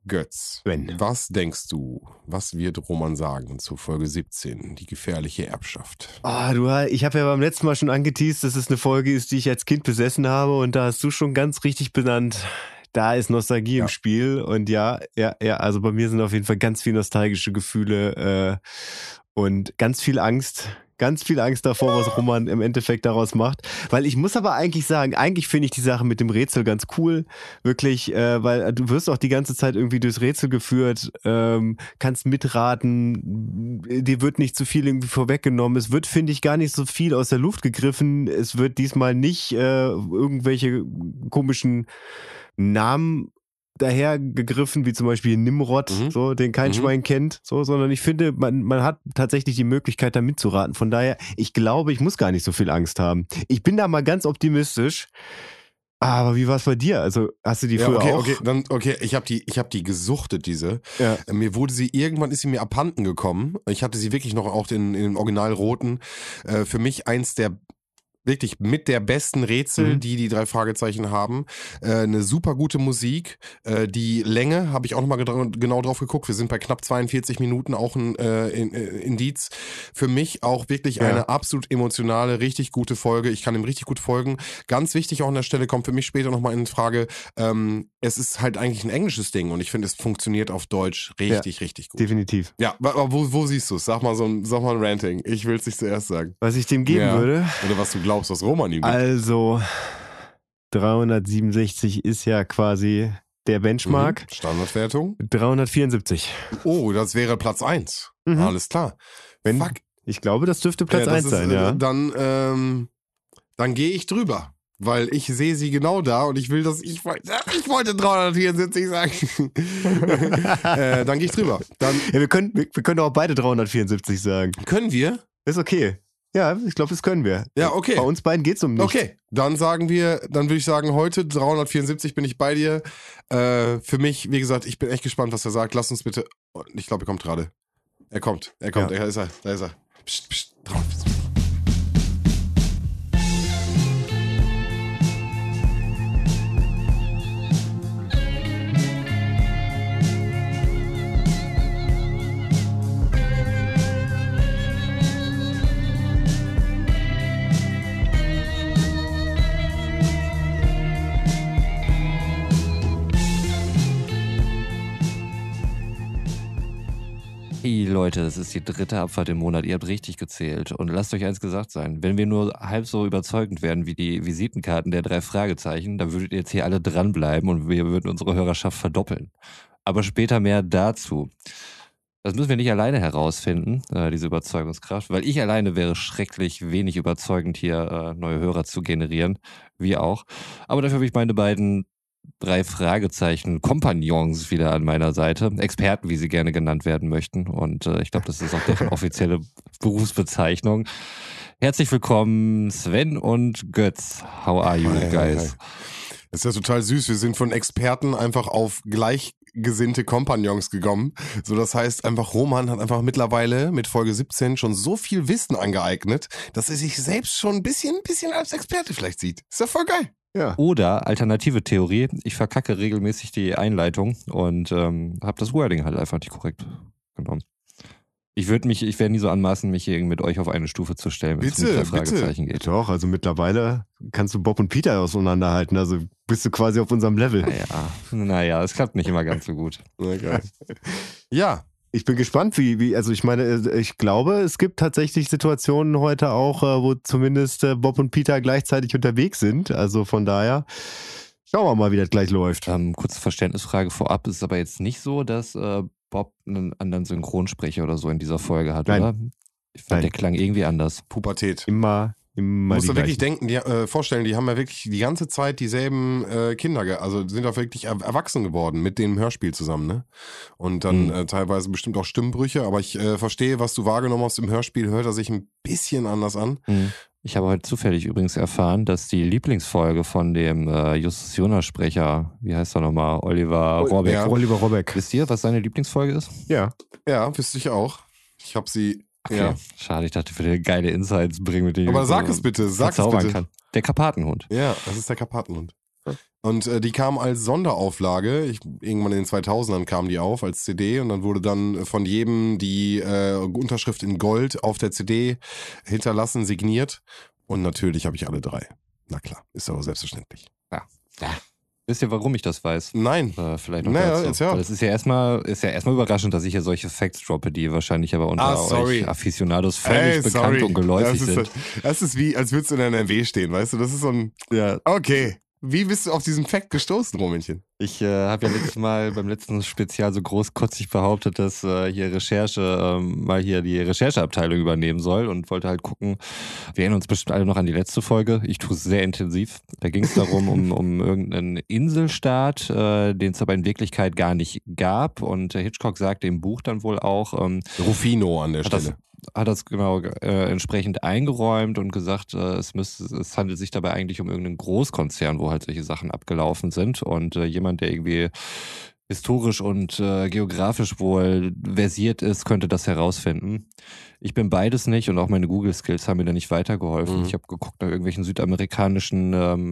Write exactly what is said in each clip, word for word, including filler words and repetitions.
Götz, Wenn. was denkst du, was wird Roman sagen zu Folge siebzehn, die gefährliche Erbschaft? Ah, du, ich habe ja beim letzten Mal schon angeteast, dass es eine Folge ist, die ich als Kind besessen habe und da hast du schon ganz richtig benannt, da ist Nostalgie Ja. im Spiel und ja, ja, ja, also bei mir sind auf jeden Fall ganz viel nostalgische Gefühle äh, und ganz viel Angst, ganz viel Angst davor, was Roman im Endeffekt daraus macht, weil ich muss aber eigentlich sagen, eigentlich finde ich die Sache mit dem Rätsel ganz cool, wirklich, äh, weil du wirst auch die ganze Zeit irgendwie durchs Rätsel geführt, ähm, kannst mitraten, dir wird nicht zu viel irgendwie vorweggenommen, es wird, finde ich, gar nicht so viel aus der Luft gegriffen, es wird diesmal nicht äh, irgendwelche komischen Namen daher gegriffen, wie zum Beispiel Nimrod, Mhm. so, den kein Mhm. Schwein kennt, so, sondern ich finde, man, man hat tatsächlich die Möglichkeit, da mitzuraten. Von daher, ich glaube, ich muss gar nicht so viel Angst haben. Ich bin da mal ganz optimistisch. Aber wie war es bei dir? Also, hast du die Ja, früher okay, auch? okay, dann, okay, ich habe die, ich habe die gesuchtet, diese. Ja. Äh, Mir wurde sie, irgendwann ist sie mir abhanden gekommen. Ich hatte sie wirklich noch auch in, in dem Original roten. Äh, für mich eins der wirklich mit der besten Rätsel, Mhm. die die drei Fragezeichen haben. Äh, eine super gute Musik. Äh, die Länge habe ich auch nochmal gedra- genau drauf geguckt. Wir sind bei knapp zweiundvierzig Minuten, auch ein äh, in, äh, Indiz. Für mich auch wirklich Ja. eine absolut emotionale, richtig gute Folge. Ich kann ihm richtig gut folgen. Ganz wichtig auch an der Stelle, kommt für mich später nochmal in Frage, ähm, es ist halt eigentlich ein englisches Ding und ich finde, es funktioniert auf Deutsch richtig, richtig gut. Definitiv. Ja, aber wo, wo siehst du es? Sag mal so ein, sag mal ein Ranting. Ich will es nicht zuerst sagen. Was ich dem geben Ja. würde, Oder was du glaubst, was Roman ihm gibt. also dreihundertsiebenundsechzig ist ja quasi der Benchmark. Mhm. Standardwertung. dreihundertvierundsiebzig. Oh, das wäre Platz eins. Mhm. Alles klar. Wenn, Fuck. Ich glaube, das dürfte Platz Ja, das eins ist, sein, äh, ja. Dann, ähm, dann gehe ich drüber. Weil ich sehe sie genau da und ich will das, ich, wollte- ich wollte dreihundertvierundsiebzig sagen. äh, dann gehe ich drüber. Dann Ja, wir können, wir, wir können auch beide dreihundertvierundsiebzig sagen. können wir. Ist okay. Ja, ich glaube, das können wir. Ja, okay. Bei uns beiden geht's um nichts. Okay, dann sagen wir, dann würde ich sagen, heute dreihundertvierundsiebzig bin ich bei dir. Äh, für mich, wie gesagt, ich bin echt gespannt, was er sagt. Lass uns bitte, oh, ich glaube, er kommt gerade. Er kommt, er kommt, Ja. da ist er, da ist er. Psst, psst, dreihundertvierundsiebzig. Hey Leute, es ist die dritte Abfahrt im Monat, ihr habt richtig gezählt. Und lasst euch eins gesagt sein, wenn wir nur halb so überzeugend wären wie die Visitenkarten der drei Fragezeichen, dann würdet ihr jetzt hier alle dranbleiben und wir würden unsere Hörerschaft verdoppeln. Aber später mehr dazu. Das müssen wir nicht alleine herausfinden, äh, diese Überzeugungskraft, weil ich alleine wäre schrecklich wenig überzeugend, hier äh, neue Hörer zu generieren, wir auch. Aber dafür habe ich meine beiden drei Fragezeichen Kompagnons wieder an meiner Seite, Experten, wie sie gerne genannt werden möchten, und äh, ich glaube, das ist auch deren offizielle Berufsbezeichnung. Herzlich willkommen, Sven und Götz. How are you, Hi, hi, guys? hi. Das ist ja total süß. Wir sind von Experten einfach auf gleichgesinnte Kompagnons gekommen. So, das heißt, einfach Roman hat einfach mittlerweile mit Folge siebzehn schon so viel Wissen angeeignet, dass er sich selbst schon ein bisschen, ein bisschen als Experte vielleicht sieht. Ist ja voll geil. Ja. Oder alternative Theorie, ich verkacke regelmäßig die Einleitung und ähm, habe das Wording halt einfach nicht korrekt genommen. Ich würde mich, ich wäre nie so anmaßen, mich hier mit euch auf eine Stufe zu stellen, wenn es um Bitte, drei Fragezeichen geht. Doch, also mittlerweile kannst du Bob und Peter auseinanderhalten. Also bist du quasi auf unserem Level. Naja, naja, es klappt nicht immer ganz so gut. Na, geil. Ja, Ich bin gespannt, wie, wie, also ich meine, ich glaube, es gibt tatsächlich Situationen heute auch, äh, wo zumindest äh, Bob und Peter gleichzeitig unterwegs sind. Also von daher, schauen wir mal, wie das gleich läuft. Ähm, kurze Verständnisfrage vorab, es ist aber jetzt nicht so, dass äh, Bob einen anderen Synchronsprecher oder so in dieser Folge hat, Nein. oder? Ich fand, Nein. der klang irgendwie anders. Pubertät. Immer, immer Man muss die da wirklich gleichen. denken, die, äh, vorstellen, die haben ja wirklich die ganze Zeit dieselben äh, Kinder, ge- also sind auch wirklich er erwachsen geworden mit dem Hörspiel zusammen, ne? Und dann Mhm. äh, teilweise bestimmt auch Stimmbrüche, aber ich äh, verstehe, was du wahrgenommen hast im Hörspiel, hört er sich ein bisschen anders an. Mhm. Ich habe heute zufällig übrigens erfahren, dass die Lieblingsfolge von dem äh, Justus Jonas-Sprecher, wie heißt er nochmal, Oliver Oh, Rohrbeck. ja. Oliver Robeck. Wisst ihr, was seine Lieblingsfolge ist? Ja. Ja, wüsste ich auch. Ich habe sie. Okay, Ja. schade, ich dachte, ich würde dir geile Insights bringen, mit denen Aber ich sag so es bitte, sag es verzaubern bitte. kann. Der Karpatenhund. Ja, das ist der Karpatenhund. Und äh, die kam als Sonderauflage, ich, irgendwann in den zweitausendern kam die auf als C D und dann wurde dann von jedem die äh, Unterschrift in Gold auf der C D hinterlassen, signiert. Und natürlich habe ich alle drei. Na klar, ist aber selbstverständlich. Ja. ja. Wisst ihr, warum ich das weiß? Nein. Äh, vielleicht noch naja, dazu. jetzt ja. Das ist ja erstmal, ist ja erstmal überraschend, dass ich hier solche Facts droppe, die wahrscheinlich aber unter ah, sorry. euch Aficionados völlig hey, bekannt sorry. und geläufig das ist, sind. Das ist wie, als würdest du in N R W stehen, weißt du? Das ist so ein, Ja. okay. Wie bist du auf diesen Fact gestoßen, Rominchen? Ich äh, habe ja letztes Mal beim letzten Spezial so großkotzig behauptet, dass äh, hier Recherche ähm, mal hier die Rechercheabteilung übernehmen soll und wollte halt gucken, wir erinnern uns bestimmt alle noch an die letzte Folge, ich tue es sehr intensiv, da ging es darum, um, um irgendeinen Inselstaat, äh, den es aber in Wirklichkeit gar nicht gab und äh, Hitchcock sagte im Buch dann wohl auch, ähm, Rufino an der hat das, Stelle. hat das genau äh, entsprechend eingeräumt und gesagt, äh, es, müsste, es handelt sich dabei eigentlich um irgendeinen Großkonzern, wo halt solche Sachen abgelaufen sind und äh, jemand, der irgendwie historisch und äh, geografisch wohl versiert ist, könnte das herausfinden. Ich bin beides nicht und auch meine Google-Skills haben mir da nicht weitergeholfen. Mhm. Ich habe geguckt nach irgendwelchen südamerikanischen ähm,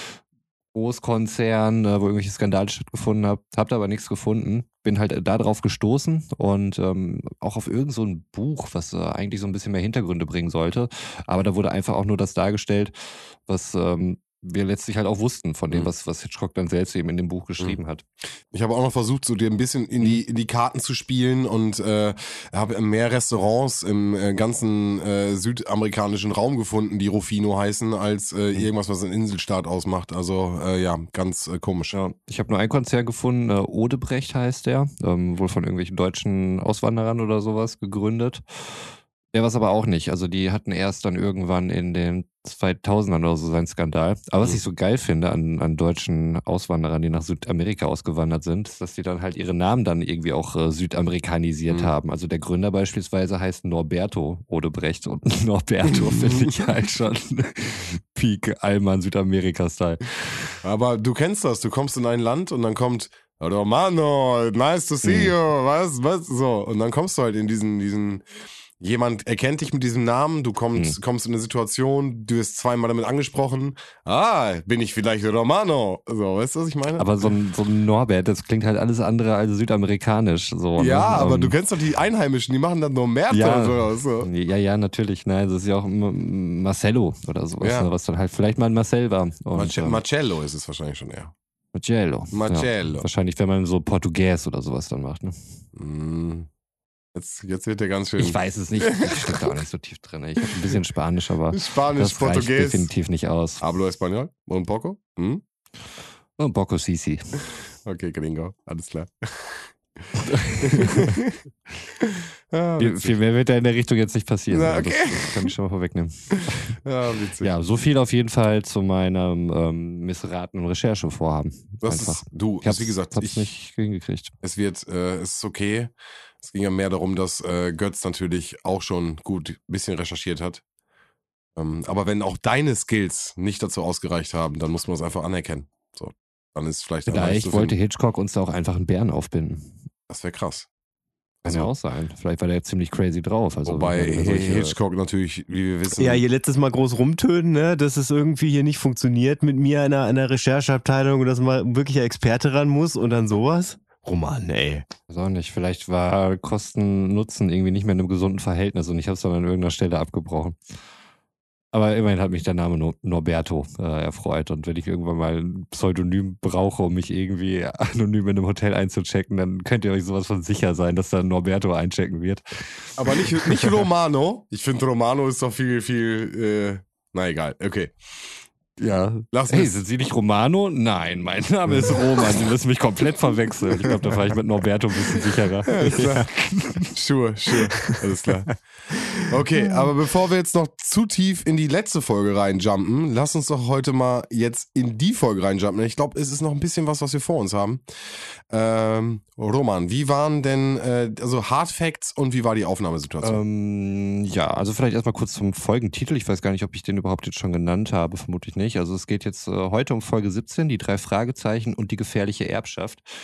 Großkonzern, äh, wo irgendwelche Skandale stattgefunden haben, hab da aber nichts gefunden. Bin halt da drauf gestoßen und ähm, auch auf irgend so ein Buch, was äh, eigentlich so ein bisschen mehr Hintergründe bringen sollte. Aber da wurde einfach auch nur das dargestellt, was ähm, wir letztlich halt auch wussten von dem, Mhm. was, was Hitchcock dann selbst eben in dem Buch geschrieben Mhm. hat. Ich habe auch noch versucht, so dir ein bisschen in die, in die Karten zu spielen und äh, habe mehr Restaurants im äh, ganzen äh, südamerikanischen Raum gefunden, die Rufino heißen, als äh, Mhm. irgendwas, was einen Inselstaat ausmacht. Also äh, ja, ganz äh, komisch. Ja, ich habe nur ein Konzern gefunden, äh, Odebrecht heißt der, ähm, wohl von irgendwelchen deutschen Auswanderern oder sowas gegründet. Der war es aber auch nicht. Also die hatten erst dann irgendwann in den zweitausendern oder so seinen Skandal. Aber was Mhm. ich so geil finde an, an deutschen Auswanderern, die nach Südamerika ausgewandert sind, ist, dass die dann halt ihre Namen dann irgendwie auch äh, südamerikanisiert Mhm. haben. Also der Gründer beispielsweise heißt Norberto Odebrecht und Norberto finde ich halt schon Peak Allmann Südamerika-Style. Aber du kennst das, du kommst in ein Land und dann kommt Romano, nice to see Mhm. you, was, was, so. Und dann kommst du halt in diesen, diesen, jemand erkennt dich mit diesem Namen, du kommst, Mhm. kommst in eine Situation, du wirst zweimal damit angesprochen, ah, bin ich vielleicht Romano, so, weißt du, was ich meine? Aber so ein, so ein Norbert, das klingt halt alles andere als südamerikanisch. So, ja, ne? aber Ähm, du kennst doch die Einheimischen, die machen dann nur Märte Ja. und so. so. Ja, ja, natürlich. Nein, das ist ja auch M- Marcello oder sowas, Ja. ne, was dann halt vielleicht mal ein Marcel war. Und, Marce- ähm, Marcello ist es wahrscheinlich schon eher. Marcello. Marcello. Ja, wahrscheinlich, wenn man so Portugies oder sowas dann macht. Ne? Hm. Jetzt, jetzt wird der ganz schön Ich weiß es nicht. Ich stecke da auch nicht so tief drin. Ich habe ein bisschen Spanisch, aber Spanisch, das reicht Portugies. definitiv nicht aus. Hablo Español? Un poco? Hm? Und Bocco Sisi. Okay, Gringo, alles klar. ah, Viel, witzig. viel mehr wird da in der Richtung jetzt nicht passieren. Na, Also okay. Das, das kann ich schon mal vorwegnehmen. Ja, witzig. Ja, so viel auf jeden Fall zu meinem ähm, missratenen Recherchevorhaben. das Einfach. ist, du, Ich hab's, wie gesagt, hab's ich, nicht hingekriegt. es wird, äh, es ist okay. Es ging ja mehr darum, dass äh, Götz natürlich auch schon gut ein bisschen recherchiert hat. Ähm, aber wenn auch deine Skills nicht dazu ausgereicht haben, dann muss man das einfach anerkennen. So, dann ist vielleicht der Leicht Vielleicht zu wollte finden. Hitchcock uns da auch einfach einen Bären aufbinden. Das wäre krass. Kann Also, ja auch sein. Vielleicht war der ziemlich crazy drauf. Also, wobei wenn er solche- Hitchcock natürlich, wie wir wissen, Ja, hier letztes Mal groß rumtönen, ne, dass es irgendwie hier nicht funktioniert mit mir in einer, einer Rechercheabteilung und dass mal wirklich ein Experte ran muss und dann sowas. Roman, ey. Weiß auch nicht. Vielleicht war Kosten-Nutzen irgendwie nicht mehr in einem gesunden Verhältnis und ich habe es dann an irgendeiner Stelle abgebrochen. Aber immerhin hat mich der Name Nor- Norberto äh, erfreut. Und wenn ich irgendwann mal ein Pseudonym brauche, um mich irgendwie anonym in einem Hotel einzuchecken, dann könnt ihr euch sowas von sicher sein, dass da Norberto einchecken wird. aber nicht, nicht Romano. Ich finde, Romano ist doch viel, viel, äh, na egal, okay. Ja. Lass Hey, mich- sind Sie nicht Romano? Nein, mein Name ist Roman. Sie müssen mich komplett verwechseln. Ich glaube, da fahre ich mit Norberto ein bisschen sicherer. Alles klar. Sure, sure. Alles klar. Okay, aber bevor wir jetzt noch zu tief in die letzte Folge reinjumpen, lass uns doch heute mal jetzt in die Folge reinjumpen. Ich glaube, es ist noch ein bisschen was, was wir vor uns haben. Ähm, Roman, wie waren denn, äh, also Hard Facts und wie war die Aufnahmesituation? Ähm, ja, also vielleicht erstmal kurz zum Folgentitel. Ich weiß gar nicht, ob ich den überhaupt jetzt schon genannt habe, vermutlich nicht. Also es geht jetzt äh, heute um Folge siebzehn, die drei Fragezeichen und die gefährliche Erbschaft.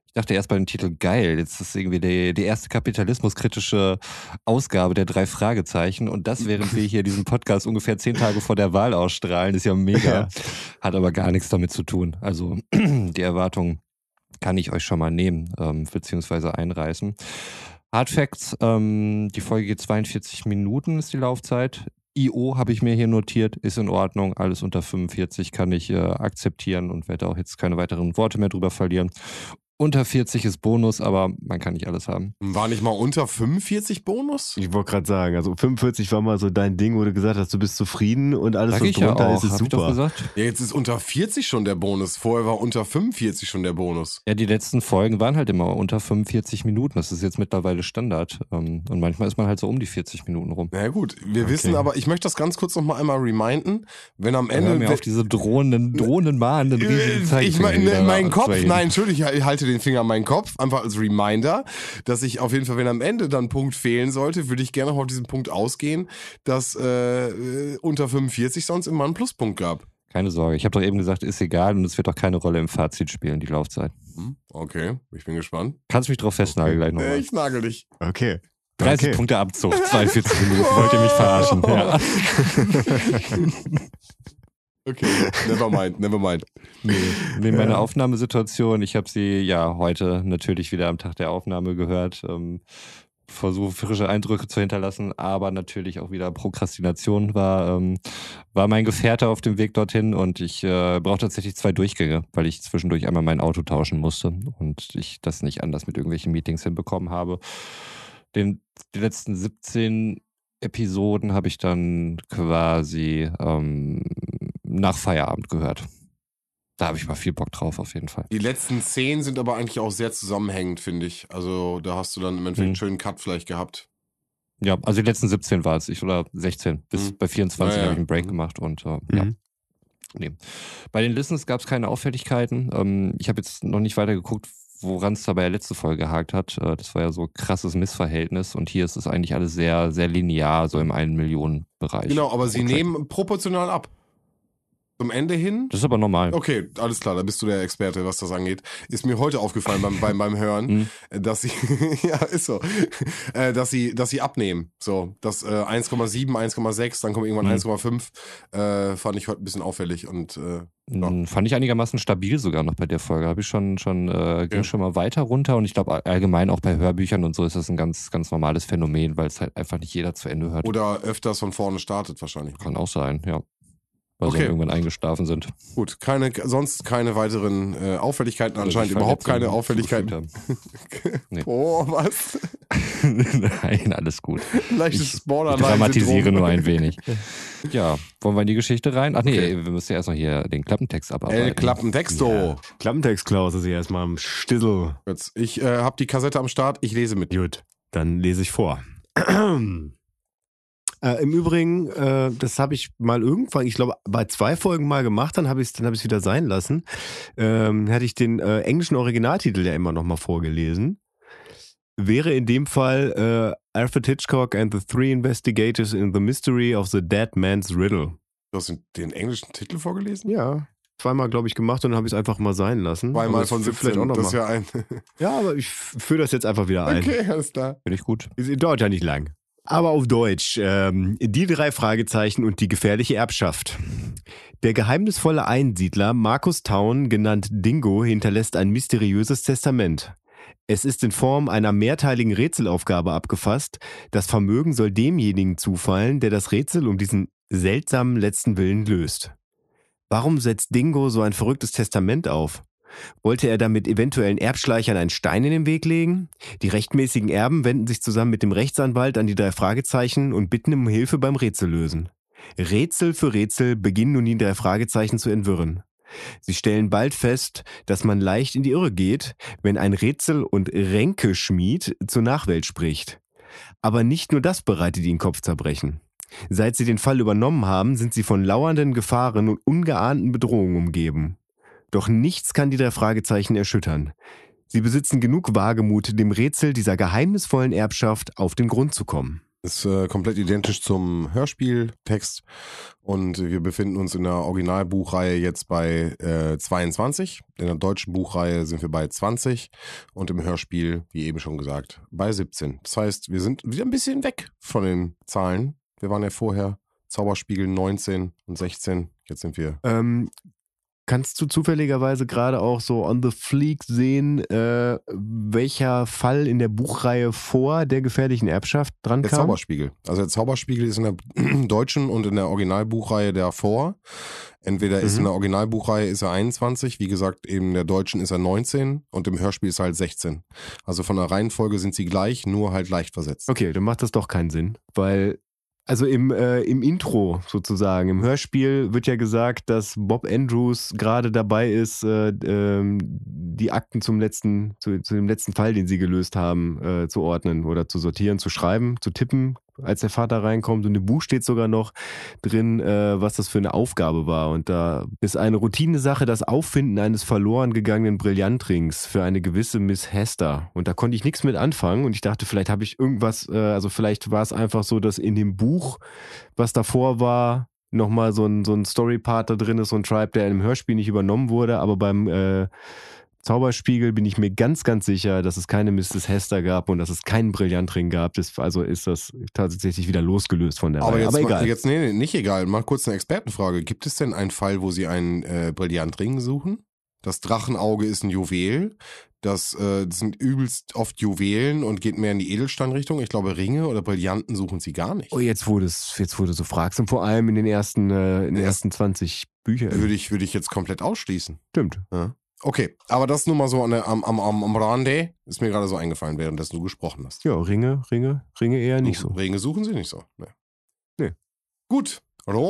Ich dachte erst bei dem Titel geil, jetzt ist irgendwie die, die erste kapitalismuskritische Ausgabe der drei Fragezeichen und das, während wir hier diesen Podcast ungefähr zehn Tage vor der Wahl ausstrahlen, ist ja mega, ja. Hat aber gar nichts damit zu tun. Also die Erwartung kann ich euch schon mal nehmen, ähm, beziehungsweise einreißen. Hard Facts, ähm, die Folge geht zweiundvierzig Minuten, ist die Laufzeit. I O habe ich mir hier notiert, ist in Ordnung, alles unter fünfundvierzig kann ich äh, akzeptieren und werde auch jetzt keine weiteren Worte mehr drüber verlieren. Unter vierzig ist Bonus, aber man kann nicht alles haben. War nicht mal unter fünfundvierzig Bonus? Ich wollte gerade sagen, also fünfundvierzig war mal so dein Ding, wo du gesagt hast, du bist zufrieden und alles, Sag was ich ja drunter auch. ist, ist Hab super. Ich doch gesagt. Ja, jetzt ist unter vierzig schon der Bonus. Vorher war unter fünfundvierzig schon der Bonus. Ja, die letzten Folgen waren halt immer unter fünfundvierzig Minuten. Das ist jetzt mittlerweile Standard. Und manchmal ist man halt so um die vierzig Minuten rum. Na ja, gut, wir Okay. wissen aber, ich möchte das ganz kurz noch mal einmal reminden, wenn am Ende... Hör mir auf diese drohenden, drohenden, mahnenden, riesigen Zeichen. Ich meine, mein Kopf, nein, Entschuldigung, ich halte den Finger an meinen Kopf, einfach als Reminder, dass ich auf jeden Fall, wenn am Ende dann ein Punkt fehlen sollte, würde ich gerne noch auf diesen Punkt ausgehen, dass äh, unter fünfundvierzig sonst immer einen Pluspunkt gab. Keine Sorge, ich habe doch eben gesagt, ist egal und es wird auch keine Rolle im Fazit spielen, die Laufzeit. Hm, okay, ich bin gespannt. Kannst mich drauf festnageln Okay. gleich nochmal. Äh, ich nagel dich. Okay. dreißig okay. Punkte Abzug, zweiundvierzig Minuten. Wollt ihr mich verarschen? Ja. Okay, never mind, never mind. Nee, nee, meine Aufnahmesituation, ich habe sie ja heute natürlich wieder am Tag der Aufnahme gehört. Ähm, versuche frische Eindrücke zu hinterlassen, aber natürlich auch wieder Prokrastination war, ähm, war mein Gefährte auf dem Weg dorthin und ich äh, brauche tatsächlich zwei Durchgänge, weil ich zwischendurch einmal mein Auto tauschen musste und ich das nicht anders mit irgendwelchen Meetings hinbekommen habe. Den, die letzten siebzehn Episoden habe ich dann quasi ähm, nach Feierabend gehört. Da habe ich mal viel Bock drauf, auf jeden Fall. Die letzten zehn sind aber eigentlich auch sehr zusammenhängend, finde ich. Also da hast du dann im Endeffekt einen Mhm. schönen Cut vielleicht gehabt. Ja, also die letzten siebzehn war es, ich oder sechzehn. Bis Mhm. bei vierundzwanzig Ja, ja. habe ich einen Break Mhm. gemacht und äh, ja. Mhm. Nee. Bei den Listens gab es keine Auffälligkeiten. Ähm, ich habe jetzt noch nicht weiter geguckt, woran es da bei der letzten Folge gehakt hat. Äh, das war ja so krasses Missverhältnis und hier ist es eigentlich alles sehr, sehr linear, so im einen Millionen Bereich. Genau, aber sie Pro Track. nehmen proportional ab. Zum Ende hin. Das ist aber normal. Okay, alles klar, da bist du der Experte, was das angeht. Ist mir heute aufgefallen beim, beim, beim Hören, Mhm. dass sie, ja, ist so, äh, dass sie, dass sie abnehmen. So, das äh, eins Komma sieben, eins Komma sechs, dann kommt irgendwann Mhm. eins Komma fünf, äh, fand ich heute ein bisschen auffällig und äh, ja. Mm, Fand ich einigermaßen stabil sogar noch bei der Folge. Habe ich schon, schon, äh, ging Ja. schon mal weiter runter und ich glaube allgemein auch bei Hörbüchern und so ist das ein ganz, ganz normales Phänomen, weil es halt einfach nicht jeder zu Ende hört. Oder öfters von vorne startet wahrscheinlich. Kann auch sein, ja. Weil Okay. sie dann irgendwann eingeschlafen sind. Gut, keine, sonst keine weiteren äh, Auffälligkeiten, Oder anscheinend die überhaupt keine Verletzungen Auffälligkeiten. zugefügt Nee. Oh, was? haben. Nein, alles gut. Leichtes Ich Borderline-Syndrom. dramatisiere nur ein wenig. Ja, wollen wir in die Geschichte rein? Ach nee, Okay. wir müssen ja erst noch hier den Klappentext abarbeiten. El Klappentexto. Ja. Klappentext, Klaus, ist hier erstmal am Stissel. Jetzt, ich äh, habe die Kassette am Start, ich lese mit. Gut, dann lese ich vor. Äh, Im Übrigen, äh, das habe ich mal irgendwann, ich glaube, bei zwei Folgen mal gemacht, dann habe ich es dann hab ich's wieder sein lassen. Ähm, hatte ich den äh, englischen Originaltitel ja immer noch mal vorgelesen. Wäre in dem Fall äh, Alfred Hitchcock and the Three Investigators in the Mystery of the Dead Man's Riddle. Du hast den, den englischen Titel vorgelesen? Ja, zweimal, glaube ich, gemacht und dann habe ich es einfach mal sein lassen. Aber Zweimal das von führt siebzehn, noch das ist mal. ja ein... Ja, aber ich führe das jetzt einfach wieder ein. Okay, alles klar. Finde ich gut. Es dauert ja nicht lang. Aber auf Deutsch. Ähm, die drei Fragezeichen und die gefährliche Erbschaft. Der geheimnisvolle Einsiedler Markus Town, genannt Dingo, hinterlässt ein mysteriöses Testament. Es ist in Form einer mehrteiligen Rätselaufgabe abgefasst. Das Vermögen soll demjenigen zufallen, der das Rätsel um diesen seltsamen letzten Willen löst. Warum setzt Dingo so ein verrücktes Testament auf? Wollte er damit eventuellen Erbschleichern einen Stein in den Weg legen? Die rechtmäßigen Erben wenden sich zusammen mit dem Rechtsanwalt an die drei Fragezeichen und bitten um Hilfe beim Rätsellösen. Rätsel für Rätsel beginnen nun die drei Fragezeichen zu entwirren. Sie stellen bald fest, dass man leicht in die Irre geht, wenn ein Rätsel- und Ränkeschmied zur Nachwelt spricht. Aber nicht nur das bereitet ihnen Kopfzerbrechen. Seit sie den Fall übernommen haben, sind sie von lauernden Gefahren und ungeahnten Bedrohungen umgeben. Doch nichts kann die drei Fragezeichen erschüttern. Sie besitzen genug Wagemut, dem Rätsel dieser geheimnisvollen Erbschaft auf den Grund zu kommen. Ist äh, komplett identisch zum Hörspieltext und wir befinden uns in der Originalbuchreihe jetzt bei äh, zweiundzwanzig. In der deutschen Buchreihe sind wir bei zwanzig und im Hörspiel, wie eben schon gesagt, bei siebzehn. Das heißt, wir sind wieder ein bisschen weg von den Zahlen. Wir waren ja vorher Zauberspiegel neunzehn und sechzehn. Jetzt sind wir... Ähm, kannst du zufälligerweise gerade auch so on the fleek sehen, äh, welcher Fall in der Buchreihe vor der gefährlichen Erbschaft dran Der kam? Zauberspiegel. Also der Zauberspiegel ist in der deutschen und in der Originalbuchreihe davor. Entweder ist Mhm. in der Originalbuchreihe ist er einundzwanzig, wie gesagt, in der deutschen ist er neunzehn und im Hörspiel ist er halt sechzehn. Also von der Reihenfolge sind sie gleich, nur halt leicht versetzt. Okay, dann macht das doch keinen Sinn, weil also im, äh, im Intro sozusagen, im Hörspiel wird ja gesagt, dass Bob Andrews gerade dabei ist, äh, ähm, die Akten zum letzten, zu, zu dem letzten Fall, den sie gelöst haben, äh, zu ordnen oder zu sortieren, zu schreiben, zu tippen, als der Vater reinkommt. Und im Buch steht sogar noch drin, äh, was das für eine Aufgabe war. Und da ist eine Routinesache das Auffinden eines verloren gegangenen Brillantrings für eine gewisse Miss Hester. Und da konnte ich nichts mit anfangen. Und ich dachte, vielleicht habe ich irgendwas, äh, also vielleicht war es einfach so, dass in dem Buch, was davor war, nochmal so ein, so ein Story-Part da drin ist, so ein Tribe, der im Hörspiel nicht übernommen wurde. Aber beim äh, Zauberspiegel bin ich mir ganz, ganz sicher, dass es keine Misses Hester gab und dass es keinen Brillantring gab. Das, also ist das tatsächlich wieder losgelöst von der Aber Reihe. jetzt, Aber mal, egal. jetzt nee, nee, nicht egal. Mal kurz eine Expertenfrage. Gibt es denn einen Fall, wo sie einen äh, Brillantring suchen? Das Drachenauge ist ein Juwel. Das, äh, das sind übelst oft Juwelen und geht mehr in die Edelsteinrichtung. Ich glaube, Ringe oder Brillanten suchen sie gar nicht. Oh, jetzt wo, das, jetzt wo du so fragst und vor allem in den ersten, äh, in den Ja. ersten zwanzig Büchern. Würde ich, würde ich jetzt komplett ausschließen. Stimmt. Ja. Okay, aber das nur mal so an der, am, am, am, am Rande. Ist mir gerade so eingefallen, während du gesprochen hast. Ja, Ringe, Ringe, Ringe eher nicht so. Ringe suchen sie nicht so. Nee. Nee. Gut,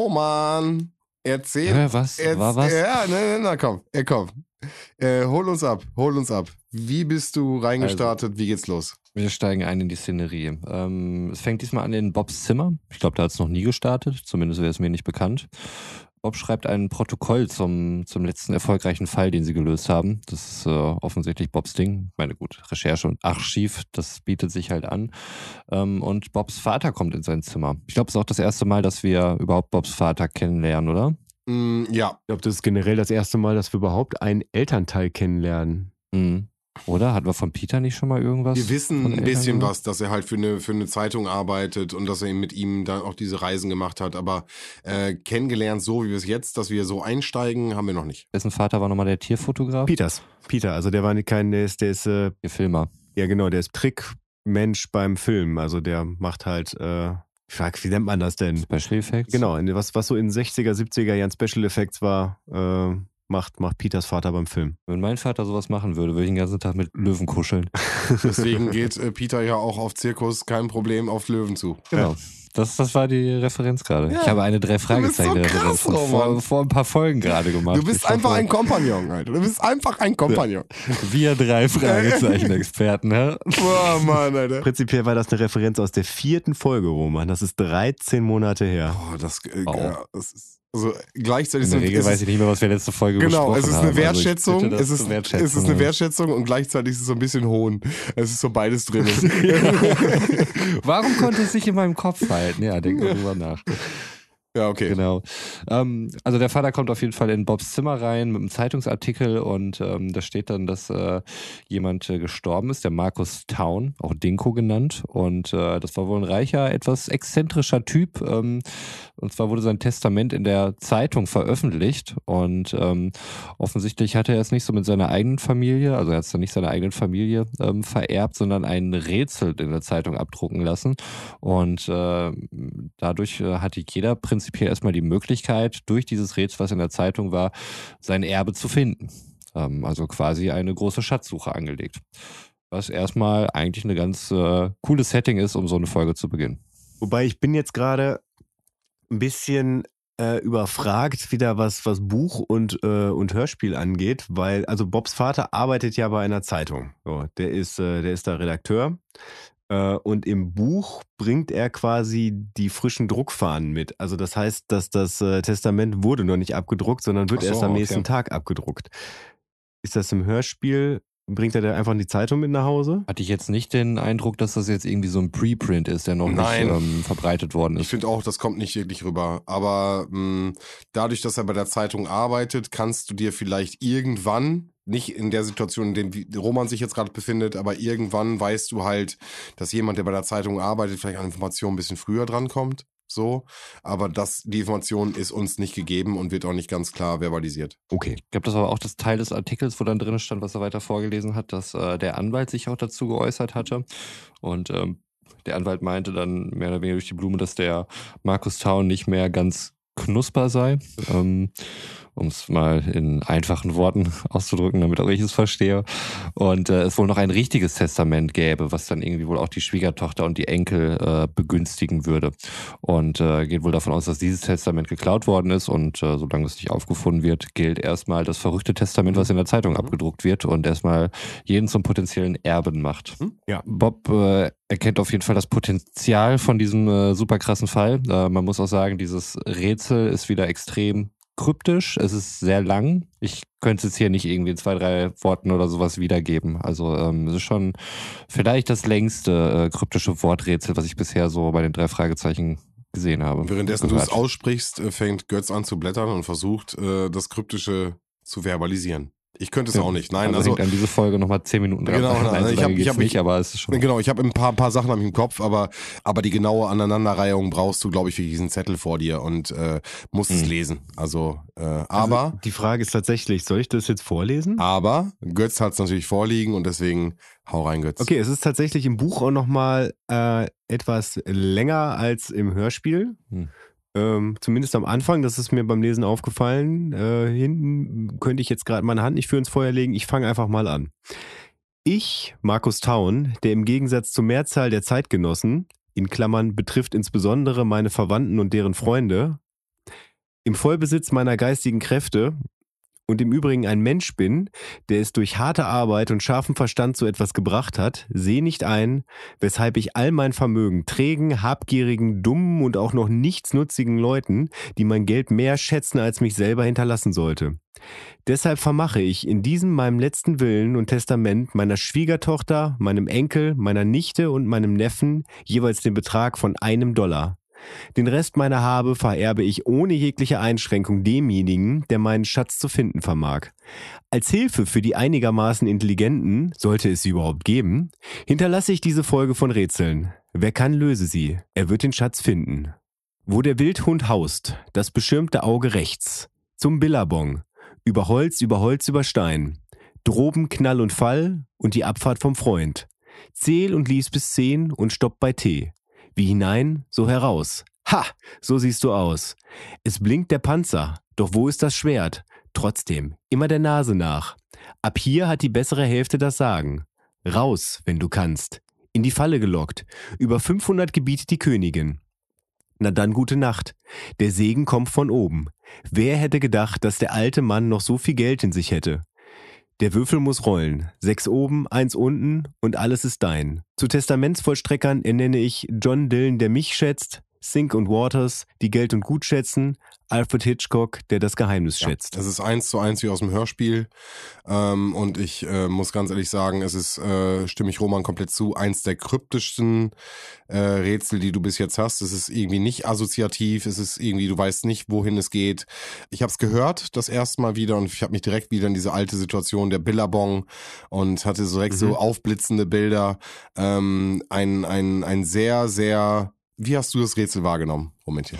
Roman, erzähl. Hä, was? Erz- War was? Ja, na, na, na, komm, ja, komm. Äh, hol uns ab, hol uns ab. Wie bist du reingestartet? Wie geht's los? Wir steigen ein in die Szenerie. Ähm, es fängt diesmal an in Bobs Zimmer. Ich glaube, da hat es noch nie gestartet. Zumindest wäre es mir nicht bekannt. Bob schreibt ein Protokoll zum, zum letzten erfolgreichen Fall, den sie gelöst haben. Das ist äh, offensichtlich Bobs Ding. Ich meine, gut, Recherche und Archiv, das bietet sich halt an. Ähm, und Bobs Vater kommt in sein Zimmer. Ich glaube, es ist auch das erste Mal, dass wir überhaupt Bobs Vater kennenlernen, oder? Mm, ja, Ich glaube, das ist generell das erste Mal, dass wir überhaupt einen Elternteil kennenlernen. Mhm. Oder? Hatten wir von Peter nicht schon mal irgendwas? wir wissen von ein Eltern bisschen gehört? was, dass er halt für eine, für eine Zeitung arbeitet und dass er mit ihm dann auch diese Reisen gemacht hat. Aber äh, kennengelernt, so wie wir es jetzt, dass wir so einsteigen, haben wir noch nicht. Dessen Vater war nochmal der Tierfotograf? Peters. Peter, also der war nicht kein, der ist, der ist, äh, Der Filmer. ja genau, der ist Trickmensch beim Film. Also der macht halt, äh, ich frag, wie nennt man das denn? Special Effects? Genau, in- was, was so in den sechziger, siebziger Jahren Special Effects war, äh, macht, macht Peters Vater beim Film. Wenn mein Vater sowas machen würde, würde ich den ganzen Tag mit Löwen kuscheln. Deswegen geht äh, Peter ja auch auf Zirkus, kein Problem, auf Löwen zu. Genau. Das, das war die Referenz gerade. Ja. Ich habe eine drei bist so Fragezeichen-Referenz krass, von Roman. vor, vor ein paar Folgen gerade gemacht. Du bist Ich einfach hoffe, ein Kompagnon, Alter. Du bist einfach ein Kompagnon. Wir drei Fragezeichen-Experten, hä? Boah, Mann, Alter. Prinzipiell war das eine Referenz aus der vierten Folge, Roman. Das ist dreizehn Monate her. Boah, das, äh, Wow. ja, das ist, also gleichzeitig In der sind Regel es weiß ist, ich nicht mehr, was wir letzte Folge genau, besprochen es ist haben. eine Wertschätzung, Also ich bitte, es das ist, zu wertschätzen, es ist eine ja. Wertschätzung und gleichzeitig ist es so ein bisschen Hohn. Es ist so beides drin. Warum konnte es sich in meinem Kopf halten? Ja, denk mal drüber nach. Ja, okay. Genau. Ähm, also der Vater kommt auf jeden Fall in Bobs Zimmer rein mit einem Zeitungsartikel und ähm, da steht dann, dass äh, jemand äh, gestorben ist, der Markus Town, auch Dinko genannt. Und äh, das war wohl ein reicher, etwas exzentrischer Typ. Ähm, und zwar wurde sein Testament in der Zeitung veröffentlicht und ähm, offensichtlich hatte er es nicht so mit seiner eigenen Familie, also er hat es dann nicht seiner eigenen Familie ähm, vererbt, sondern ein Rätsel in der Zeitung abdrucken lassen. Und äh, dadurch äh, hatte jeder prinzipiell erstmal die Möglichkeit, durch dieses Rätsel, was in der Zeitung war, sein Erbe zu finden. Ähm, also quasi eine große Schatzsuche angelegt. Was erstmal eigentlich eine ganz äh, cooles Setting ist, um so eine Folge zu beginnen. Wobei ich bin jetzt gerade ein bisschen äh, überfragt, wieder was, was Buch und, äh, und Hörspiel angeht, weil, also Bobs Vater arbeitet ja bei einer Zeitung. So, der ist, äh, der ist da Redakteur. Äh, und im Buch bringt er quasi die frischen Druckfahnen mit. Also das heißt, dass das äh, Testament wurde noch nicht abgedruckt, sondern wird Ach so, erst am okay. nächsten Tag abgedruckt. Ist das im Hörspiel bringt er da einfach die Zeitung mit nach Hause? Hatte ich jetzt nicht den Eindruck, dass das jetzt irgendwie so ein Preprint ist, der noch Nein. nicht ähm, verbreitet worden ist. Ich finde auch, das kommt nicht wirklich rüber. Aber mh, dadurch, dass er bei der Zeitung arbeitet, kannst du dir vielleicht irgendwann, nicht in der Situation, in der Roman sich jetzt gerade befindet, aber irgendwann weißt du halt, dass jemand, der bei der Zeitung arbeitet, vielleicht an Informationen ein bisschen früher drankommt. So, aber das, die Information ist uns nicht gegeben und wird auch nicht ganz klar verbalisiert. Okay. Ich glaube, das war auch das Teil des Artikels, wo dann drin stand, was er weiter vorgelesen hat, dass äh, der Anwalt sich auch dazu geäußert hatte. Und ähm, der Anwalt meinte dann mehr oder weniger durch die Blume, dass der Markus Town nicht mehr ganz knusper sei. Ähm, um es mal in einfachen Worten auszudrücken, damit auch ich es verstehe. Und äh, es wohl noch ein richtiges Testament gäbe, was dann irgendwie wohl auch die Schwiegertochter und die Enkel äh, begünstigen würde. Und äh, geht wohl davon aus, dass dieses Testament geklaut worden ist und äh, solange es nicht aufgefunden wird, gilt erstmal das verrückte Testament, was in der Zeitung abgedruckt wird und erstmal jeden zum potenziellen Erben macht. Ja. Bob äh, erkennt auf jeden Fall das Potenzial von diesem äh, super krassen Fall. Äh, man muss auch sagen, dieses Rätsel ist wieder extrem kryptisch, es ist sehr lang. Ich könnte es hier nicht irgendwie in zwei, drei Worten oder sowas wiedergeben. Also ähm, es ist schon vielleicht das längste äh, kryptische Worträtsel, was ich bisher so bei den drei Fragezeichen gesehen habe. Währenddessen du es aussprichst, fängt Götz an zu blättern und versucht, äh, das Kryptische zu verbalisieren. Ich könnte es ja. auch nicht. Nein, also, also hängt an diese Folge nochmal zehn Minuten dran. Genau, Nein, so ich habe ich hab, nicht, aber es ist schon. Genau, ich habe ein paar, paar Sachen im Kopf, aber, aber die genaue Aneinanderreihung brauchst du, glaube ich, für diesen Zettel vor dir und äh, musst mhm. es lesen. Also, äh, aber. Also die Frage ist tatsächlich, soll ich das jetzt vorlesen? Aber Götz hat es natürlich vorliegen und deswegen hau rein, Götz. Okay, es ist tatsächlich im Buch auch nochmal äh, etwas länger als im Hörspiel. Hm. Ähm, zumindest am Anfang, das ist mir beim Lesen aufgefallen. Äh, hinten könnte ich jetzt gerade meine Hand nicht für ins Feuer legen. Ich fange einfach mal an. Ich, Markus Town, der im Gegensatz zur Mehrzahl der Zeitgenossen, in Klammern betrifft insbesondere meine Verwandten und deren Freunde, im Vollbesitz meiner geistigen Kräfte und im Übrigen ein Mensch bin, der es durch harte Arbeit und scharfen Verstand zu etwas gebracht hat, sehe nicht ein, weshalb ich all mein Vermögen trägen, habgierigen, dummen und auch noch nichtsnutzigen Leuten, die mein Geld mehr schätzen als mich selber, hinterlassen sollte. Deshalb vermache ich in diesem meinem letzten Willen und Testament meiner Schwiegertochter, meinem Enkel, meiner Nichte und meinem Neffen jeweils den Betrag von einem Dollar. Den Rest meiner Habe vererbe ich ohne jegliche Einschränkung demjenigen, der meinen Schatz zu finden vermag. Als Hilfe für die einigermaßen Intelligenten, sollte es sie überhaupt geben, hinterlasse ich diese Folge von Rätseln. Wer kann, löse sie. Er wird den Schatz finden. Wo der Wildhund haust, das beschirmte Auge rechts. Zum Billabong. Über Holz, über Holz, über Stein. Droben Knall und Fall und die Abfahrt vom Freund. Zähl und lies bis zehn und stopp bei T. Wie hinein, so heraus. Ha, so siehst du aus. Es blinkt der Panzer, doch wo ist das Schwert? Trotzdem, immer der Nase nach. Ab hier hat die bessere Hälfte das Sagen. Raus, wenn du kannst. In die Falle gelockt. Über fünfhundert gebietet die Königin. Na dann gute Nacht. Der Segen kommt von oben. Wer hätte gedacht, dass der alte Mann noch so viel Geld in sich hätte? Der Würfel muss rollen. Sechs oben, eins unten und alles ist dein. Zu Testamentsvollstreckern ernenne ich John Dillon, der mich schätzt, Sink und Waters, die Geld und Gut schätzen, Alfred Hitchcock, der das Geheimnis ja, schätzt. Es ist eins zu eins wie aus dem Hörspiel ähm, und ich äh, muss ganz ehrlich sagen, es ist, äh, stimme ich Roman komplett zu, eins der kryptischsten äh, Rätsel, die du bis jetzt hast. Es ist irgendwie nicht assoziativ, es ist irgendwie, du weißt nicht, wohin es geht. Ich habe es gehört das erste Mal wieder und ich habe mich direkt wieder in diese alte Situation der Billabong und hatte direkt mhm. so aufblitzende Bilder. Ähm, ein, ein, ein sehr, sehr, wie hast du das Rätsel wahrgenommen, Momentchen?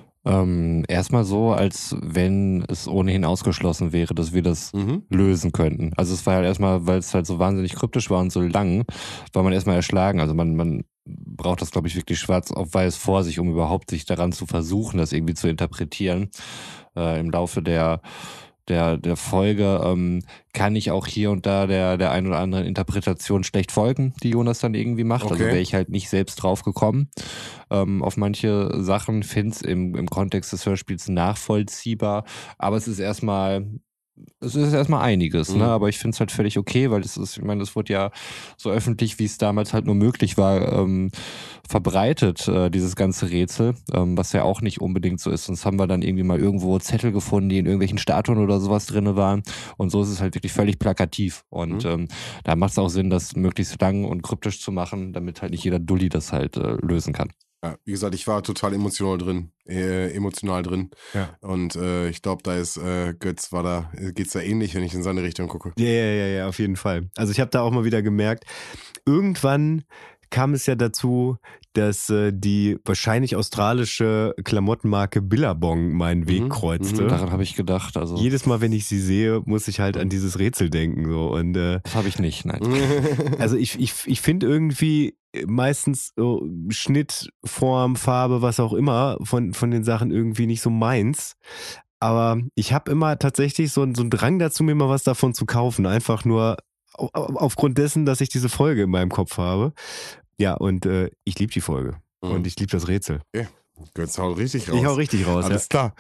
Ähm, erstmal so, als wenn es ohnehin ausgeschlossen wäre, dass wir das mhm. lösen könnten. Also es war halt erstmal, weil es halt so wahnsinnig kryptisch war und so lang, war man erstmal erschlagen. Also man, man braucht das, glaube ich, wirklich schwarz auf weiß vor sich, um überhaupt sich daran zu versuchen, das irgendwie zu interpretieren. Äh, im Laufe der Der, der Folge ähm, kann ich auch hier und da der, der ein oder anderen Interpretation schlecht folgen, die Jonas dann irgendwie macht. Okay. Also wäre ich halt nicht selbst drauf gekommen. Ähm, auf manche Sachen finde ich im, im Kontext des Hörspiels nachvollziehbar. Aber es ist erstmal es ist erstmal einiges, Mhm. ne? Aber ich finde es halt völlig okay, weil es ist, ich meine, es wurde ja so öffentlich, wie es damals halt nur möglich war, ähm, verbreitet, äh, dieses ganze Rätsel, ähm, was ja auch nicht unbedingt so ist. Sonst haben wir dann irgendwie mal irgendwo Zettel gefunden, die in irgendwelchen Statuen oder sowas drin waren. Und so ist es halt wirklich völlig plakativ. Und Mhm. ähm, da macht es auch Sinn, das möglichst lang und kryptisch zu machen, damit halt nicht jeder Dulli das halt äh, lösen kann. Ja, wie gesagt, ich war total emotional drin, äh, emotional drin. Ja. Und äh, ich glaube, da ist äh, Götz, war da, geht's da ähnlich, wenn ich in seine Richtung gucke. Ja, ja, ja, ja, auf jeden Fall. Also ich habe da auch mal wieder gemerkt, irgendwann kam es ja dazu, dass äh, die wahrscheinlich australische Klamottenmarke Billabong meinen Weg Mhm, kreuzte. mhm. Daran habe ich gedacht. Also Jedes Mal, wenn ich sie sehe, muss ich halt an dieses Rätsel denken. So. Und äh, das habe ich nicht, nein. also ich, ich, ich finde irgendwie meistens so Schnitt, Form, Farbe, was auch immer von, von den Sachen irgendwie nicht so meins. Aber ich habe immer tatsächlich so, so einen Drang dazu, mir mal was davon zu kaufen. Einfach nur au- au- aufgrund dessen, dass ich diese Folge in meinem Kopf habe. Ja, und äh, ich liebe die Folge. Mhm. Und ich liebe das Rätsel. Götz haut richtig raus. Ich hau richtig raus. Alles klar.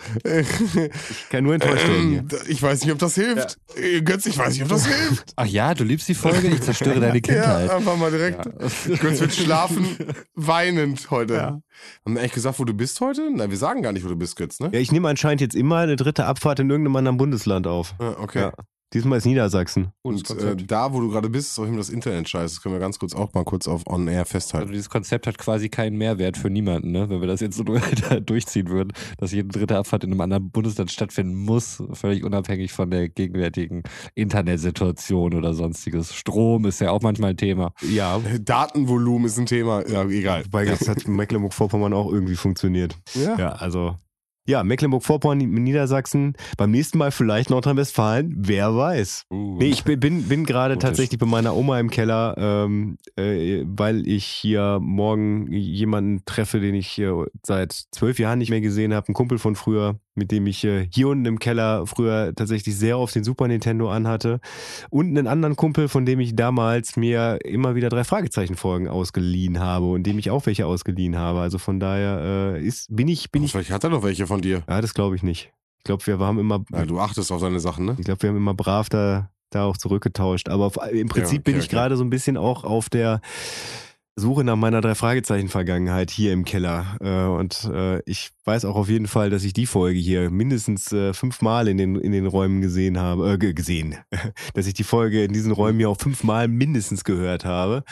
Ich kann nur enttäuscht werden Ähm, ich weiß nicht, ob das hilft. Äh, Götz, ich weiß nicht, ob das hilft. Ach ja, du liebst die Folge? Ich zerstöre deine Kindheit. Ja, einfach mal direkt. Ja. Götz wird schlafen, weinend heute. Ja. Haben wir eigentlich gesagt, wo du bist heute? Nein, wir sagen gar nicht, wo du bist, Götz, ne? Ja, ich nehme anscheinend jetzt immer eine dritte Abfahrt in irgendeinem anderen Bundesland auf. Ja, okay. Ja. Diesmal ist Niedersachsen. Und äh, da, wo du gerade bist, ist auch immer das Internet scheiße. Das können wir ganz kurz auch mal kurz auf On-Air Also festhalten. dieses Konzept hat quasi keinen Mehrwert für niemanden, ne? Wenn wir das jetzt so durchziehen würden, dass jede dritte Abfahrt in einem anderen Bundesland stattfinden muss, völlig unabhängig von der gegenwärtigen Internetsituation oder sonstiges. Strom ist ja auch manchmal ein Thema. Ja, Datenvolumen ist ein Thema. Ja, egal. wobei das hat in Mecklenburg-Vorpommern auch irgendwie funktioniert. Ja. Ja, also. Ja, Mecklenburg-Vorpommern, Niedersachsen, beim nächsten Mal vielleicht Nordrhein-Westfalen, wer weiß. Uh. Nee, ich bin, bin, bin gerade Gutes. tatsächlich bei meiner Oma im Keller, ähm, äh, weil ich hier morgen jemanden treffe, den ich hier seit zwölf Jahren nicht mehr gesehen habe. Ein Kumpel von früher, mit dem ich äh, hier unten im Keller früher tatsächlich sehr oft den Super Nintendo anhatte. Und einen anderen Kumpel, von dem ich damals mir immer wieder drei Fragezeichen-Folgen ausgeliehen habe und dem ich auch welche ausgeliehen habe. Also von daher äh, ist, bin ich, bin ich. Vielleicht hat er noch welche von dir. Ja, das glaube ich nicht. Ich glaube, wir haben immer. Ja, du achtest auf seine Sachen, ne? Ich glaube, wir haben immer brav da, da auch zurückgetauscht. Aber auf, im Prinzip Ja, okay, bin ich okay. gerade so ein bisschen auch auf der Suche nach meiner drei Fragezeichen-Vergangenheit hier im Keller. Äh, und äh, ich weiß auch auf jeden Fall, dass ich die Folge hier mindestens äh, fünfmal in den, in den Räumen gesehen habe, äh, ge- gesehen. Dass ich die Folge in diesen Räumen hier auch fünfmal mindestens gehört habe.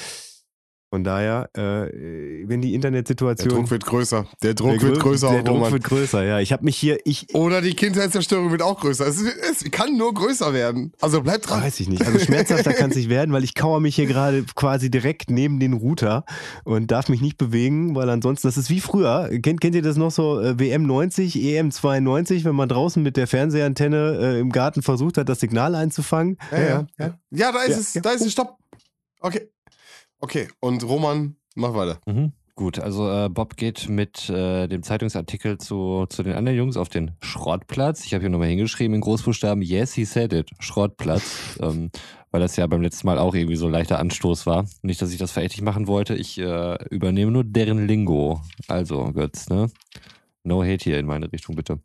Von daher, äh, wenn die Der Internetsituation. Druck wird größer. Der Druck der wird grö- größer, Der auch, Druck Roman. wird größer, ja. Ich habe mich hier, ich, Oder die Kindheitszerstörung wird auch größer. Es, es kann nur größer werden. Also bleib dran. Weiß ich nicht. Also schmerzhafter kann es nicht werden, weil ich kauere mich hier gerade quasi direkt neben den Router und darf mich nicht bewegen, weil ansonsten, das ist wie früher. Kennt, kennt ihr das noch so, äh, W M neunzig, E M zweiundneunzig, wenn man draußen mit der Fernsehantenne äh, im Garten versucht hat, das Signal einzufangen? Ja, ja. Ja, ja da ist Ja, es. ja. Da ist es. Stopp. Okay. Okay. Und Roman, mach weiter. Mhm. Gut, also äh, Bob geht mit äh, dem Zeitungsartikel zu, zu den anderen Jungs auf den Schrottplatz. Ich habe hier nochmal hingeschrieben in Großbuchstaben, yes, he said it, Schrottplatz, ähm, weil das ja beim letzten Mal auch irgendwie so ein leichter Anstoß war. Nicht, dass ich das verächtlich machen wollte, ich äh, übernehme nur deren Lingo. Also, Götz, ne? No hate hier in meine Richtung, bitte.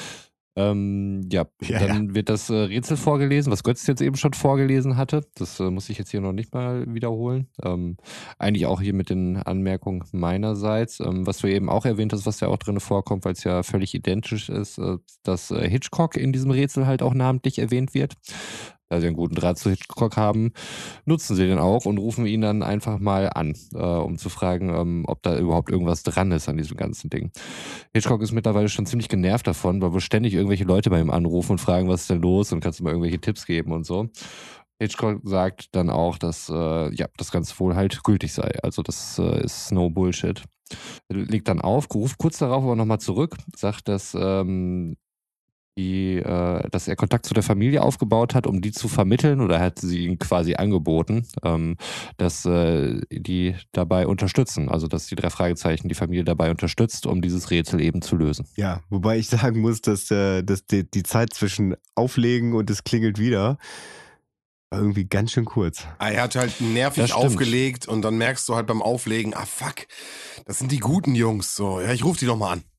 Ähm, ja, Ja, dann wird das äh, Rätsel vorgelesen, was Götz jetzt eben schon vorgelesen hatte. Das äh, muss ich jetzt hier noch nicht mal wiederholen. Ähm, eigentlich auch hier mit den Anmerkungen meinerseits. Ähm, was du eben auch erwähnt hast, was ja auch drin vorkommt, weil es ja völlig identisch ist, äh, dass äh, Hitchcock in diesem Rätsel halt auch namentlich erwähnt wird. Da sie einen guten Draht zu Hitchcock haben, nutzen sie den auch und rufen ihn dann einfach mal an, äh, um zu fragen, ähm, ob da überhaupt irgendwas dran ist an diesem ganzen Ding. Hitchcock ist mittlerweile schon ziemlich genervt davon, weil wohl ständig irgendwelche Leute bei ihm anrufen und fragen, was ist denn los und kannst du mal irgendwelche Tipps geben und so. Hitchcock sagt dann auch, dass äh, ja, das Ganze wohl halt gültig sei. Also das äh, ist no Bullshit. Legt dann auf, ruft kurz darauf aber nochmal zurück, sagt, dass ähm, die, äh, dass er Kontakt zu der Familie aufgebaut hat, um die zu vermitteln, oder hat sie ihm quasi angeboten, ähm, dass äh, die dabei unterstützen, also dass die drei Fragezeichen die Familie dabei unterstützt, um dieses Rätsel eben zu lösen. Ja, wobei ich sagen muss, dass, äh, dass die, die Zeit zwischen Auflegen und es klingelt wieder war irgendwie ganz schön kurz. Er hat halt Das nervig stimmt. aufgelegt und dann merkst du halt beim Auflegen, ah fuck, das sind die guten Jungs. So, ja, ich ruf die doch mal an.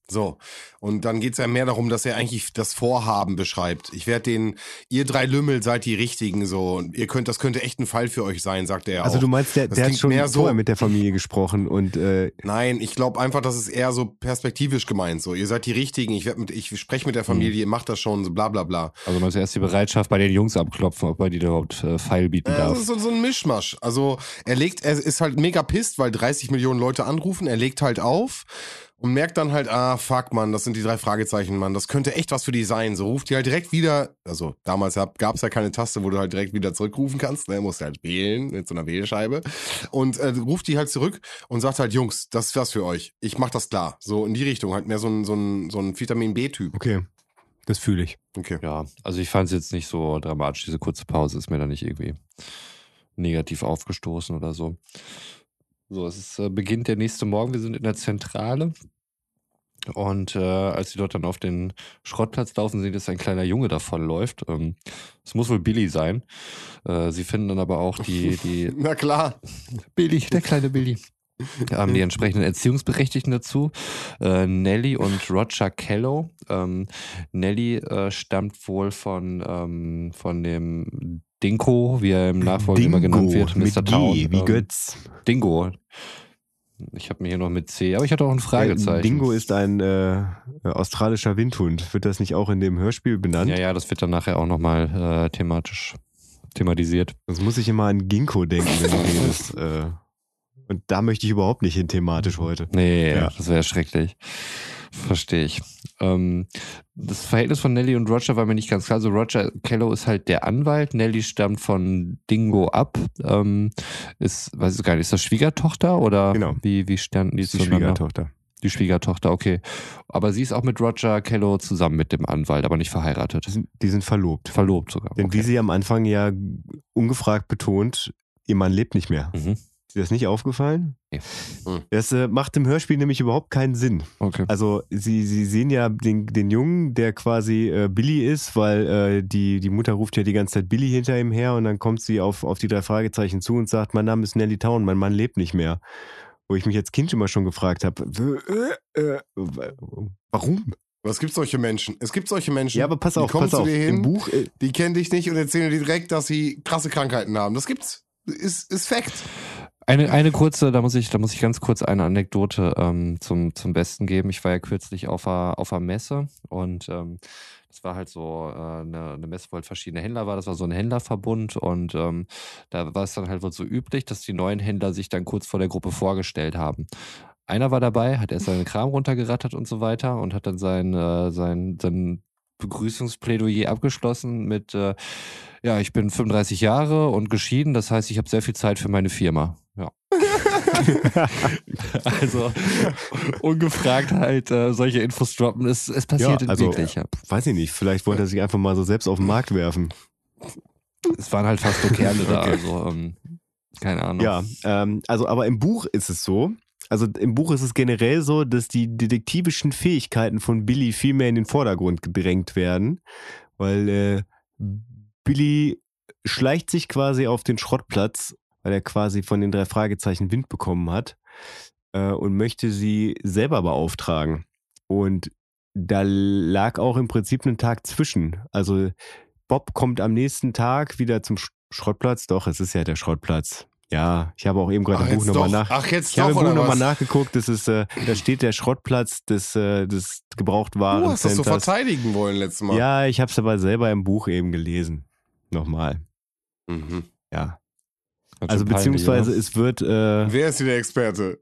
So, und dann geht's ja mehr darum, dass er eigentlich das Vorhaben beschreibt. Ich werde den, ihr drei Lümmel seid die Richtigen, so. Und ihr könnt, das könnte echt ein Fall für euch sein, sagt er Also auch. du meinst, der, Das der hat klingt schon mehr so- vorher mit der Familie gesprochen und äh, Nein, ich glaube einfach, das ist eher so perspektivisch gemeint, so. Ihr seid die Richtigen, ich werd mit, ich spreche mit der Familie, ihr macht das schon, so bla bla bla. Also man muss erst die Bereitschaft bei den Jungs abklopfen, ob man die überhaupt äh, Pfeil bieten Ja, darf. das ist so, so ein Mischmasch. Also er legt, er ist halt mega pisst, weil dreißig Millionen Leute anrufen, er legt halt auf und merkt dann halt, ah, fuck, Mann, das sind die drei Fragezeichen, Mann, das könnte echt was für die sein. So ruft die halt direkt wieder, also damals gab es ja keine Taste, wo du halt direkt wieder zurückrufen kannst, ne, musst halt wählen mit so einer Wählscheibe und äh, ruft die halt zurück und sagt halt, Jungs, das ist was für euch, ich mach das klar. So in die Richtung, halt mehr so ein, so ein, so ein Vitamin-B-Typ. okay, das fühle ich. Okay. Ja, also ich fand es jetzt nicht so dramatisch. Diese kurze Pause ist mir da nicht irgendwie negativ aufgestoßen oder so. So, es ist, äh, beginnt der nächste Morgen. Wir sind in der Zentrale. Und äh, als sie dort dann auf den Schrottplatz laufen, sehen, dass ein kleiner Junge davonläuft. Ähm, es muss wohl Billy sein. Äh, sie finden dann aber auch die, die Na klar. Billy, der kleine Billy. Ähm, die entsprechenden Erziehungsberechtigten dazu. Äh, Nelly und Roger Kello. Ähm, Nelly äh, stammt wohl von, ähm, von dem Dingo, wie er im Nachfolger immer genannt wird. mit Mister Town. G, wie Ähm, Götz. Dingo. Ich habe mir hier noch mit C, aber ich hatte auch ein Fragezeichen. Dingo ist ein äh, australischer Windhund. Wird das nicht auch in dem Hörspiel benannt? Ja, ja, das wird dann nachher auch nochmal äh, thematisch thematisiert. Sonst muss ich immer an Ginkgo denken, wenn du redest. Äh, und da möchte ich überhaupt nicht hin thematisch heute. Nee, Ja. das wäre schrecklich. Verstehe ich. Ähm, das Verhältnis von Nelly und Roger war mir nicht ganz klar. Also Roger Kello ist halt der Anwalt. Nelly stammt von Dingo ab. Ähm, ist, weiß ich gar nicht, ist das Schwiegertochter oder Genau. wie, wie standen die Die zueinander? Schwiegertochter. Die Schwiegertochter, okay. Aber sie ist auch mit Roger Kello zusammen mit dem Anwalt, aber nicht verheiratet. Die sind, die sind verlobt. Verlobt sogar. Denn okay. wie sie am Anfang ja ungefragt betont, ihr Mann lebt nicht mehr. Mhm. Ist dir das nicht aufgefallen? Nee. Hm. Das äh, macht im Hörspiel nämlich überhaupt keinen Sinn. Okay. Also sie, sie sehen ja den, den Jungen, der quasi äh, Billy ist, weil äh, die, die Mutter ruft ja die ganze Zeit Billy hinter ihm her und dann kommt sie auf, auf die drei Fragezeichen zu und sagt, mein Name ist Nelly Town, mein Mann lebt nicht mehr. Wo ich mich als Kind immer schon gefragt habe, äh, äh, warum? Es gibt solche Menschen. Es gibt solche Menschen. Ja, aber pass die auf, kommen pass zu auf. dir hin, Im Buch, äh, die kennen dich nicht und erzählen dir direkt, dass sie krasse Krankheiten haben. Das gibt's. Ist, ist Fact. Eine, eine kurze, da muss ich, da muss ich ganz kurz eine Anekdote ähm, zum, zum Besten geben. Ich war ja kürzlich auf einer, auf einer Messe und ähm, das war halt so äh, eine, eine Messe, wo halt verschiedene Händler war. Das war so ein Händlerverbund und ähm, da war es dann halt wohl so üblich, dass die neuen Händler sich dann kurz vor der Gruppe vorgestellt haben. Einer war dabei, hat erst seinen Kram runtergerattert und so weiter und hat dann sein, äh, sein, sein Begrüßungsplädoyer abgeschlossen mit äh, ja, ich bin fünfunddreißig Jahre und geschieden, das heißt, ich habe sehr viel Zeit für meine Firma. Ja. Also ungefragt halt äh, solche Infos droppen. Es, es passiert Ja, also- wirklich. Ja. weiß ich nicht, vielleicht wollte er sich einfach mal so selbst auf den Markt werfen. Es waren halt fast nur Kerle da, Okay. also ähm, keine Ahnung. Ja, ähm, also aber im Buch ist es so, also im Buch ist es generell so, dass die detektivischen Fähigkeiten von Billy viel mehr in den Vordergrund gedrängt werden, weil äh, Billy schleicht sich quasi auf den Schrottplatz, weil er quasi von den drei Fragezeichen Wind bekommen hat äh, und möchte sie selber beauftragen. Und da lag auch im Prinzip ein Tag zwischen. Also Bob kommt am nächsten Tag wieder zum Sch- Schrottplatz. Doch, es ist ja der Schrottplatz. Ja, ich habe auch eben gerade Ach, im Buch jetzt nochmal doch. nach. Ach, jetzt Ich habe im doch, Buch oder nochmal was? nachgeguckt. Das ist, äh, da steht der Schrottplatz des, äh, des Du Gebrauchtwarencenters. hast das so verteidigen wollen letztes Mal. Ja, ich habe es aber selber im Buch eben gelesen. Nochmal. Mhm. Ja. Ganz Also schön peinlich, beziehungsweise oder? es wird, äh, Wer ist hier der Experte?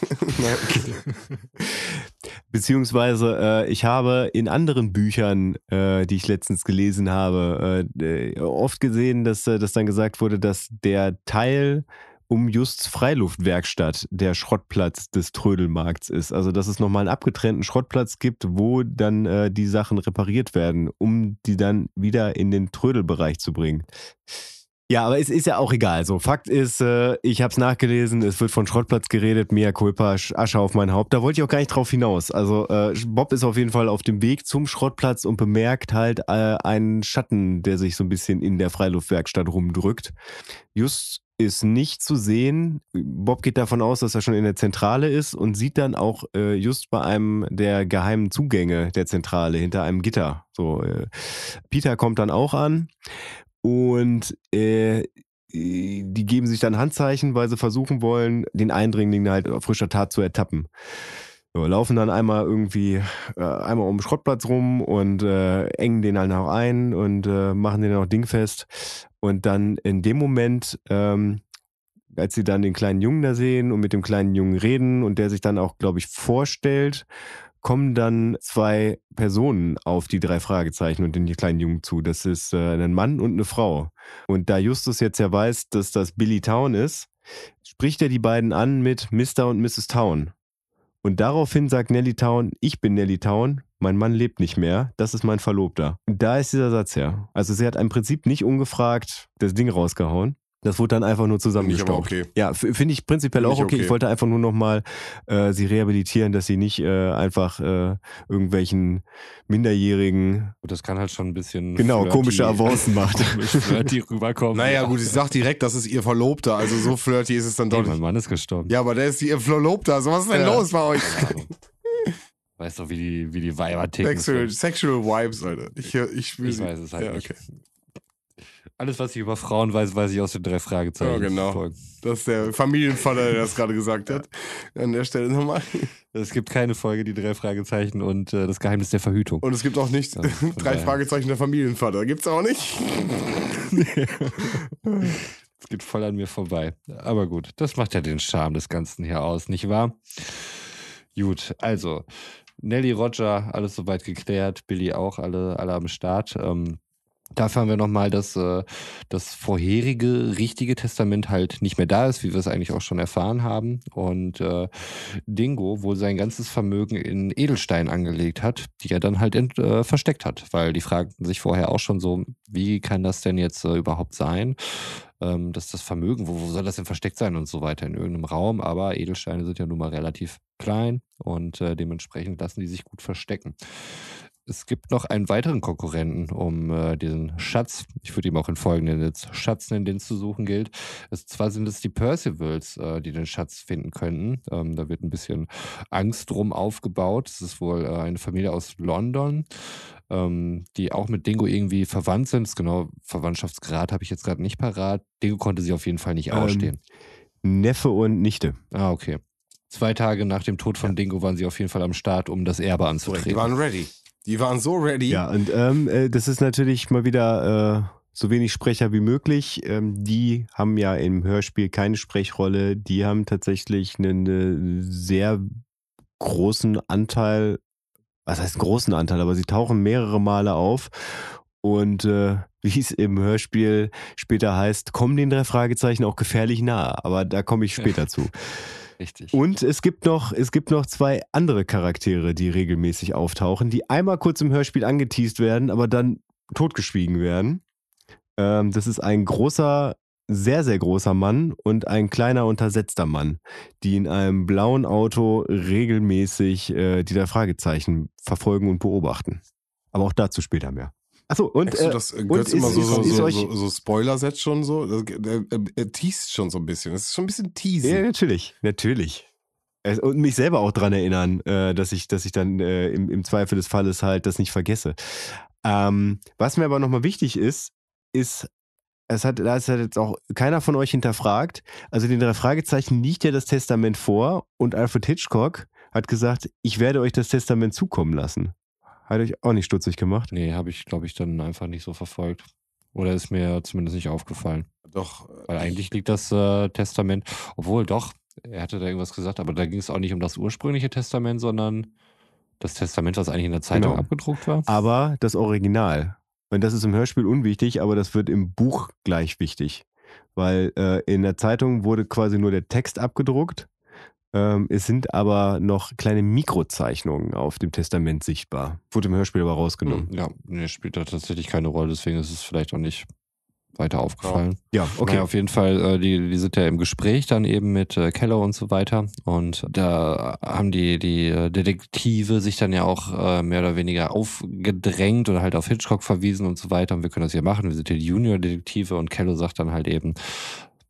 beziehungsweise äh, ich habe in anderen Büchern, äh, die ich letztens gelesen habe, äh, äh, oft gesehen, dass, äh, dass dann gesagt wurde, dass der Teil um Justs Freiluftwerkstatt der Schrottplatz des Trödelmarkts ist. Also dass es nochmal einen abgetrennten Schrottplatz gibt, wo dann äh, die Sachen repariert werden, um die dann wieder in den Trödelbereich zu bringen. Ja, aber es ist ja auch egal. So, Fakt ist, äh, ich habe es nachgelesen, es wird von Schrottplatz geredet, Mea culpa, Sch- Asche auf mein Haupt. Da wollte ich auch gar nicht drauf hinaus. Also äh, Bob ist auf jeden Fall auf dem Weg zum Schrottplatz und bemerkt halt äh, einen Schatten, der sich so ein bisschen in der Freiluftwerkstatt rumdrückt. Just ist nicht zu sehen. Bob geht davon aus, dass er schon in der Zentrale ist und sieht dann auch äh, just bei einem der geheimen Zugänge der Zentrale hinter einem Gitter. So, äh, Peter kommt dann auch an und äh, die geben sich dann Handzeichen, weil sie versuchen wollen, den Eindringling halt auf frischer Tat zu ertappen. So, laufen dann einmal irgendwie äh, einmal um den Schrottplatz rum und äh, engen den halt auch ein und äh, machen den auch dingfest. Und dann in dem Moment, ähm, als sie dann den kleinen Jungen da sehen und mit dem kleinen Jungen reden und der sich dann auch, glaube ich, vorstellt, kommen dann zwei Personen auf die drei Fragezeichen und den kleinen Jungen zu. Das ist äh, ein Mann und eine Frau. Und da Justus jetzt ja weiß, dass das Billy Town ist, spricht er die beiden an mit Mister und Misses Town. Und daraufhin sagt Nellie Town, ich bin Nellie Town, mein Mann lebt nicht mehr, das ist mein Verlobter. Und da ist dieser Satz her. Also sie hat im Prinzip nicht ungefragt das Ding rausgehauen. Das wurde dann einfach nur zusammengestaucht. Finde ich aber okay. Ja, f- finde ich prinzipiell Find auch ich okay. okay. Ich wollte einfach nur nochmal äh, sie rehabilitieren, dass sie nicht äh, einfach äh, irgendwelchen Minderjährigen Und das kann halt schon ein bisschen genau flirty- komische Avancen macht. flirty rüberkommen. Naja, gut, ich sag direkt, das ist ihr Verlobter, also so flirty ist es dann Hey, doch mein nicht. Mann ist gestorben. Ja, aber der ist ihr Verlobter, so was ist denn Ja. los bei euch? Keine Ahnung. Weißt doch, wie die, wie die Weiber ticken. Sexual, sexual Vibes, Alter. Ich, ich, will Ich sie- weiß es halt ja, nicht. okay. Alles, was ich über Frauen weiß, weiß ich aus den drei Fragezeichen. Ja, genau. Folgen. Das ist der Familienvater, der das gerade gesagt hat. An der Stelle nochmal. Es gibt keine Folge, die drei Fragezeichen und äh, das Geheimnis der Verhütung. Und es gibt auch nicht Ja, von drei daher. Fragezeichen der Familienvater. Gibt's auch nicht. Es geht voll an mir vorbei. Aber gut, das macht ja den Charme des Ganzen hier aus, nicht wahr? Gut, also Nelly, Roger, alles soweit geklärt, Billy auch, alle, alle am Start. Ähm, dafür haben wir nochmal, dass äh, das vorherige richtige Testament halt nicht mehr da ist, wie wir es eigentlich auch schon erfahren haben. Und äh, Dingo wohl sein ganzes Vermögen in Edelstein angelegt hat, die er dann halt ent, äh, versteckt hat. Weil die fragten sich vorher auch schon so, wie kann das denn jetzt äh, überhaupt sein? Ähm, dass das Vermögen, wo, wo soll das denn versteckt sein und so weiter in irgendeinem Raum, aber Edelsteine sind ja nun mal relativ klein und äh, dementsprechend lassen die sich gut verstecken. Es gibt noch einen weiteren Konkurrenten um äh, diesen Schatz. Ich würde ihn auch in folgenden jetzt Schatz nennen, den es zu suchen gilt. Es, zwar sind es die Percivals, äh, die den Schatz finden könnten. Ähm, da wird ein bisschen Angst drum aufgebaut. Es ist wohl äh, eine Familie aus London, ähm, die auch mit Dingo irgendwie verwandt sind. Das genau Verwandtschaftsgrad habe ich jetzt gerade nicht parat. Dingo konnte sie auf jeden Fall nicht Ähm, ausstehen. Neffe und Nichte. Ah, okay. Zwei Tage nach dem Tod von Dingo waren sie auf jeden Fall am Start, um das Erbe Die anzutreten. waren ready. Die waren so ready. Ja, und ähm, äh, das ist natürlich mal wieder äh, so wenig Sprecher wie möglich. Ähm, die haben ja im Hörspiel keine Sprechrolle. Die haben tatsächlich einen äh, sehr großen Anteil, was heißt großen Anteil, aber sie tauchen mehrere Male auf. Und äh, wie es im Hörspiel später heißt, kommen den drei Fragezeichen auch gefährlich nahe. Aber da komme ich später zu. Richtig. Und es gibt noch, es gibt noch zwei andere Charaktere, die regelmäßig auftauchen, die einmal kurz im Hörspiel angeteast werden, aber dann totgeschwiegen werden. Ähm, das ist ein großer, sehr, sehr großer Mann und ein kleiner, untersetzter Mann, die in einem blauen Auto regelmäßig äh, die drei Fragezeichen verfolgen und beobachten. Aber auch dazu später mehr. Achso, und, Denkst du, äh, das und gehört ist, immer so, ist, so, ist so, euch, so, so Spoiler-Set schon so? Das, der, er, er teast schon so ein bisschen. Das ist schon ein bisschen teasen. Ja, natürlich, natürlich. Es- Und mich selber auch dran erinnern, äh, dass ich, dass ich dann äh, im, im Zweifel des Falles halt das nicht vergesse. Ähm, was mir aber nochmal wichtig ist, ist, es hat, da ist halt jetzt auch keiner von euch hinterfragt. Also den drei Fragezeichen liegt ja das Testament vor und Alfred Hitchcock hat gesagt, ich werde euch das Testament zukommen lassen. Hat euch auch nicht stutzig gemacht? Nee, habe ich, glaube ich, dann einfach nicht so verfolgt. Oder ist mir zumindest nicht aufgefallen. Doch. Weil eigentlich liegt das äh, Testament, obwohl doch, er hatte da irgendwas gesagt, aber da ging es auch nicht um das ursprüngliche Testament, sondern das Testament, was eigentlich in der Zeitung Genau. abgedruckt war. Aber das Original. Und das ist im Hörspiel unwichtig, aber das wird im Buch gleich wichtig. Weil äh, in der Zeitung wurde quasi nur der Text abgedruckt. Ähm, es sind aber noch kleine Mikrozeichnungen auf dem Testament sichtbar. Wurde im Hörspiel aber rausgenommen. Hm, ja, nee, spielt da tatsächlich keine Rolle, deswegen ist es vielleicht auch nicht weiter aufgefallen. Ja, okay. Naja, auf jeden Fall, äh, die, die sind ja im Gespräch dann eben mit äh, Keller und so weiter. Und da haben die, die äh, Detektive sich dann ja auch äh, mehr oder weniger aufgedrängt oder halt auf Hitchcock verwiesen und so weiter. Und wir können das hier machen. Wir sind hier die Junior-Detektive und Keller sagt dann halt eben,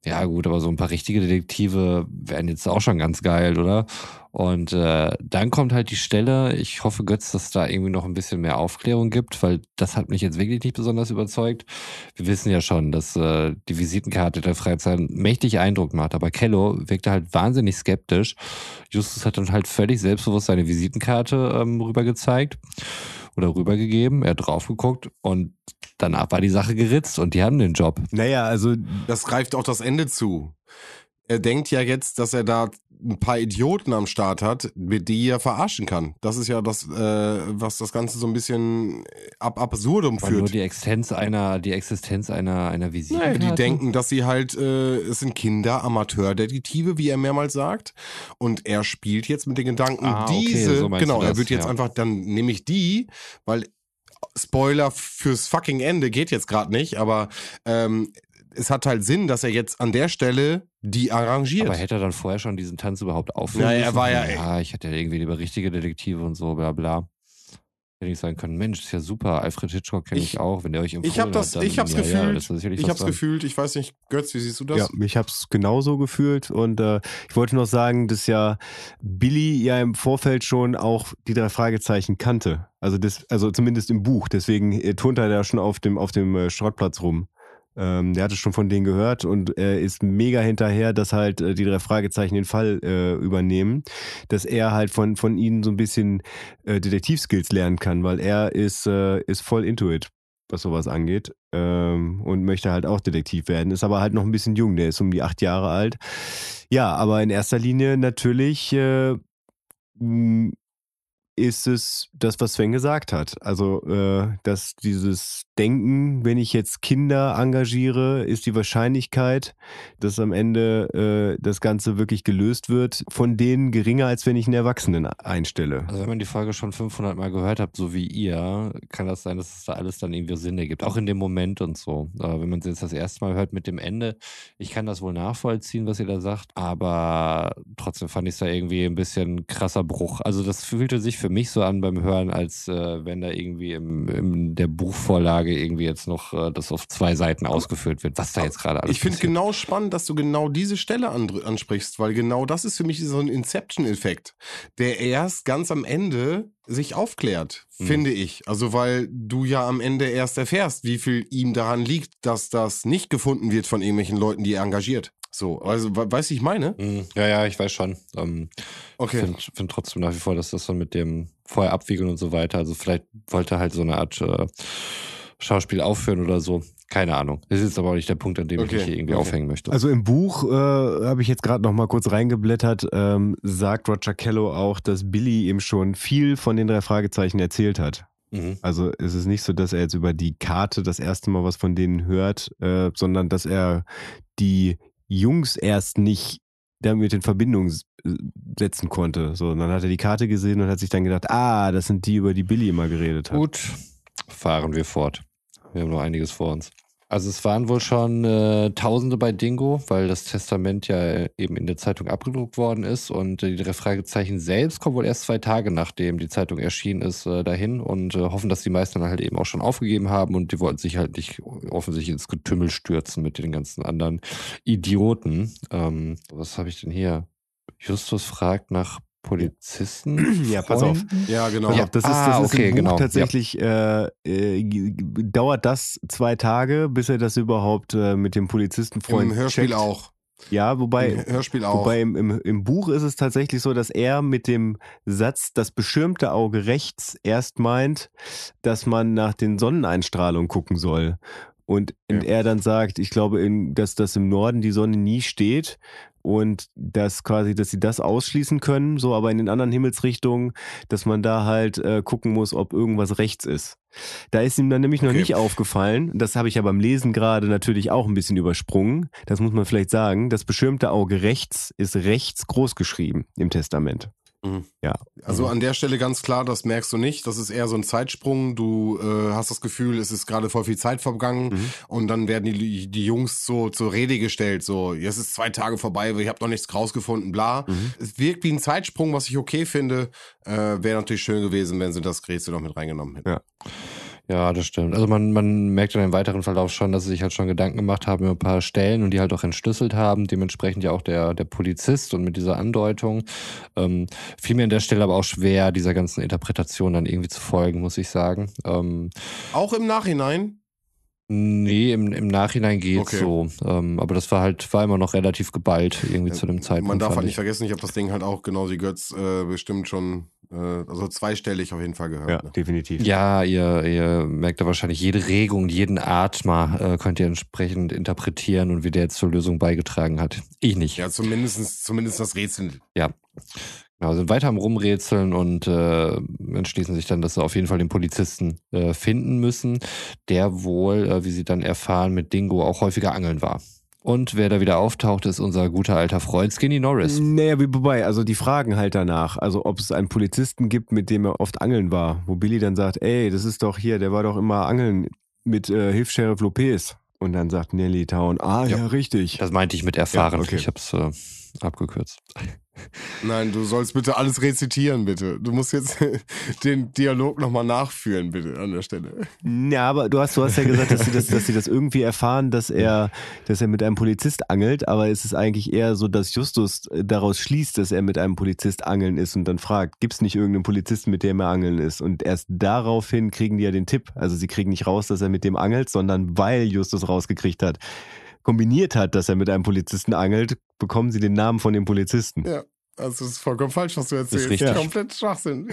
Ja gut, aber so ein paar richtige Detektive wären jetzt auch schon ganz geil, oder? Und äh, dann kommt halt die Stelle, ich hoffe, Götz, dass es da irgendwie noch ein bisschen mehr Aufklärung gibt, weil das hat mich jetzt wirklich nicht besonders überzeugt. Wir wissen ja schon, dass äh, die Visitenkarte der Freizeit mächtig Eindruck macht, aber Kello wirkte halt wahnsinnig skeptisch. Justus hat dann halt völlig selbstbewusst seine Visitenkarte ähm, rüber gezeigt oder rübergegeben, er hat drauf geguckt und danach war die Sache geritzt und die haben den Job. Naja, also Das greift auch das Ende zu. Er denkt ja jetzt, dass er da ein paar Idioten am Start hat, mit die er verarschen kann. Das ist ja das, äh, was das Ganze so ein bisschen ab absurdum Weil nur führt. die Existenz einer, die Existenz einer, einer Naja, Visitenkarte. die denken, dass sie halt, äh, es sind Kinder, Amateurdetektive, wie er mehrmals sagt. Und er spielt jetzt mit den Gedanken, Ah, okay, diese, so meinst genau, du er das, wird jetzt ja. einfach, dann nehme ich die, weil Spoiler fürs fucking Ende geht jetzt gerade nicht, aber ähm, es hat halt Sinn, dass er jetzt an der Stelle die arrangiert. Aber hätte er dann vorher schon diesen Tanz überhaupt aufführen Ja, müssen? er war ja- Ja, ich hätte ja irgendwie lieber richtige Detektive und so, bla bla. Hätte ich sagen können, Mensch, ist ja super, Alfred Hitchcock kenne ich, Ich- auch, wenn der euch empfohlen ich hab das, hat, dann, ich hab's ja, gefühlt, ja, ist da sicherlich ich was hab's dran. gefühlt, ich weiß nicht, Götz, wie siehst du das? ja, ich habe es genauso gefühlt und äh, ich wollte noch sagen, dass ja Billy ja im Vorfeld schon auch die drei Fragezeichen kannte. Also das, also zumindest im Buch. Deswegen äh, turnt er da schon auf dem auf dem äh, Schrottplatz rum. Ähm, der hatte schon von denen gehört und er ist mega hinterher, dass halt äh, die drei Fragezeichen den Fall äh, übernehmen, dass er halt von von ihnen so ein bisschen äh, Detektivskills lernen kann, weil er ist äh, ist voll into it, was sowas angeht, ähm, und möchte halt auch Detektiv werden, ist aber halt noch ein bisschen jung, der ist um die acht Jahre alt. Ja, aber in erster Linie natürlich äh, m, ist es das, was Sven gesagt hat. Also, äh, dass dieses Denken, wenn ich jetzt Kinder engagiere, ist die Wahrscheinlichkeit, dass am Ende äh, das Ganze wirklich gelöst wird, von denen geringer, als wenn ich einen Erwachsenen einstelle. Also wenn man die Folge schon fünfhundert Mal gehört hat, so wie ihr, kann das sein, dass es da alles dann irgendwie Sinn ergibt. Auch in dem Moment und so. Aber wenn man es jetzt das erste Mal hört mit dem Ende, ich kann das wohl nachvollziehen, was ihr da sagt, aber trotzdem fand ich es da irgendwie ein bisschen krasser Bruch. Also das fühlte sich für mich so an beim Hören, als äh, wenn da irgendwie im, in der Buchvorlage irgendwie jetzt noch äh, das auf zwei Seiten ausgeführt wird, was da jetzt gerade alles Ich finde passiert. genau spannend, dass du genau diese Stelle andr- ansprichst, weil genau das ist für mich so ein Inception-Effekt, der erst ganz am Ende sich aufklärt, Mhm. finde ich. Also weil du ja am Ende erst erfährst, wie viel ihm daran liegt, dass das nicht gefunden wird von irgendwelchen Leuten, die er engagiert. So, also we- weißt du, ich meine? Mhm. Ja, ja, ich weiß schon. Ähm, Okay. Ich finde find trotzdem nach wie vor, dass das dann mit dem vorher abwiegeln und so weiter, also vielleicht wollte er halt so eine Art äh, Schauspiel aufführen oder so. Keine Ahnung. Das ist jetzt aber auch nicht der Punkt, an dem Okay, ich mich hier irgendwie okay. aufhängen möchte. Also im Buch äh, habe ich jetzt gerade noch mal kurz reingeblättert, ähm, sagt Roger Kello auch, dass Billy ihm schon viel von den drei Fragezeichen erzählt hat. Mhm. Also es ist nicht so, dass er jetzt über die Karte das erste Mal was von denen hört, äh, sondern dass er die Jungs erst nicht damit in Verbindung s- setzen konnte. So, und dann hat er die Karte gesehen und hat sich dann gedacht, ah, das sind die, über die Billy immer geredet hat. Gut, fahren wir fort. Wir haben noch einiges vor uns. Also es waren wohl schon äh, Tausende bei Dingo, weil das Testament ja eben in der Zeitung abgedruckt worden ist und äh, die drei Fragezeichen selbst kommen wohl erst zwei Tage, nachdem die Zeitung erschienen ist, äh, dahin und äh, hoffen, dass die meisten dann halt eben auch schon aufgegeben haben und die wollten sich halt nicht offensichtlich ins Getümmel stürzen mit den ganzen anderen Idioten. Ähm, was habe ich denn hier? Justus fragt nach Polizisten. Ja, pass auf. Freunden? Ja, genau. Pass auf, das ist, Ah, das ist okay, im Buch genau. tatsächlich, äh, äh, g- g- dauert das zwei Tage, bis er das überhaupt äh, mit dem Polizistenfreund Im Hörspiel checkt. auch. Ja, wobei, Im Hörspiel auch. wobei im, im, im Buch ist es tatsächlich so, dass er mit dem Satz, das beschirmte Auge rechts, erst meint, dass man nach den Sonneneinstrahlungen gucken soll. Und, und Ja. er dann sagt, ich glaube, in, dass das im Norden die Sonne nie steht und dass quasi, dass sie das ausschließen können, so, aber in den anderen Himmelsrichtungen, dass man da halt äh, gucken muss, ob irgendwas rechts ist. Da ist ihm dann nämlich noch Okay. nicht aufgefallen, das habe ich ja beim Lesen gerade natürlich auch ein bisschen übersprungen, das muss man vielleicht sagen, das beschirmte Auge rechts ist rechts groß geschrieben im Testament. Mhm. Ja. Also an der Stelle ganz klar, das merkst du nicht. Das ist eher so ein Zeitsprung. Du äh, hast das Gefühl, es ist gerade voll viel Zeit vergangen Mhm. und dann werden die, die Jungs so zur Rede gestellt. So, jetzt ist zwei Tage vorbei, ich habe noch nichts rausgefunden, bla. Mhm. Es wirkt wie ein Zeitsprung, was ich okay finde. Äh, Wäre natürlich schön gewesen, wenn sie das Rätsel noch mit reingenommen hätten. Ja. Ja, das stimmt. Also man, man merkt in dem weiteren Verlauf schon, dass sie sich halt schon Gedanken gemacht haben über ein paar Stellen und die halt auch entschlüsselt haben. Dementsprechend ja auch der, der Polizist und mit dieser Andeutung. Ähm, fiel mir an der Stelle aber auch schwer, dieser ganzen Interpretation dann irgendwie zu folgen, muss ich sagen. Ähm, Auch im Nachhinein? Nee, im, im Nachhinein geht's Okay. so. Ähm, aber das war halt, war immer noch relativ geballt irgendwie zu dem Zeitpunkt. Man darf fand halt nicht ich. vergessen, ich habe das Ding halt auch genau wie Götz äh, bestimmt schon, äh, also zweistellig auf jeden Fall gehört. Ja, Ne? definitiv. Ja, ihr, ihr merkt da wahrscheinlich jede Regung, jeden Atmer äh, könnt ihr entsprechend interpretieren und wie der jetzt zur Lösung beigetragen hat. Ich nicht. Ja, zumindest, zumindest das Rätsel. Ja. Genau, sind weiter am Rumrätseln und äh, entschließen sich dann, dass sie auf jeden Fall den Polizisten äh, finden müssen, der wohl, äh, wie sie dann erfahren, mit Dingo auch häufiger angeln war. Und wer da wieder auftaucht, ist unser guter alter Freund Skinny Norris. Naja, wie wobei, also die fragen halt danach, also ob es einen Polizisten gibt, mit dem er oft angeln war, wo Billy dann sagt, ey, das ist doch hier, der war doch immer angeln mit äh, Hilfs-Sheriff Lopez. Und dann sagt Nelly Town, ah ja, Ja. richtig. Das meinte ich mit erfahren. Ja, okay. Ich hab's äh, abgekürzt. Nein, du sollst bitte alles rezitieren, bitte. Du musst jetzt den Dialog nochmal nachführen, bitte, an der Stelle. Ja, aber du hast, du hast ja gesagt, dass sie, das, dass sie das irgendwie erfahren, dass er, dass er mit einem Polizist angelt, aber es ist eigentlich eher so, dass Justus daraus schließt, dass er mit einem Polizist angeln ist und dann fragt, gibt's nicht irgendeinen Polizisten, mit dem er angeln ist? Und erst daraufhin kriegen die ja den Tipp. Also sie kriegen nicht raus, dass er mit dem angelt, sondern weil Justus rausgekriegt hat, kombiniert hat, dass er mit einem Polizisten angelt, bekommen sie den Namen von dem Polizisten. Ja, also das ist vollkommen falsch, was du ist erzählst. richtig. Komplett Schwachsinn.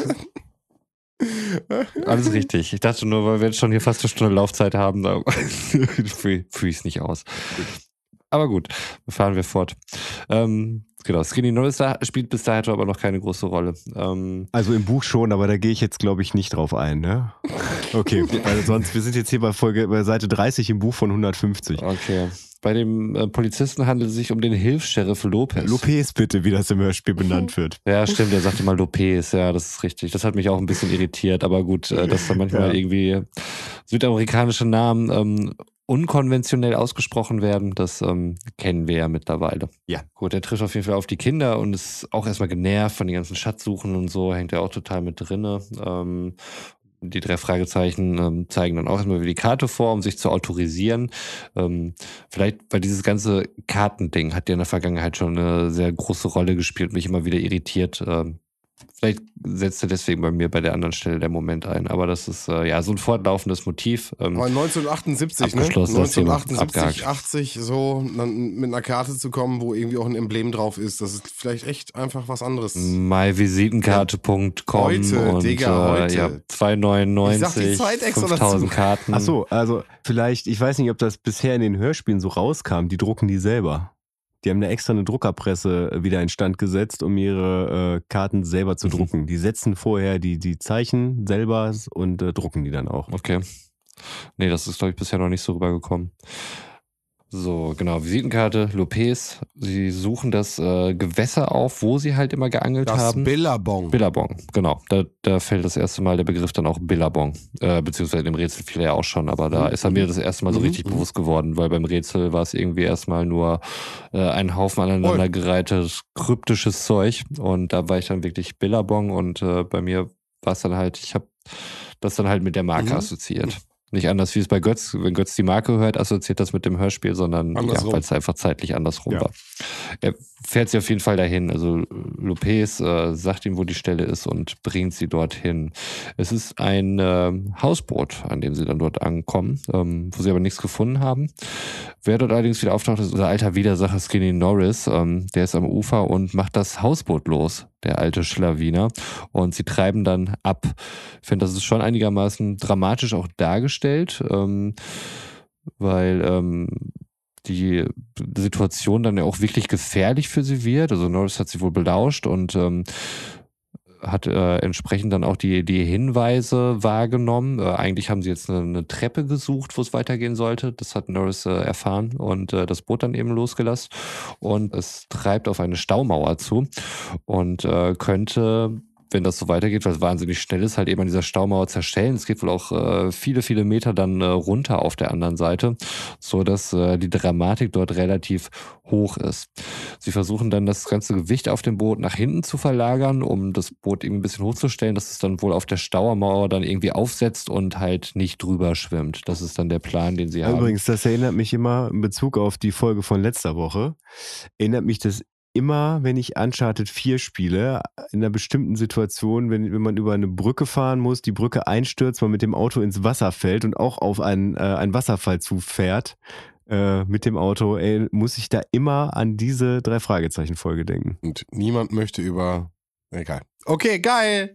Ja. Alles richtig. Ich dachte nur, weil wir jetzt schon hier fast eine Stunde Laufzeit haben, da fühle ich es nicht aus. Aber gut, fahren wir fort. Ähm, genau, Skinny Norris da, spielt bis dahin aber noch keine große Rolle. Ähm, Also im Buch schon, aber da gehe ich jetzt, glaube ich, nicht drauf ein, ne? Okay, weil sonst, wir sind jetzt hier bei Folge, bei Seite dreißig im Buch von hundertfünfzig. okay. Bei dem äh, Polizisten handelt es sich um den Hilfs-Sheriff Lopez. Lopez bitte, wie das im Hörspiel benannt wird. Ja, stimmt, er sagte mal Lopez, ja, das ist richtig. Das hat mich auch ein bisschen irritiert, aber gut, äh, dass da manchmal Ja. irgendwie südamerikanische Namen ähm, unkonventionell ausgesprochen werden, das ähm, kennen wir ja mittlerweile. Ja. Gut, er trifft auf jeden Fall auf die Kinder und ist auch erstmal genervt von den ganzen Schatzsuchen und so, hängt er auch total mit drinne. Ähm, die drei Fragezeichen ähm, zeigen dann auch erstmal wieder die Karte vor, um sich zu autorisieren. Ähm, vielleicht, weil dieses ganze Kartending hat ja in der Vergangenheit schon eine sehr große Rolle gespielt, mich immer wieder irritiert. Ähm, vielleicht setzte deswegen bei mir bei der anderen Stelle der Moment ein. Aber das ist äh, ja so ein fortlaufendes Motiv. Ähm, Aber neunzehnhundertachtundsiebzig, ne? Abgeschlossen, das Thema. neunzehnhundertachtundsiebzig, Abgehakt. achtzig, so dann mit einer Karte zu kommen, wo irgendwie auch ein Emblem drauf ist, das ist vielleicht echt einfach was anderes. myvisitenkarte punkt com Heute, und Digga, äh, heute. ja, zwei neunundneunzig, Ich sag die Zeit extra fünftausend dazu. Karten. Ach so, also vielleicht, ich weiß nicht, ob das bisher in den Hörspielen so rauskam, die drucken die selber. Die haben eine extra eine Druckerpresse wieder instand gesetzt, um ihre äh, Karten selber zu Mhm. drucken. Die setzen vorher die, die Zeichen selber und äh, drucken die dann auch. Okay. Nee, das ist, glaube ich, bisher noch nicht so rübergekommen. So, genau, Visitenkarte, Lopez. Sie suchen das äh, Gewässer auf, wo sie halt immer geangelt Das haben. Billabong. Billabong, genau. Da, da fällt das erste Mal der Begriff dann auch Billabong. Äh, beziehungsweise im Rätsel fiel er ja auch schon, aber da Mhm. ist er mir das erste Mal so Mhm. richtig Mhm. bewusst geworden, weil beim Rätsel war es irgendwie erstmal nur äh, ein Haufen aneinandergereihtes kryptisches Zeug und da war ich dann wirklich Billabong und äh, bei mir war es dann halt, ich habe das dann halt mit der Marke Mhm. assoziiert. Nicht anders wie es bei Götz, wenn Götz die Marke hört, assoziiert das mit dem Hörspiel, sondern ja, Andersrum. weil es einfach zeitlich andersrum Ja. war. Er fährt sie auf jeden Fall dahin. Also Lopez äh, sagt ihm, wo die Stelle ist und bringt sie dorthin. Es ist ein äh, Hausboot, an dem sie dann dort ankommen, ähm, wo sie aber nichts gefunden haben. Wer dort allerdings wieder auftaucht, ist unser alter Widersacher Skinny Norris. Ähm, der ist am Ufer und macht das Hausboot los, der alte Schlawiner. Und sie treiben dann ab. Ich finde, das ist schon einigermaßen dramatisch auch dargestellt, ähm, weil ähm, die Situation dann ja auch wirklich gefährlich für sie wird. Also Norris hat sie wohl belauscht und ähm, hat äh, entsprechend dann auch die, die Hinweise wahrgenommen. Äh, eigentlich haben sie jetzt eine, eine Treppe gesucht, wo es weitergehen sollte. Das hat Norris äh, erfahren und äh, das Boot dann eben losgelassen. Und es treibt auf eine Staumauer zu und äh, könnte wenn das so weitergeht, was wahnsinnig schnell ist, halt eben an dieser Staumauer zerstellen. Es geht wohl auch äh, viele, viele Meter dann äh, runter auf der anderen Seite, so dass äh, die Dramatik dort relativ hoch ist. Sie versuchen dann das ganze Gewicht auf dem Boot nach hinten zu verlagern, um das Boot irgendwie ein bisschen hochzustellen, dass es dann wohl auf der Staumauer dann irgendwie aufsetzt und halt nicht drüber schwimmt. Das ist dann der Plan, den sie Ja, haben. übrigens, das erinnert mich immer in Bezug auf die Folge von letzter Woche, erinnert mich das immer, wenn ich Uncharted vier spiele, in einer bestimmten Situation, wenn, wenn man über eine Brücke fahren muss, die Brücke einstürzt, man mit dem Auto ins Wasser fällt und auch auf einen, äh, einen Wasserfall zufährt äh, mit dem Auto, ey, muss ich da immer an diese Drei-Fragezeichen-Folge denken. Und niemand möchte über... Egal. Okay, geil!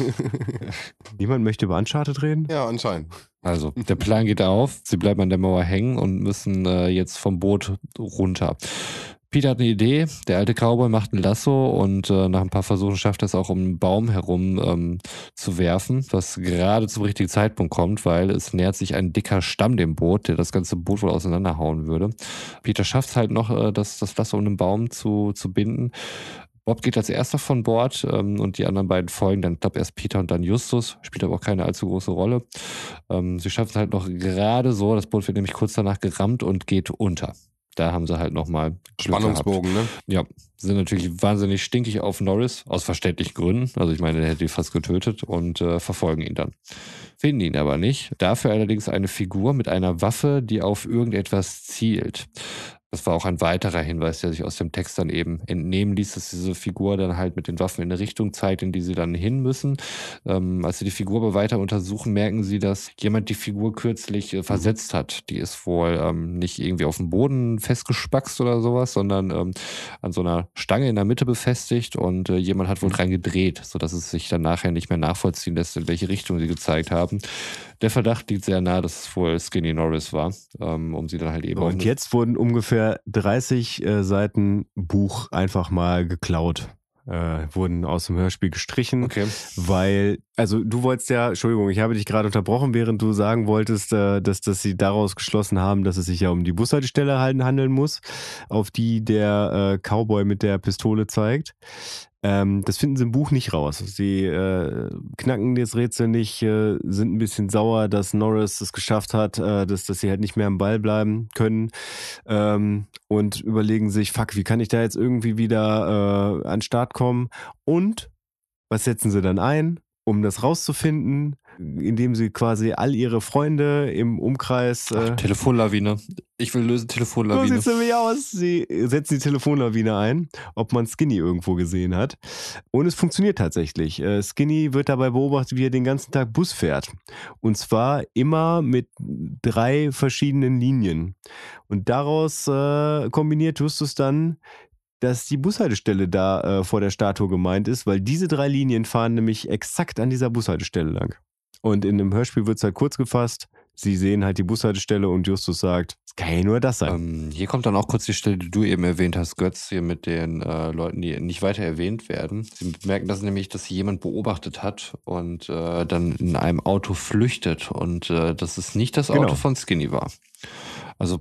Niemand möchte über Uncharted reden? Ja, anscheinend. Also, der Plan geht auf, sie bleiben an der Mauer hängen und müssen äh, jetzt vom Boot runter. Peter hat eine Idee, der alte Cowboy macht ein Lasso und äh, nach ein paar Versuchen schafft er es auch, um einen Baum herum ähm, zu werfen, was gerade zum richtigen Zeitpunkt kommt, weil es nähert sich ein dicker Stamm dem Boot, der das ganze Boot wohl auseinanderhauen würde. Peter schafft es halt noch, äh, das, das Lasso um den Baum zu, zu binden. Bob geht als erster von Bord ähm, und die anderen beiden folgen, dann klappt erst Peter und dann Justus, spielt aber auch keine allzu große Rolle. Ähm, sie schaffen es halt noch gerade so, das Boot wird nämlich kurz danach gerammt und geht unter. Da haben sie halt nochmal Spannungsbogen, ne? Ja, sind natürlich wahnsinnig stinkig auf Norris, aus verständlichen Gründen. Also ich meine, der hätte ihn fast getötet und äh, verfolgen ihn dann. Finden ihn aber nicht. Dafür allerdings eine Figur mit einer Waffe, die auf irgendetwas zielt. Das war auch ein weiterer Hinweis, der sich aus dem Text dann eben entnehmen ließ, dass diese Figur dann halt mit den Waffen in eine Richtung zeigt, in die sie dann hin müssen. Ähm, als sie die Figur aber weiter untersuchen, merken sie, dass jemand die Figur kürzlich äh, versetzt hat. Die ist wohl ähm, nicht irgendwie auf dem Boden festgespackst oder sowas, sondern ähm, an so einer Stange in der Mitte befestigt und äh, jemand hat wohl dran gedreht, sodass es sich dann nachher nicht mehr nachvollziehen lässt, in welche Richtung sie gezeigt haben. Der Verdacht liegt sehr nah, dass es wohl Skinny Norris war, ähm, um sie dann halt eben... Und jetzt wurden ungefähr dreißig äh, Seiten Buch einfach mal geklaut. Äh, wurden aus dem Hörspiel gestrichen, Okay. weil, also du wolltest ja, Entschuldigung, ich habe dich gerade unterbrochen, während du sagen wolltest, äh, dass, dass sie daraus geschlossen haben, dass es sich ja um die Bushaltestelle halt handeln muss, auf die der äh, Cowboy mit der Pistole zeigt. Ähm, das finden sie im Buch nicht raus. Sie äh, knacken das Rätsel nicht, äh, sind ein bisschen sauer, dass Norris es geschafft hat, äh, dass, dass sie halt nicht mehr am Ball bleiben können ähm, und überlegen sich, fuck, wie kann ich da jetzt irgendwie wieder äh, an den Start kommen? Und was setzen sie dann ein, um das rauszufinden? Indem sie quasi all ihre Freunde im Umkreis... Äh, Ach, Telefonlawine. Ich will lösen, So Telefonlawine. sieht's nämlich aus. Sie setzen die Telefonlawine ein, ob man Skinny irgendwo gesehen hat. Und es funktioniert tatsächlich. Äh, Skinny wird dabei beobachtet, wie er den ganzen Tag Bus fährt. Und zwar immer mit drei verschiedenen Linien. Und daraus äh, kombiniert Justus dann, dass die Bushaltestelle da äh, vor der Statue gemeint ist, weil diese drei Linien fahren nämlich exakt an dieser Bushaltestelle lang. Und in dem Hörspiel wird es halt kurz gefasst. Sie sehen halt die Bushaltestelle und Justus sagt, es kann ja nur das sein. Ähm, hier kommt dann auch kurz die Stelle, die du eben erwähnt hast, Götz, hier mit den äh, Leuten, die nicht weiter erwähnt werden. Sie merken das nämlich, dass sie jemand beobachtet hat und äh, dann in einem Auto flüchtet und äh, dass es nicht das Auto Genau. von Skinny war. Also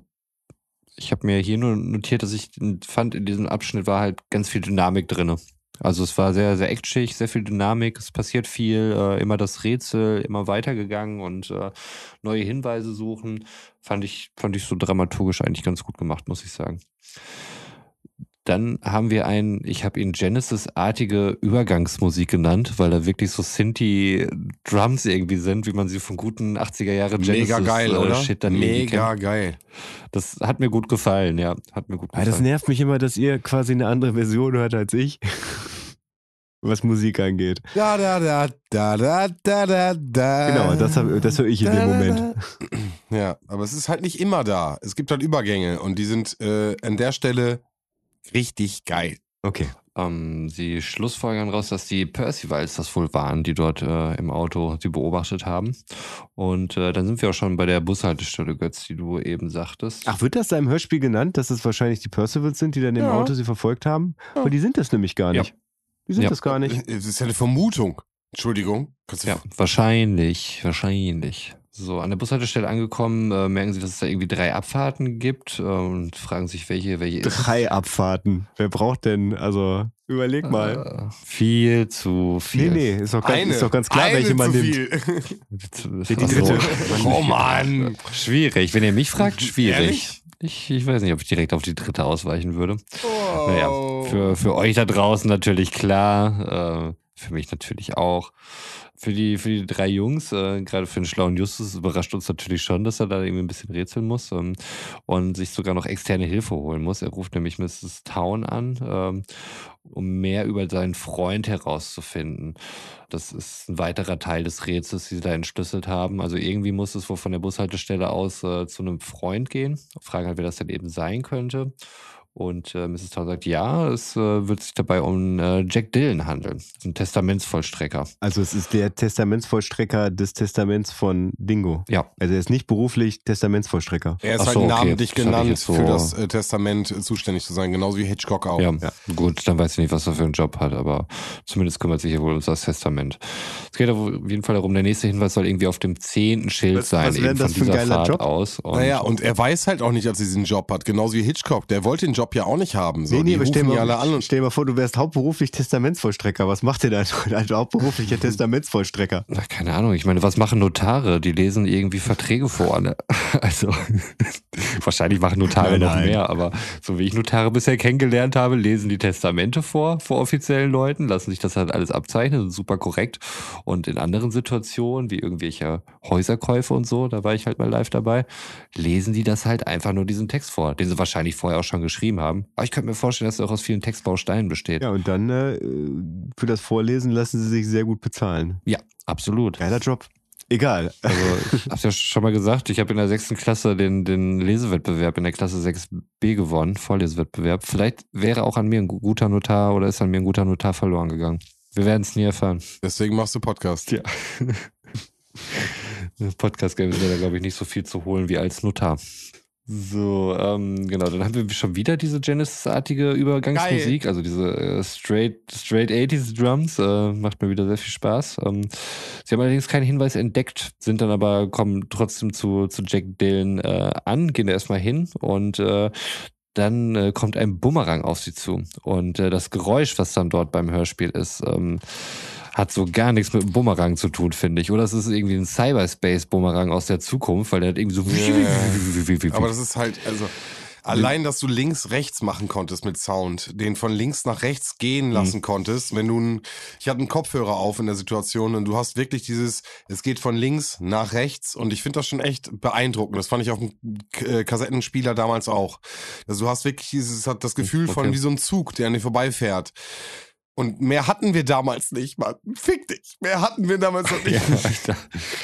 ich habe mir hier nur notiert, dass ich fand, in diesem Abschnitt war halt ganz viel Dynamik drin. Also es war sehr, sehr actionig, sehr viel Dynamik, es passiert viel, äh, immer das Rätsel, immer weitergegangen und äh, neue Hinweise suchen. Fand ich, fand ich so dramaturgisch eigentlich ganz gut gemacht, muss ich sagen. Dann haben wir ein, ich habe ihn Genesis-artige Übergangsmusik genannt, weil da wirklich so Synthi-Drums irgendwie sind, wie man sie von guten achtziger Jahre Genesis Mega geil, äh, oder? Shit dann irgendwie Mega kennt. geil. Das hat mir gut gefallen, ja. Hat mir gut Ja, gefallen. das nervt mich immer, dass ihr quasi eine andere Version hört als ich, was Musik angeht. Da, da, da, da, da, da, da, da. Genau, das, hab- das höre ich in dem Moment. Ja, aber es ist halt nicht immer da. Es gibt halt Übergänge und die sind äh, an der Stelle richtig geil. Okay. Ähm, sie schlussfolgern raus, dass die Percivals das wohl waren, die dort äh, im Auto sie beobachtet haben. Und äh, dann sind wir auch schon bei der Bushaltestelle, Götz, die du eben sagtest. Ach, wird das da im Hörspiel genannt, dass es wahrscheinlich die Percivals sind, die dann im Ja. Auto sie verfolgt haben? Aber die sind das nämlich gar Ja. nicht. Die sind Ja. das gar nicht. Es ist ja eine Vermutung. Entschuldigung. Kannst du Ja, wahrscheinlich, wahrscheinlich. So, an der Bushaltestelle angekommen, äh, merken sie, dass es da irgendwie drei Abfahrten gibt äh, und fragen sich, welche, welche ist. Drei Abfahrten. Wer braucht denn, also überleg mal. Äh, viel zu viel. Nee, nee, ist doch ganz, Eine, ist doch ganz klar, eine welche man zu nimmt. viel. Die dritte. Oh Mann. Schwierig, wenn ihr mich fragt, schwierig. Ehrlich? Ich, ich weiß nicht, ob ich direkt auf die dritte ausweichen würde. Oh. Naja, für, für euch da draußen natürlich klar, äh, für mich natürlich auch. Für die, für die drei Jungs, äh, gerade für den schlauen Justus, überrascht uns natürlich schon, dass er da irgendwie ein bisschen rätseln muss ähm, und sich sogar noch externe Hilfe holen muss. Er ruft nämlich Misses Town an, ähm, um mehr über seinen Freund herauszufinden. Das ist ein weiterer Teil des Rätsels, die sie da entschlüsselt haben. Also irgendwie muss es wohl von der Bushaltestelle aus äh, zu einem Freund gehen. Fragen halt, wer das denn eben sein könnte. Und äh, Misses Town sagt, ja, es äh, wird sich dabei um äh, Jack Dillon handeln, ein Testamentsvollstrecker. Also es ist der Testamentsvollstrecker des Testaments von Dingo. Ja. Also er ist nicht beruflich Testamentsvollstrecker. Er ist Ach halt so, okay. namentlich Das hab ich genannt, jetzt so- für das äh, Testament zuständig zu sein, genauso wie Hitchcock auch. Ja, gut, dann weiß ich nicht, was er für einen Job hat, aber zumindest kümmert sich ja wohl um das Testament. Es geht auf jeden Fall darum, der nächste Hinweis soll irgendwie auf dem zehnten Schild Was- sein, was wäre eben das von für ein dieser geiler Fahrt Job? aus. Und Naja, und er weiß halt auch nicht, dass er diesen Job hat, genauso wie Hitchcock. Der wollte den Job ja auch nicht haben. So. Nee, nee, Die aber stell rufen mal, die alle an und stell dir mal vor, du wärst hauptberuflich Testamentsvollstrecker. Was macht ihr da als hauptberuflicher Testamentsvollstrecker? Ach, keine Ahnung, ich meine, was machen Notare? Die lesen irgendwie Verträge vor. Ne? Also, wahrscheinlich machen Notare Nein, noch nein. mehr, aber so wie ich Notare bisher kennengelernt habe, lesen die Testamente vor, vor offiziellen Leuten, lassen sich das halt alles abzeichnen, sind super korrekt. Und in anderen Situationen, wie irgendwelche Häuserkäufe und so, da war ich halt mal live dabei, lesen die das halt einfach nur diesen Text vor, den sie wahrscheinlich vorher auch schon geschrieben haben. Aber ich könnte mir vorstellen, dass er auch aus vielen Textbausteinen besteht. Ja, und dann äh, für das Vorlesen lassen sie sich sehr gut bezahlen. Ja, absolut. Geiler Job. Egal. Also, ich hab's ja schon mal gesagt, ich habe in der sechsten Klasse den, den Lesewettbewerb in der Klasse sechs b gewonnen, Vorlesewettbewerb. Vielleicht wäre auch an mir ein guter Notar oder ist an mir ein guter Notar verloren gegangen. Wir werden es nie erfahren. deswegen machst du Podcast. Ja. Podcast-Game ist ja da, glaube ich, nicht so viel zu holen wie als Notar. So, ähm, genau, dann haben wir schon wieder diese Genesis-artige Übergangsmusik, also diese äh, straight, straight achtziger Drums, äh, macht mir wieder sehr viel Spaß. Ähm, sie haben allerdings keinen Hinweis entdeckt, sind dann aber, kommen trotzdem zu, zu Jack Dillon äh, an, gehen da erstmal hin und äh, dann äh, kommt ein Bumerang auf sie zu. Und äh, das Geräusch, was dann dort beim Hörspiel ist, ähm, hat so gar nichts mit dem Bumerang zu tun, finde ich. Oder es ist irgendwie ein Cyberspace-Bumerang aus der Zukunft, weil der hat irgendwie so... Ja. Aber das ist halt, also allein, dass du links, rechts machen konntest mit Sound, den von links nach rechts gehen lassen Mhm. konntest, wenn du, ein, ich hatte einen Kopfhörer auf in der Situation und du hast wirklich dieses, es geht von links nach rechts und ich finde das schon echt beeindruckend. Das fand ich auf dem K- äh, Kassettenspieler damals auch. Also du hast wirklich dieses, hat das Gefühl von Okay. wie so ein Zug, der an dir vorbeifährt. Und mehr hatten wir damals nicht, Mann. Fick dich. Mehr hatten wir damals noch nicht. Ja, ich dachte,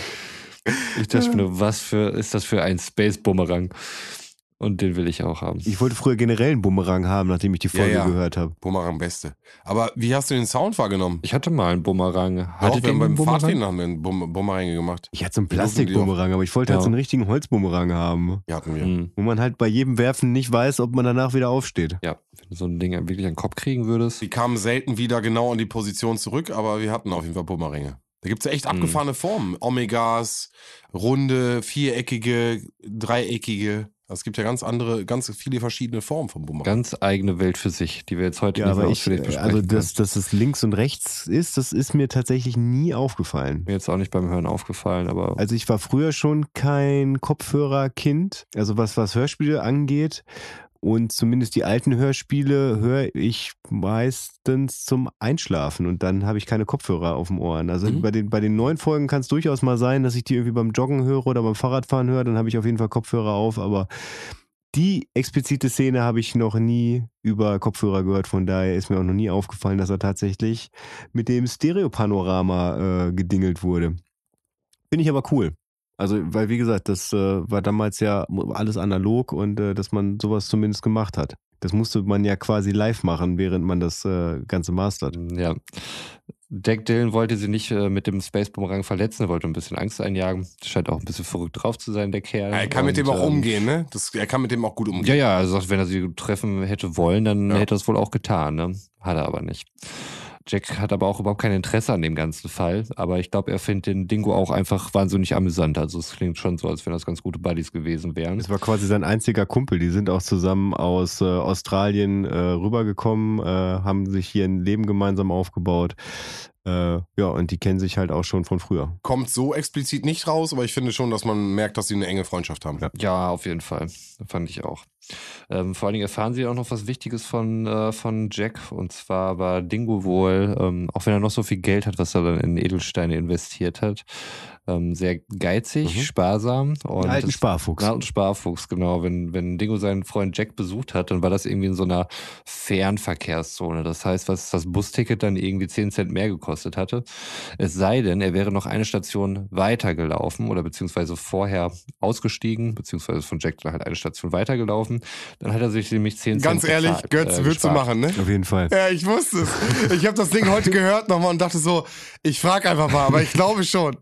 ich dachte mir nur, was für, ist das für ein Space-Bumerang? Und den will ich auch haben. Ich wollte früher generell einen Bumerang haben, nachdem ich die Folge Ja, ja. gehört habe. Bumerang Beste. Aber wie hast du den Sound wahrgenommen? Ich hatte mal einen Bumerang. Auch Hattet wir ihr haben einen beim Fahrtraining Bumerang? haben wir einen Bum Bumerang gemacht. Ich hatte so einen Die durften die Plastikbumerang, aber ich wollte halt Ja. so einen richtigen Holzbumerang haben. Die hatten wir. Hm. Wo man halt bei jedem Werfen nicht weiß, ob man danach wieder aufsteht. Ja, wenn du so ein Ding wirklich an den Kopf kriegen würdest. Die kamen selten wieder genau in die Position zurück, aber wir hatten auf jeden Fall Bumeränge. Da gibt es ja echt Mhm. abgefahrene Formen. Omegas, runde, viereckige, dreieckige. Es gibt ja ganz andere, ganz viele verschiedene Formen von Bumerang. Ganz eigene Welt für sich, die wir jetzt heute Ja, nicht aber mehr ich, ausführlich besprechen also können. dass, dass es links und rechts ist, das ist mir tatsächlich nie aufgefallen. Mir jetzt auch nicht beim Hören aufgefallen, aber Also ich war früher schon kein Kopfhörerkind, also was, was Hörspiele angeht. Und zumindest die alten Hörspiele höre ich meistens zum Einschlafen und dann habe ich keine Kopfhörer auf dem Ohren. Also Mhm. bei, den, bei den neuen Folgen kann es durchaus mal sein, dass ich die irgendwie beim Joggen höre oder beim Fahrradfahren höre, dann habe ich auf jeden Fall Kopfhörer auf, aber die explizite Szene habe ich noch nie über Kopfhörer gehört, von daher ist mir auch noch nie aufgefallen, dass er tatsächlich mit dem Stereopanorama äh, gedingelt wurde. Finde ich aber cool. Also, weil wie gesagt, das äh, war damals ja alles analog und äh, dass man sowas zumindest gemacht hat. Das musste man ja quasi live machen, während man das äh, Ganze mastert. ja. Jack Dillon wollte sie nicht äh, mit dem Space Bumerang verletzen, er wollte ein bisschen Angst einjagen. Scheint auch ein bisschen verrückt drauf zu sein, der Kerl. er kann mit Und, dem auch ähm, umgehen, ne? Das, er kann mit dem auch gut umgehen. Ja, ja, er sagt, wenn er sie treffen hätte wollen, dann Ja. hätte er es wohl auch getan, ne? Hat er aber nicht. Jack hat aber auch überhaupt kein Interesse an dem ganzen Fall. Aber ich glaube, er findet den Dingo auch einfach wahnsinnig amüsant. Also es klingt schon so, als wenn das ganz gute Buddies gewesen wären. Es war quasi sein einziger Kumpel. Die sind auch zusammen aus äh, Australien äh, rübergekommen, äh, haben sich hier ein Leben gemeinsam aufgebaut. Äh, ja, und die kennen sich halt auch schon von früher. Kommt so explizit nicht raus, aber ich finde schon, dass man merkt, dass sie eine enge Freundschaft haben. Ja, ja auf jeden Fall. Fand ich auch. Ähm, vor allen Dingen erfahren sie auch noch was Wichtiges von, äh, von Jack. Und zwar war Dingo wohl, ähm, auch wenn er noch so viel Geld hat, was er dann in Edelsteine investiert hat, ähm, sehr geizig, Mhm. sparsam. Und Ein alten das- Sparfuchs. Ein alten Sparfuchs, genau. Wenn, wenn Dingo seinen Freund Jack besucht hat, dann war das irgendwie in so einer Fernverkehrszone. Das heißt, was das Busticket dann irgendwie zehn Cent mehr gekostet hatte. Es sei denn, er wäre noch eine Station weitergelaufen oder beziehungsweise vorher ausgestiegen, beziehungsweise von Jack dann halt eine Station weitergelaufen. Dann hat er sich nämlich zehn Cent Ganz ehrlich, bezahlt, Götz, äh, würdest du gespart. machen, ne? Auf jeden Fall. Ja, ich wusste es. Ich habe das Ding heute gehört nochmal und dachte so, ich frage einfach mal, aber ich glaube schon.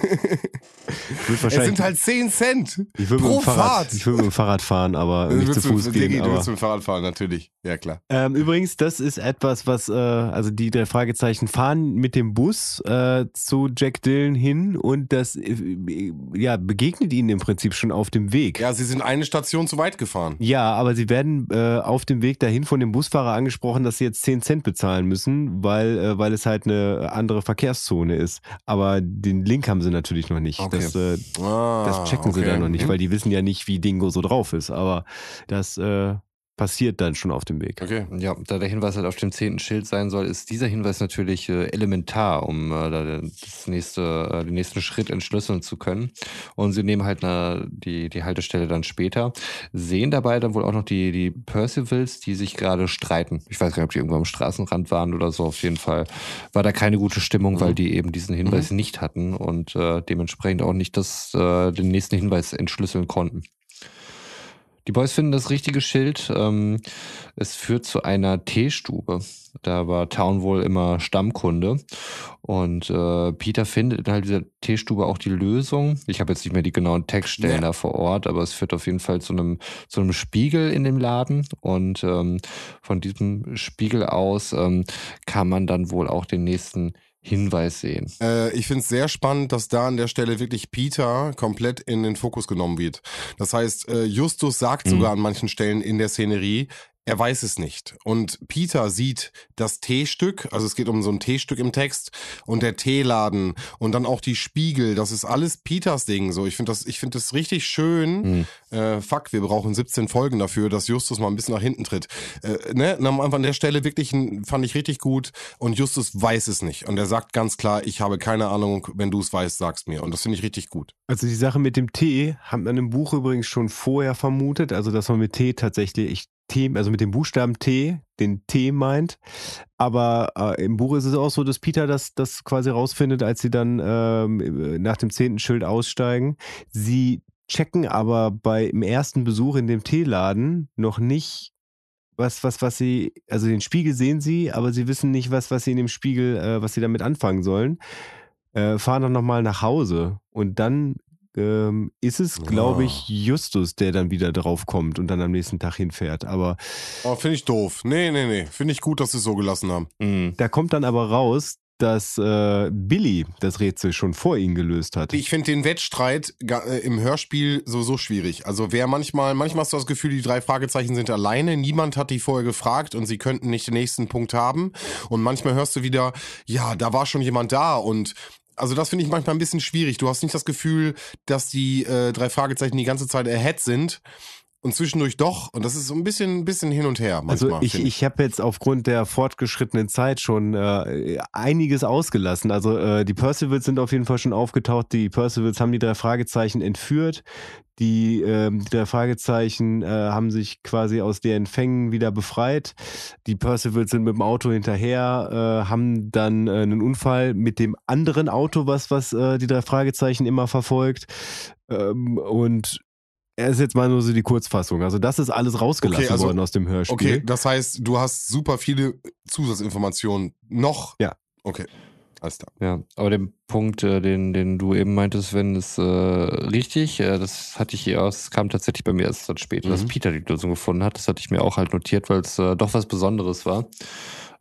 Ich würd Es wahrscheinlich- sind halt zehn Cent ich würd mit pro dem Fahrrad, Fahrt. Ich würde mit dem Fahrrad fahren, aber nicht zu Würdest du- Fuß Diggi, gehen. Du Aber würdest mit dem Fahrrad fahren, natürlich. Ja, klar. Ähm, übrigens, das ist etwas, was, äh, also die drei Fragezeichen fahren mit dem Bus äh, zu Jack Dillon hin und das äh, ja, begegnet ihnen im Prinzip schon auf dem Weg. Ja, sie sind eine Station zu weit gefahren. Ja, aber sie werden äh, auf dem Weg dahin von dem Busfahrer angesprochen, dass sie jetzt zehn Cent bezahlen müssen, weil, äh, weil es halt eine andere Verkehrszone ist. Aber den Link haben sie natürlich noch nicht. Okay. Das, äh, Ah, das checken sie okay. da noch nicht, weil die wissen ja nicht, wie Dingo so drauf ist. Aber das äh, passiert dann schon auf dem Weg. Okay. Ja, da der Hinweis halt auf dem zehnten Schild sein soll, ist dieser Hinweis natürlich äh, elementar, um äh, da das nächste, äh, den nächsten Schritt entschlüsseln zu können. Und sie nehmen halt eine, die, die Haltestelle dann später, sehen dabei dann wohl auch noch die, die Percivals, die sich gerade streiten. Ich weiß gar nicht, ob die irgendwo am Straßenrand waren oder so. Auf jeden Fall war da keine gute Stimmung, Mhm. weil die eben diesen Hinweis Mhm. nicht hatten und äh, dementsprechend auch nicht das, äh, den nächsten Hinweis entschlüsseln konnten. Die Boys finden das richtige Schild. Ähm, es führt zu einer Teestube. Da war Town wohl immer Stammkunde. Und äh, Peter findet innerhalb dieser Teestube auch die Lösung. Ich habe jetzt nicht mehr die genauen Textstellen Ja. da vor Ort, aber es führt auf jeden Fall zu einem, zu einem Spiegel in dem Laden. Und ähm, von diesem Spiegel aus ähm, kann man dann wohl auch den nächsten Hinweis sehen. Äh, ich finde es sehr spannend, dass da an der Stelle wirklich Peter komplett in den Fokus genommen wird. Das heißt, äh, Justus sagt Mhm. sogar an manchen Stellen in der Szenerie, er weiß es nicht. Und Peter sieht das Teestück, also es geht um so ein Teestück im Text und der Teeladen und dann auch die Spiegel, das ist alles Peters Ding. So, ich finde das, ich finde das richtig schön. Mhm. Äh, fuck, wir brauchen siebzehn Folgen dafür, dass Justus mal ein bisschen nach hinten tritt. Äh, ne, an der Stelle wirklich ein, fand ich richtig gut und Justus weiß es nicht und er sagt ganz klar, ich habe keine Ahnung, wenn du es weißt, sag's mir und das finde ich richtig gut. Also die Sache mit dem T hat man im Buch übrigens schon vorher vermutet, also dass man mit T tatsächlich, ich, T, also mit dem Buchstaben T, den T meint. Aber äh, im Buch ist es auch so, dass Peter das, das quasi rausfindet, als sie dann ähm, nach dem zehnten Schild aussteigen. Sie checken aber bei im ersten Besuch in dem Teeladen noch nicht, was, was, was sie, also den Spiegel sehen sie, aber sie wissen nicht, was, was sie in dem Spiegel, äh, was sie damit anfangen sollen. Äh, fahren dann nochmal nach Hause und dann ähm, ist es, glaube Ah. ich, Justus, der dann wieder drauf kommt und dann am nächsten Tag hinfährt. Aber Oh, finde ich doof. Nee, nee, nee. Finde ich gut, dass sie es so gelassen haben. Mhm. da kommt dann aber raus, dass äh, Billy das Rätsel schon vor ihnen gelöst hat. Ich finde den Wettstreit ga- äh, im Hörspiel sowieso schwierig. Also wer manchmal, manchmal hast du das Gefühl, die drei Fragezeichen sind alleine, niemand hat die vorher gefragt und sie könnten nicht den nächsten Punkt haben. Und manchmal hörst du wieder, ja, da war schon jemand da und also das finde ich manchmal ein bisschen schwierig. Du hast nicht das Gefühl, dass die äh, drei Fragezeichen die ganze Zeit ahead sind und zwischendurch doch. Und das ist so ein bisschen, ein bisschen hin und her manchmal. Also ich, finde ich habe jetzt aufgrund der fortgeschrittenen Zeit schon äh, einiges ausgelassen. Also äh, die Percivals sind auf jeden Fall schon aufgetaucht. Die Percivals haben die drei Fragezeichen entführt. Die, ähm, die drei Fragezeichen äh, haben sich quasi aus deren Fängen wieder befreit. Die Percivals sind mit dem Auto hinterher, äh, haben dann äh, einen Unfall mit dem anderen Auto, was, was äh, die drei Fragezeichen immer verfolgt. Ähm, und er ist jetzt mal nur so die Kurzfassung. Also das ist alles rausgelassen Okay, also- worden aus dem Hörspiel. Okay, das heißt, du hast super viele Zusatzinformationen noch. Ja. Okay, alles klar. Ja, aber den Punkt, äh, den, den du eben meintest, wenn es äh, richtig, äh, das hatte ich hier aus, es kam tatsächlich bei mir erst dann später, dass Mhm. Peter die Lösung gefunden hat. Das hatte ich mir auch halt notiert, weil es äh, doch was Besonderes war.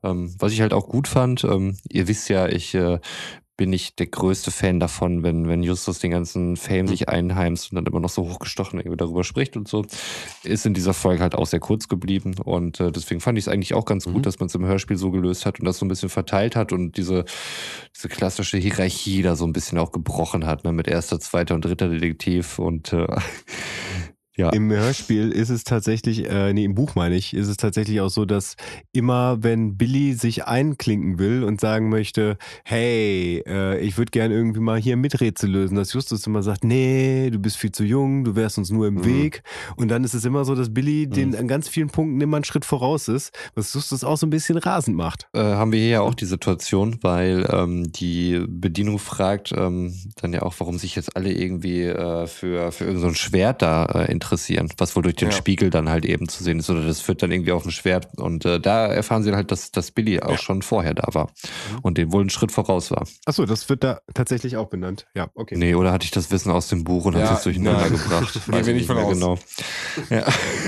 Ähm, was ich halt auch gut fand, ähm, ihr wisst ja, ich äh, bin nicht der größte Fan davon, wenn, wenn Justus den ganzen Fame sich einheimst und dann immer noch so hochgestochen irgendwie darüber spricht und so. Ist in dieser Folge halt auch sehr kurz geblieben und äh, deswegen fand ich es eigentlich auch ganz mhm. gut, dass man es im Hörspiel so gelöst hat und das so ein bisschen verteilt hat und diese, diese klassische Hierarchie da so ein bisschen auch gebrochen hat, ne, mit erster, zweiter und dritter Detektiv und äh, ja. Im Hörspiel ist es tatsächlich, äh, nee, im Buch meine ich, ist es tatsächlich auch so, dass immer, wenn Billy sich einklinken will und sagen möchte, hey, äh, ich würde gerne irgendwie mal hier ein Miträtsel lösen, dass Justus immer sagt, nee, du bist viel zu jung, du wärst uns nur im mhm. Weg. Und dann ist es immer so, dass Billy mhm. den an ganz vielen Punkten immer einen Schritt voraus ist, was Justus auch so ein bisschen rasend macht. Äh, haben wir hier ja auch die Situation, weil ähm, die Bedienung fragt ähm, dann ja auch, warum sich jetzt alle irgendwie äh, für, für irgend so ein Schwert da äh, interessieren, was wohl durch den ja. Spiegel dann halt eben zu sehen ist oder das führt dann irgendwie auf ein Schwert und äh, da erfahren sie halt, dass, dass Billy auch ja. schon vorher da war mhm. und den wohl einen Schritt voraus war. Achso, das wird da tatsächlich auch benannt. Ja, okay. Nee, oder hatte ich das Wissen aus dem Buch und ja, habe es durcheinander gebracht? Weiß ich nicht mehr genau. Ja.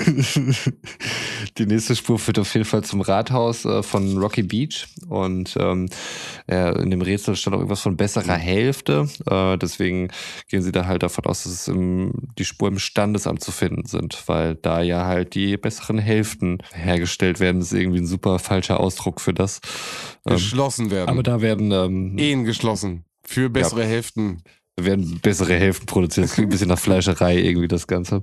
Die nächste Spur führt auf jeden Fall zum Rathaus äh, von Rocky Beach und ähm, äh, in dem Rätsel stand auch irgendwas von besserer Hälfte, äh, deswegen gehen sie da halt davon aus, dass es im, die Spur im Standesamt zu finden sind, weil da ja halt die besseren Hälften hergestellt werden. Das ist irgendwie ein super falscher Ausdruck für das. Geschlossen werden. Aber da werden ähm, Ehen geschlossen. Für bessere ja. Hälften. werden bessere Hälften produziert. Das klingt ein bisschen nach Fleischerei irgendwie das Ganze.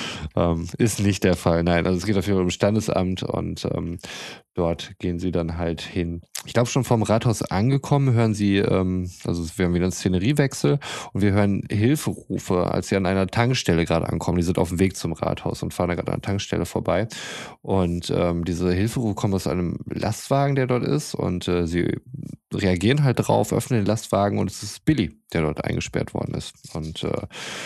Ähm, ist nicht der Fall. Nein, also es geht auf jeden Fall um Standesamt und ähm, dort gehen sie dann halt hin. Ich glaube, schon vom Rathaus angekommen hören sie, ähm, also wir haben wieder einen Szeneriewechsel und wir hören Hilferufe, als sie an einer Tankstelle gerade ankommen. Die sind auf dem Weg zum Rathaus und fahren da gerade an der Tankstelle vorbei. Und ähm, diese Hilferufe kommen aus einem Lastwagen, der dort ist und äh, sie reagieren halt drauf, öffnen den Lastwagen und es ist Billy, der dort eingesperrt worden ist. Und äh,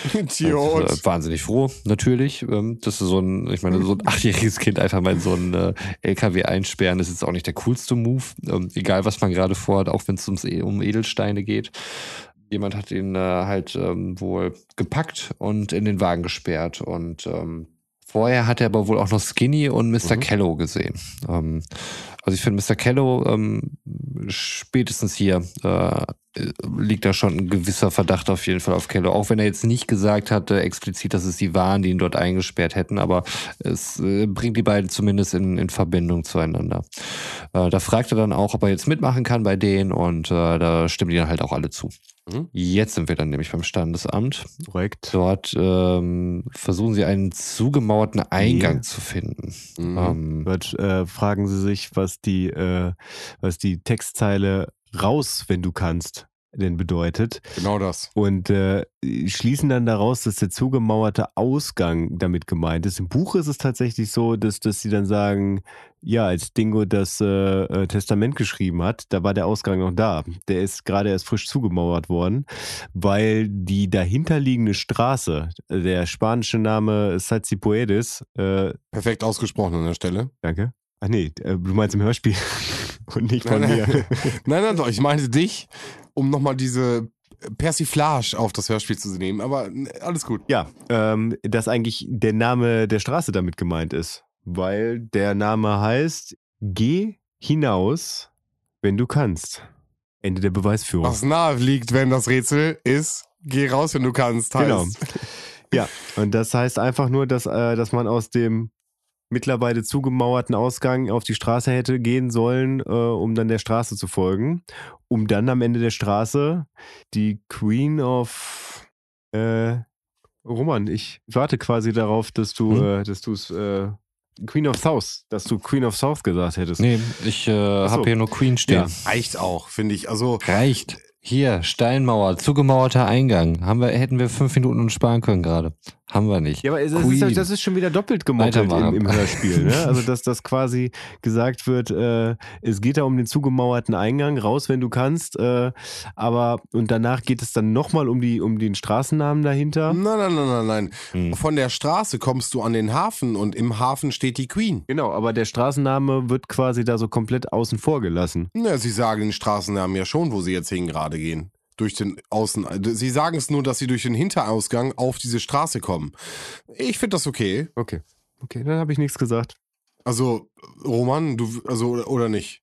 Idiot. Ist, äh, wahnsinnig froh, natürlich. Ähm, dass so ein, ich meine, so ein achtjähriges Kind einfach mal in so einen äh, L K W einsperren, ist jetzt auch nicht der coolste Move. Ähm, egal, was man gerade vorhat, auch wenn es um Edelsteine geht. Jemand hat ihn äh, halt ähm, wohl gepackt und in den Wagen gesperrt und ähm, vorher hat er aber wohl auch noch Skinny und Mister Mhm. Kello gesehen. Ähm, also ich finde, Mister Kello ähm, spätestens hier äh, liegt da schon ein gewisser Verdacht auf jeden Fall auf Kello. Auch wenn er jetzt nicht gesagt hatte explizit, dass es sie waren, die ihn dort eingesperrt hätten, aber es äh, bringt die beiden zumindest in, in Verbindung zueinander. Äh, da fragt er dann auch, ob er jetzt mitmachen kann bei denen und äh, da stimmen die dann halt auch alle zu. Mhm. Jetzt sind wir dann nämlich beim Standesamt. Korrekt. Dort ähm, versuchen sie einen zugemauerten Eingang ja. zu finden. Mhm. Ähm, Dort äh, fragen sie sich, was die, äh, was die Textzeile raus, wenn du kannst, denn bedeutet. Genau das. Und äh, schließen dann daraus, dass der zugemauerte Ausgang damit gemeint ist. Im Buch ist es tatsächlich so, dass, dass sie dann sagen, ja, als Dingo das äh, Testament geschrieben hat, da war der Ausgang noch da. Der ist gerade erst frisch zugemauert worden, weil die dahinterliegende Straße, der spanische Name Salsipuedes. Äh, Perfekt ausgesprochen an der Stelle. Danke. Ach nee, du meinst im Hörspiel und nicht von nein, mir. Nein, nein, nein, doch, ich meinte dich, um nochmal diese Persiflage auf das Hörspiel zu nehmen, aber alles gut. Ja, ähm, dass eigentlich der Name der Straße damit gemeint ist, weil der Name heißt, geh hinaus, wenn du kannst. Ende der Beweisführung. Was nahe liegt, wenn das Rätsel ist, geh raus, wenn du kannst, heißt. Genau. Ja, und das heißt einfach nur, dass, äh, dass man aus dem mittlerweile zugemauerten Ausgang auf die Straße hätte gehen sollen, äh, um dann der Straße zu folgen, um dann am Ende der Straße die Queen of äh, Roman, ich warte quasi darauf, dass du hm? äh, dass du es äh, Queen of South, dass du Queen of South gesagt hättest. Nee, ich äh, habe hier nur Queen stehen. Ja, reicht auch, finde ich. Also reicht. Hier, Steinmauer, zugemauerter Eingang. Haben wir, hätten wir fünf Minuten uns sparen können gerade. Haben wir nicht. Ja, aber das ist, das ist schon wieder doppelt gemoppelt im, im Hörspiel. Ne? Also, dass das quasi gesagt wird, äh, es geht da um den zugemauerten Eingang, raus, wenn du kannst. Äh, aber, und danach geht es dann nochmal um, die, um den Straßennamen dahinter. Nein, nein, nein, nein, nein. Hm. Von der Straße kommst du an den Hafen und im Hafen steht die Queen. Genau, aber der Straßenname wird quasi da so komplett außen vor gelassen. Na, sie sagen den Straßennamen ja schon, wo sie jetzt hin gerade gehen. Durch den Außen. Sie sagen es nur, dass sie durch den Hinterausgang auf diese Straße kommen. Ich finde das okay. Okay. Okay, dann habe ich nichts gesagt. Also, Roman, du, also, oder nicht?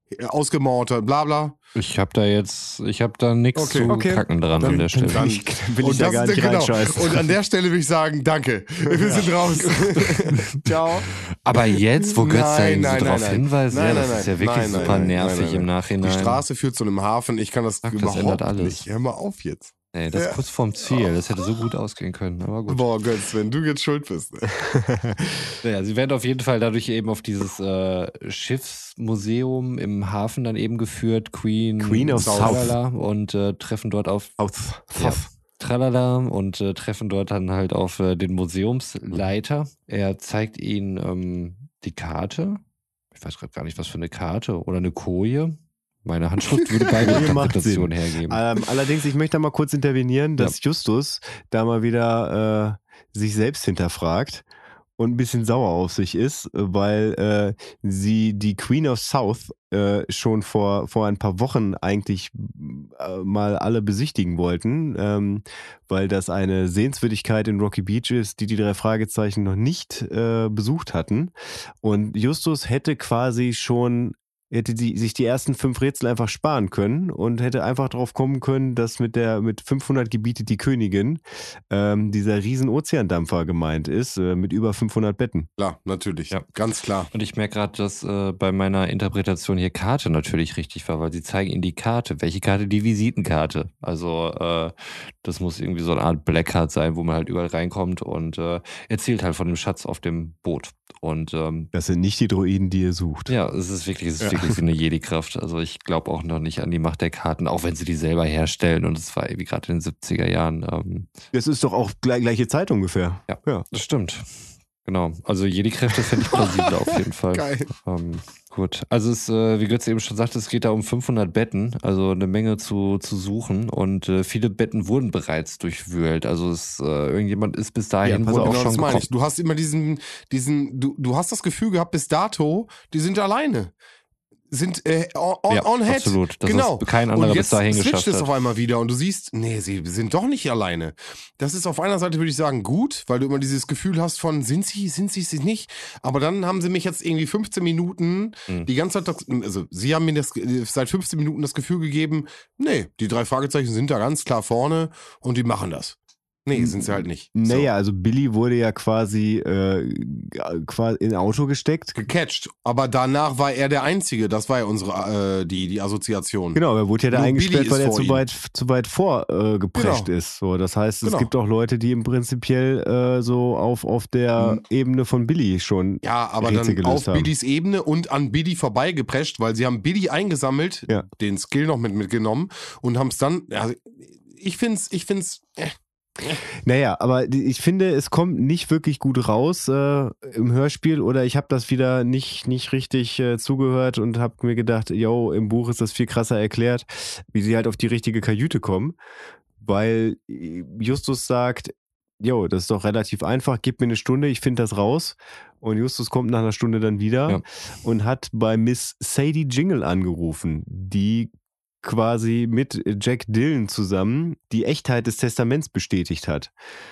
ausgemauert, bla bla. Ich habe da jetzt, ich habe da nichts Okay. zu Okay. kacken dran Dann- an der Stelle. Dann will ich, will ich Und da das gar ist nicht genau. reinscheißen. Und an der Stelle will ich sagen, danke. Wir sind raus. Ciao. Aber jetzt, wo Götz da Nein, irgendwie so nein, drauf nein, nein. hinweist, Nein, ja, nein, das nein. ist ja wirklich Nein, nein, super nein, nervig nein, nein. im Nachhinein. Die Straße führt zu einem Hafen. Ich kann das Ach, das überhaupt ändert alles. nicht. Hör mal auf jetzt. Ey, das ist Ja. kurz vorm Ziel. Das hätte so gut ausgehen können, aber gut. Boah, Götz, wenn du jetzt schuld bist. Ja, sie werden auf jeden Fall dadurch eben auf dieses äh, Schiffsmuseum im Hafen dann eben geführt, Queen, Queen of Tralala, und äh, treffen dort auf Aus. ja, Tralala und äh, treffen dort dann halt auf äh, den Museumsleiter. Er zeigt ihnen ähm, die Karte. Ich weiß gerade gar nicht, was für eine Karte oder eine Koje. Meine Handschrift würde beide Koje macht Interpretationen Sinn. hergeben. Ähm, allerdings, ich möchte da mal kurz intervenieren, dass Justus da mal wieder äh, sich selbst hinterfragt und ein bisschen sauer auf sich ist, weil äh, sie die Queen of South äh, schon vor, vor ein paar Wochen eigentlich äh, mal alle besichtigen wollten, ähm, weil das eine Sehenswürdigkeit in Rocky Beach ist, die die drei Fragezeichen noch nicht äh, besucht hatten. Und Justus hätte quasi schon hätte die, sich die ersten fünf Rätsel einfach sparen können und hätte einfach drauf kommen können, dass mit der mit fünfhundert gebietet die Königin ähm, dieser riesen Ozeandampfer gemeint ist, äh, mit über fünfhundert Betten. Klar, natürlich. Ja. Ganz klar. Und ich merke gerade, dass äh, bei meiner Interpretation hier Karte natürlich richtig war, weil sie zeigen ihnen die Karte. Welche Karte? Die Visitenkarte. Also äh, das muss irgendwie so eine Art Blackcard sein, wo man halt überall reinkommt und äh, erzählt halt von dem Schatz auf dem Boot. Und ähm, Das sind nicht die Droiden, die ihr sucht. ja, es ist wirklich, es ist Ja. wirklich so eine Jedi-Kraft. Also ich glaube auch noch nicht an die Macht der Karten, auch wenn sie die selber herstellen. Und es war irgendwie gerade in den siebziger Jahren. Ähm, Das ist doch auch gleich, gleiche Zeit ungefähr. Ja. ja. das stimmt. Genau. Also Jedi-Kräfte finde ich plausibel auf jeden Fall. Geil. Ähm, gut. Also es, äh, wie Götz eben schon sagte, es geht da um fünfhundert Betten, also eine Menge zu, zu suchen und äh, viele Betten wurden bereits durchwühlt. Also es, äh, irgendjemand ist bis dahin Ja, pass wohl auf, auch Genau, schon das meine gekommen. ich. Du hast immer diesen, diesen, du, du hast das Gefühl gehabt, bis dato, die sind alleine. Sind äh, on, on, Ja, on head. absolut. Dass Genau. es kein anderer Und bis jetzt dahin switcht geschafft es hat. auf einmal wieder und du siehst, nee, sie sind doch nicht alleine. Das ist auf einer Seite, würde ich sagen, gut, weil du immer dieses Gefühl hast von, sind sie, sind sie, sind sie nicht. Aber dann haben sie mich jetzt irgendwie fünfzehn Minuten Mhm. die ganze Zeit, das- also sie haben mir das, seit fünfzehn Minuten das Gefühl gegeben, nee, die drei Fragezeichen sind da ganz klar vorne und die machen das. Nee, sind sie halt nicht. So. Naja, also Billy wurde ja quasi, äh, quasi in ein Auto gesteckt. Gecatcht. Aber danach war er der Einzige. Das war ja unsere, äh, die, die Assoziation. Genau, er wurde ja da Nur eingesperrt, Billy weil ist er vor zu ihm. weit, zu weit vorgeprescht Genau. ist. So, das heißt, es Genau. gibt auch Leute, die im prinzipiell äh, so auf, auf der Mhm. Ebene von Billy schon. Ja, aber Rätsel dann gelöst auf haben. Billys Ebene und an Billy vorbeigeprescht, weil sie haben Billy eingesammelt, Ja. den Skill noch mit mitgenommen und haben es dann, ja, ich find's, ich find's, äh, Naja, aber die- ich finde, es kommt nicht wirklich gut raus äh, im Hörspiel oder ich habe das wieder nicht, nicht richtig äh, zugehört und habe mir gedacht, yo, im Buch ist das viel krasser erklärt, wie sie halt auf die richtige Kajüte kommen, weil äh, Justus sagt, jo, das ist doch relativ einfach, gib mir eine Stunde, ich finde das raus. Und Justus kommt nach einer Stunde dann wieder Ja. und hat bei Miss Sadie Jingle angerufen, die quasi mit Jack Dillon zusammen die Echtheit des Testaments bestätigt hat.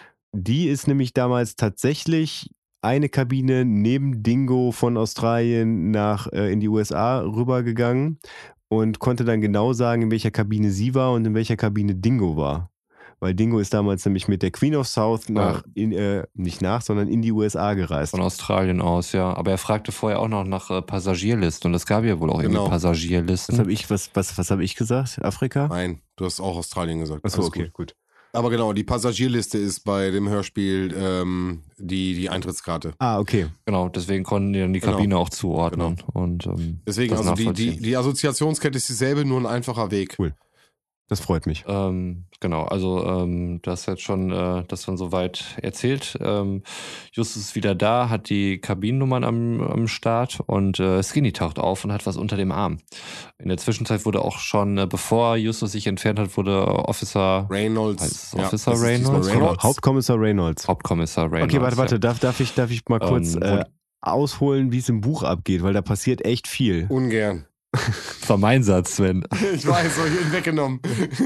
Die ist nämlich damals tatsächlich eine Kabine neben Dingo von Australien nach äh, in die U S A rübergegangen und konnte dann genau sagen, in welcher Kabine sie war und in welcher Kabine Dingo war. Weil Dingo ist damals nämlich mit der Queen of South nach, in, äh, nicht nach, sondern in die U S A gereist. Von Australien aus, ja. Aber er fragte vorher auch noch nach äh, Passagierlisten und es gab ja wohl auch Genau. irgendwie Passagierlisten. Was habe ich, was, was, was hab ich gesagt? Afrika? nein, du hast auch Australien gesagt. Achso, Alles okay, gut. gut. Aber genau, die Passagierliste ist bei dem Hörspiel ähm, die, die Eintrittskarte. Ah, okay. Genau, deswegen konnten die dann die Genau. Kabine auch zuordnen. Und, ähm, Deswegen, das also die, die, nachvollziehen. die Assoziationskette ist dieselbe, nur ein einfacher Weg. Cool. Das freut mich. Ähm, genau, also ähm, du hast jetzt schon äh, das dann soweit erzählt. Ähm, Justus ist wieder da, hat die Kabinennummern am, am Start und äh, Skinny taucht auf und hat was unter dem Arm. In der Zwischenzeit wurde auch schon, äh, bevor Justus sich entfernt hat, wurde Officer, Reynolds. Heißt es Ja, Officer das ist diesmal Reynolds? Reynolds. Hauptkommissar Reynolds. Hauptkommissar Reynolds. Okay, warte, warte. Ja. Darf, darf, ich, darf ich mal kurz Ähm, äh, wo- ausholen, wie es im Buch abgeht? Weil da passiert echt viel. Ungern. Das war mein Satz, Sven. Ich weiß, hab ich ihn weggenommen.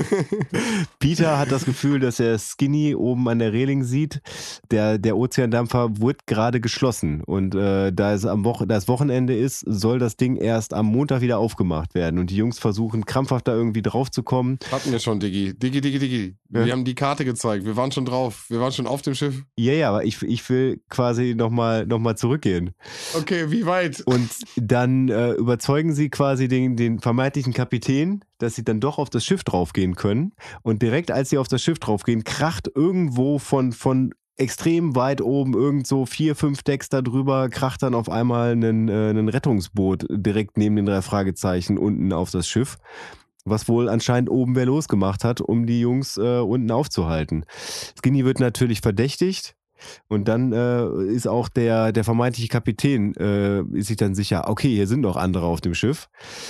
Peter hat das Gefühl, dass er Skinny oben an der Reling sieht. Der, der Ozeandampfer wird gerade geschlossen. Und äh, da, es am Wo- da es Wochenende ist, soll das Ding erst am Montag wieder aufgemacht werden. Und die Jungs versuchen krampfhaft da irgendwie drauf zu kommen. Hatten wir schon, Diggi. Diggi, Diggi, Diggi. Wir Ja. haben die Karte gezeigt. Wir waren schon drauf. Wir waren schon auf dem Schiff. Ja, ja, aber ich, ich will quasi nochmal noch mal zurückgehen. Okay, wie weit? Und dann äh, überzeugen sie quasi den, den vermeintlichen Kapitän, dass sie dann doch auf das Schiff draufgehen können. Und direkt als sie auf das Schiff draufgehen, kracht irgendwo von, von extrem weit oben, irgend so vier, fünf Decks da drüber, kracht dann auf einmal ein, äh, ein Rettungsboot direkt neben den drei Fragezeichen unten auf das Schiff. Was wohl anscheinend oben wer losgemacht hat, um die Jungs äh, unten aufzuhalten. Skinny wird natürlich verdächtigt. Und dann äh, ist auch der, der vermeintliche Kapitän äh, ist sich dann sicher, okay, hier sind noch andere auf dem Schiff.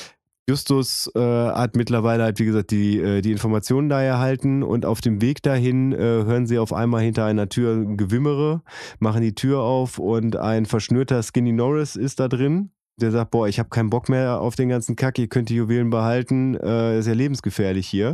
Justus äh, hat mittlerweile halt, wie gesagt, die, äh, die Informationen da erhalten und auf dem Weg dahin äh, hören sie auf einmal hinter einer Tür ein Gewimmere, machen die Tür auf und ein verschnürter Skinny Norris ist da drin. Der sagt, boah, ich habe keinen Bock mehr auf den ganzen Kack, ihr könnt die Juwelen behalten, äh, ist ja lebensgefährlich hier.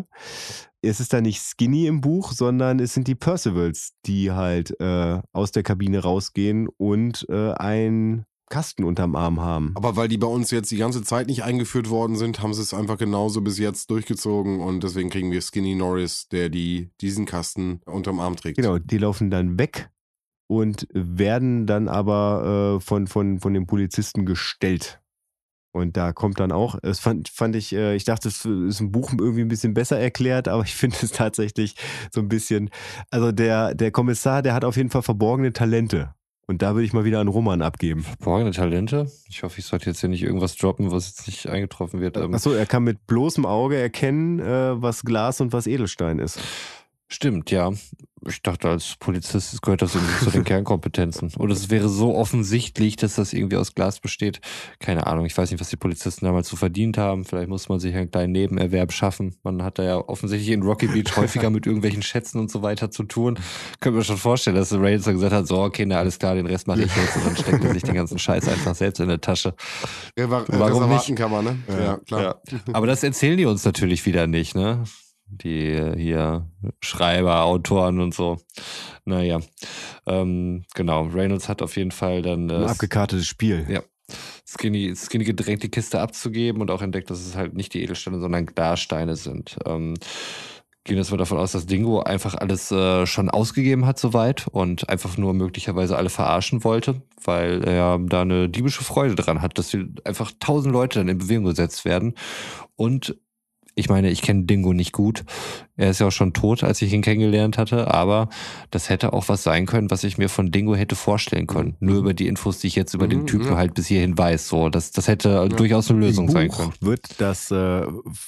Es ist da nicht Skinny im Buch, sondern es sind die Percivals, die halt äh, aus der Kabine rausgehen und äh, einen Kasten unterm Arm haben. Aber weil die bei uns jetzt die ganze Zeit nicht eingeführt worden sind, haben sie es einfach genauso bis jetzt durchgezogen und deswegen kriegen wir Skinny Norris, der die, diesen Kasten unterm Arm trägt. Genau, die laufen dann weg und werden dann aber äh, von, von, von den Polizisten gestellt. Und da kommt dann auch, es fand, fand ich, äh, ich dachte, es ist im Buch irgendwie ein bisschen besser erklärt, aber ich finde es tatsächlich so ein bisschen, also der, der Kommissar, der hat auf jeden Fall verborgene Talente. Und da würde ich mal wieder an Roman abgeben. Verborgene Talente? Ich hoffe, ich sollte jetzt hier nicht irgendwas droppen, was jetzt nicht eingetroffen wird. Ähm, Achso, er kann mit bloßem Auge erkennen, äh, was Glas und was Edelstein ist. Stimmt, ja. Ich dachte, als Polizist gehört das irgendwie zu den Kernkompetenzen. Und es wäre so offensichtlich, dass das irgendwie aus Glas besteht. Keine Ahnung, ich weiß nicht, was die Polizisten damals so verdient haben. Vielleicht muss man sich einen kleinen Nebenerwerb schaffen. Man hat da ja offensichtlich in Rocky Beach häufiger mit irgendwelchen Schätzen und so weiter zu tun. Könnte man schon vorstellen, dass Reynolds dann gesagt hat, so, okay, na alles klar, den Rest mache ich jetzt. Und dann steckt er sich den ganzen Scheiß einfach selbst in der Tasche. Rever Warum Reservatenkammer, ne? Ja, ja klar. Ja. Aber das erzählen die uns natürlich wieder nicht, ne? Die hier Schreiber, Autoren und so. Naja, ähm, genau. Reynolds hat auf jeden Fall dann Ein äh, abgekartetes Spiel. ja, Skinny, Skinny gedrängt, die Kiste abzugeben und auch entdeckt, dass es halt nicht die Edelsteine, sondern Glassteine sind. Ähm, gehen jetzt mal davon aus, dass Dingo einfach alles äh, schon ausgegeben hat soweit und einfach nur möglicherweise alle verarschen wollte, weil er da eine diebische Freude dran hat, dass die einfach tausend Leute dann in Bewegung gesetzt werden. Und ich meine, ich kenne Dingo nicht gut. Er ist ja auch schon tot, als ich ihn kennengelernt hatte, aber das hätte auch was sein können, was ich mir von Dingo hätte vorstellen können. Nur über die Infos, die ich jetzt über Mhm, den Typen ja. halt bis hierhin weiß. So, das, das hätte durchaus eine Lösung Im sein Buch können. wird das äh,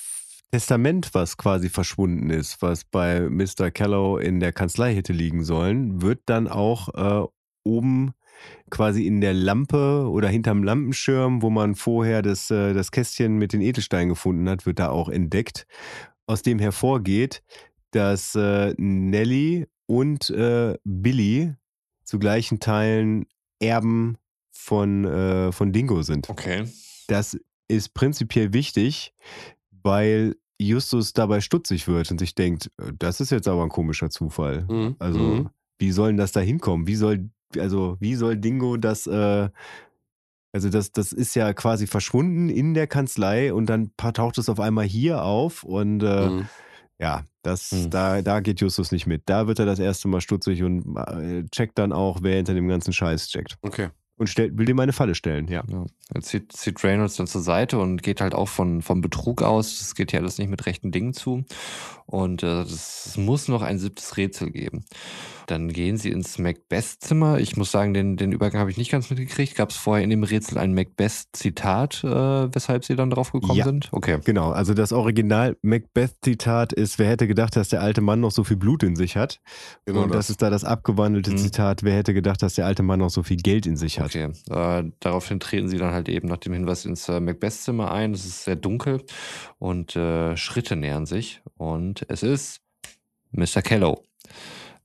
Testament, was quasi verschwunden ist, was bei Mister Callow in der Kanzlei hätte liegen sollen, wird dann auch äh, oben quasi in der Lampe oder hinterm Lampenschirm, wo man vorher das, äh, das Kästchen mit den Edelsteinen gefunden hat, wird da auch entdeckt. Aus dem hervorgeht, dass äh, Nelly und äh, Billy zu gleichen Teilen Erben von, äh, von Dingo sind. Okay. Das ist prinzipiell wichtig, weil Justus dabei stutzig wird und sich denkt, das ist jetzt aber ein komischer Zufall. Mhm. Also, Mhm. wie soll denn das da hinkommen? Wie soll, also, wie soll Dingo das, äh, also das, das ist ja quasi verschwunden in der Kanzlei und dann pa- taucht es auf einmal hier auf und äh, Mhm. ja, das, Mhm. da, da geht Justus nicht mit. Da wird er das erste Mal stutzig und äh, checkt dann auch, wer hinter dem ganzen Scheiß steckt. Okay. Und stellt, will dem eine Falle stellen, ja. Ja. Jetzt zieht, zieht Reynolds dann zur Seite und geht halt auch von, vom Betrug aus. Das geht ja alles nicht mit rechten Dingen zu. Und äh, das, es muss noch ein siebtes Rätsel geben. Dann gehen sie ins Macbeth-Zimmer. Ich muss sagen, den, den Übergang habe ich nicht ganz mitgekriegt. Gab es vorher in dem Rätsel ein Macbeth-Zitat, äh, weshalb sie dann drauf gekommen Ja. sind? Okay. Genau, also das Original Macbeth-Zitat ist, wer hätte gedacht, dass der alte Mann noch so viel Blut in sich hat? Genau und das. das. ist da das abgewandelte Mhm. Zitat, wer hätte gedacht, dass der alte Mann noch so viel Geld in sich hat? Okay, äh, daraufhin treten sie dann halt eben nach dem Hinweis ins äh, Macbeth-Zimmer ein. Es ist sehr dunkel und äh, Schritte nähern sich und es ist Mister Callow.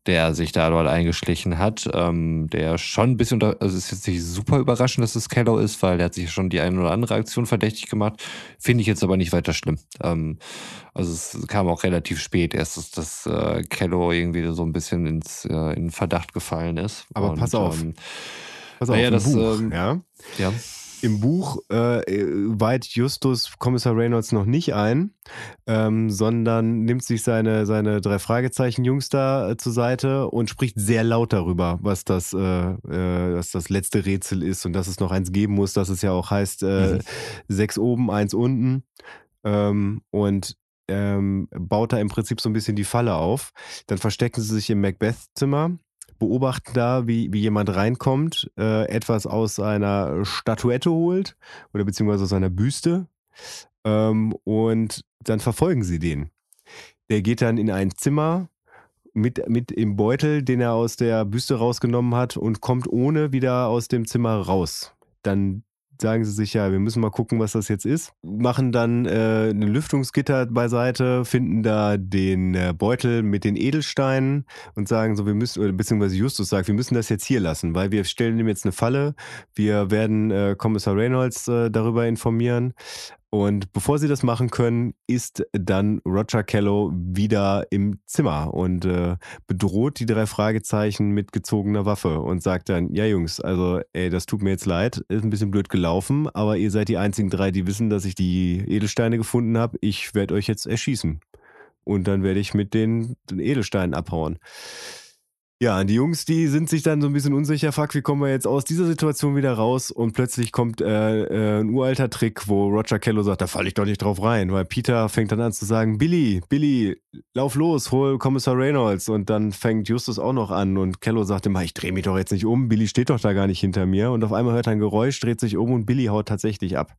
der sich da dort eingeschlichen hat, ähm, der schon ein bisschen, unter, also es ist jetzt nicht super überraschend, dass es Kello ist, weil der hat sich schon die eine oder andere Aktion verdächtig gemacht, finde ich jetzt aber nicht weiter schlimm. Ähm, also es kam auch relativ spät erst, dass, dass äh, Kello irgendwie so ein bisschen ins, äh, in Verdacht gefallen ist. Aber Und, pass auf, ähm, pass auf, naja, im das, Buch, ähm, ja? ja. Im Buch äh, weiht Justus Kommissar Reynolds noch nicht ein, ähm, sondern nimmt sich seine, seine drei Fragezeichen-Jungs da äh, zur Seite und spricht sehr laut darüber, was das, äh, äh, was das letzte Rätsel ist und dass es noch eins geben muss, dass es ja auch heißt, äh, Mhm. sechs oben, eins unten. Ähm, und ähm, baut da im Prinzip so ein bisschen die Falle auf. Dann verstecken sie sich im Macbeth-Zimmer, beobachten da, wie, wie jemand reinkommt, äh, etwas aus einer Statuette holt oder beziehungsweise aus einer Büste ähm, und dann verfolgen sie den. Der geht dann in ein Zimmer mit, mit im Beutel, den er aus der Büste rausgenommen hat und kommt ohne wieder aus dem Zimmer raus. Dann sagen sie sich, ja, wir müssen mal gucken, was das jetzt ist. Machen dann äh, ein Lüftungsgitter beiseite, finden da den äh, Beutel mit den Edelsteinen und sagen so, wir müssen, oder beziehungsweise Justus sagt, wir müssen das jetzt hier lassen, weil wir stellen ihm jetzt eine Falle. Wir werden äh, Kommissar Reynolds äh, darüber informieren. Und bevor sie das machen können, ist dann Roger Kello wieder im Zimmer und äh, bedroht die drei Fragezeichen mit gezogener Waffe und sagt dann, ja Jungs, also ey, das tut mir jetzt leid, ist ein bisschen blöd gelaufen, aber ihr seid die einzigen drei, die wissen, dass ich die Edelsteine gefunden habe. Ich werde euch jetzt erschießen. Und dann werde ich mit den, den Edelsteinen abhauen. Ja, die Jungs, die sind sich dann so ein bisschen unsicher, fuck, wie kommen wir jetzt aus dieser Situation wieder raus? Und plötzlich kommt äh, äh, ein uralter Trick, wo Roger Kello sagt, da falle ich doch nicht drauf rein, weil Peter fängt dann an zu sagen, Billy, Billy, lauf los, hol Kommissar Reynolds. Und dann fängt Justus auch noch an und Kello sagt immer, ich drehe mich doch jetzt nicht um, Billy steht doch da gar nicht hinter mir. Und auf einmal hört er ein Geräusch, dreht sich um und Billy haut tatsächlich ab.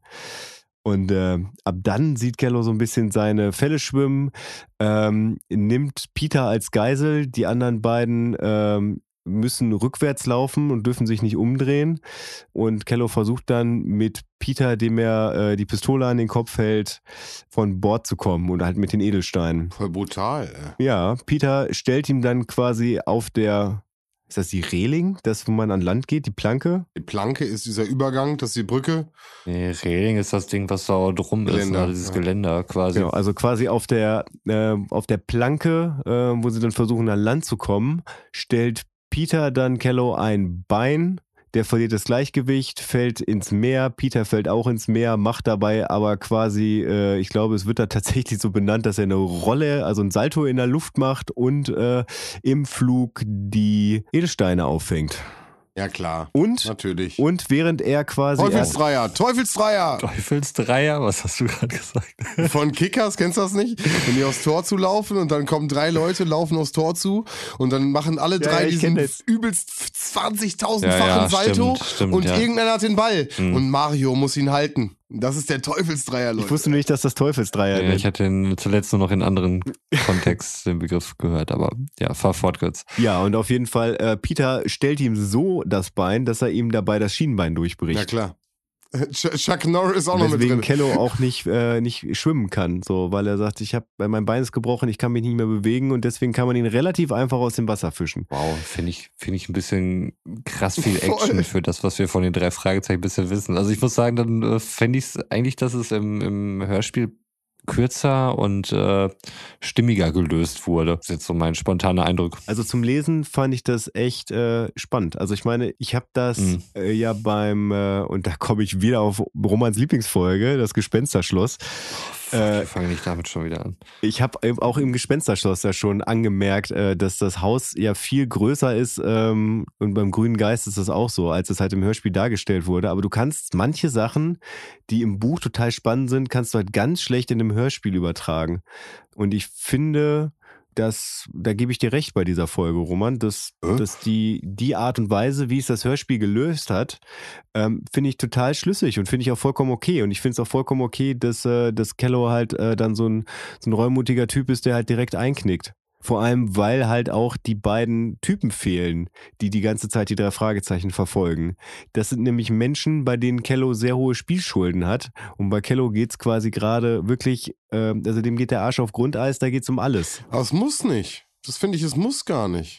Und äh, ab dann sieht Kello so ein bisschen seine Fälle schwimmen, ähm, nimmt Peter als Geisel, die anderen beiden ähm, müssen rückwärts laufen und dürfen sich nicht umdrehen. Und Kello versucht dann mit Peter, dem er äh, die Pistole an den Kopf hält, von Bord zu kommen und halt mit den Edelsteinen. Voll brutal. Ey. Ja, Peter stellt ihm dann quasi auf der, ist das die Reling, das wo man an Land geht, die Planke? Die Planke ist dieser Übergang, das ist die Brücke. Nee, Reling ist das Ding, was da drum Geländer, ist, ne? Dieses ja. Geländer quasi. Genau, also quasi auf der, äh, auf der Planke, äh, wo sie dann versuchen, an Land zu kommen, stellt Peter dann Kello ein Bein, der verliert das Gleichgewicht, fällt ins Meer, Peter fällt auch ins Meer, macht dabei aber quasi, äh, ich glaube, es wird da tatsächlich so benannt, dass er eine Rolle, also ein Salto in der Luft macht und äh, im Flug die Edelsteine auffängt. Ja, klar. Und, Natürlich. und während er quasi... Teufelsdreier, Teufelsdreier! Teufelsdreier, was hast du gerade gesagt? Von Kickers, kennst du das nicht? Wenn die aufs Tor zu laufen und dann kommen drei Leute, laufen aufs Tor zu und dann machen alle Ja, drei ja, ich kenn diesen das. übelst zwanzigtausendfachen Ja, ja, Salto stimmt, stimmt, und ja. irgendeiner hat den Ball Mhm. und Mario muss ihn halten. Das ist der Teufelsdreier, Leute. Ich wusste nur nicht, dass das Teufelsdreier Ja, nennt. ich hatte den zuletzt nur noch in anderen Kontext den Begriff gehört, aber ja, fahr fort kurz. Ja, und auf jeden Fall, äh, Peter stellt ihm so das Bein, dass er ihm dabei das Schienbein durchbricht. Ja, klar. Ch- Chuck Norris auch noch mit Weswegen drin. Kello auch nicht, äh, nicht schwimmen kann, so, weil er sagt, ich habe mein Bein ist gebrochen, ich kann mich nicht mehr bewegen und deswegen kann man ihn relativ einfach aus dem Wasser fischen. Wow, finde ich, finde ich ein bisschen krass viel Voll. Action für das, was wir von den drei Fragezeichen bisher wissen. Also ich muss sagen, dann äh, fände ich es eigentlich, dass es im, im Hörspiel kürzer und äh, stimmiger gelöst wurde. Das ist jetzt so mein spontaner Eindruck. Also zum Lesen fand ich das echt äh, spannend. Also ich meine, ich habe das Mhm. äh, ja beim, äh, und da komme ich wieder auf Romans Lieblingsfolge, das Gespensterschloss. Äh, Wir fangen nicht damit schon wieder an. Ich habe auch im Gespensterschloss ja schon angemerkt, äh, dass das Haus ja viel größer ist ähm, und beim Grünen Geist ist das auch so, als es halt im Hörspiel dargestellt wurde. Aber du kannst manche Sachen, die im Buch total spannend sind, kannst du halt ganz schlecht in einem Hörspiel übertragen. Und ich finde, dass, da gebe ich dir recht bei dieser Folge, Roman, dass, Äh? dass die, die Art und Weise, wie es das Hörspiel gelöst hat, ähm, finde ich total schlüssig und finde ich auch vollkommen okay. Und ich finde es auch vollkommen okay, dass, äh, dass Kello halt äh, dann so ein, so ein reumütiger Typ ist, der halt direkt einknickt. Vor allem, weil halt auch die beiden Typen fehlen, die die ganze Zeit die drei Fragezeichen verfolgen. Das sind nämlich Menschen, bei denen Kello sehr hohe Spielschulden hat. Und bei Kello geht's quasi gerade wirklich, äh, also dem geht der Arsch auf Grundeis, da geht's um alles. Aber es muss nicht. Das finde ich, es muss gar nicht.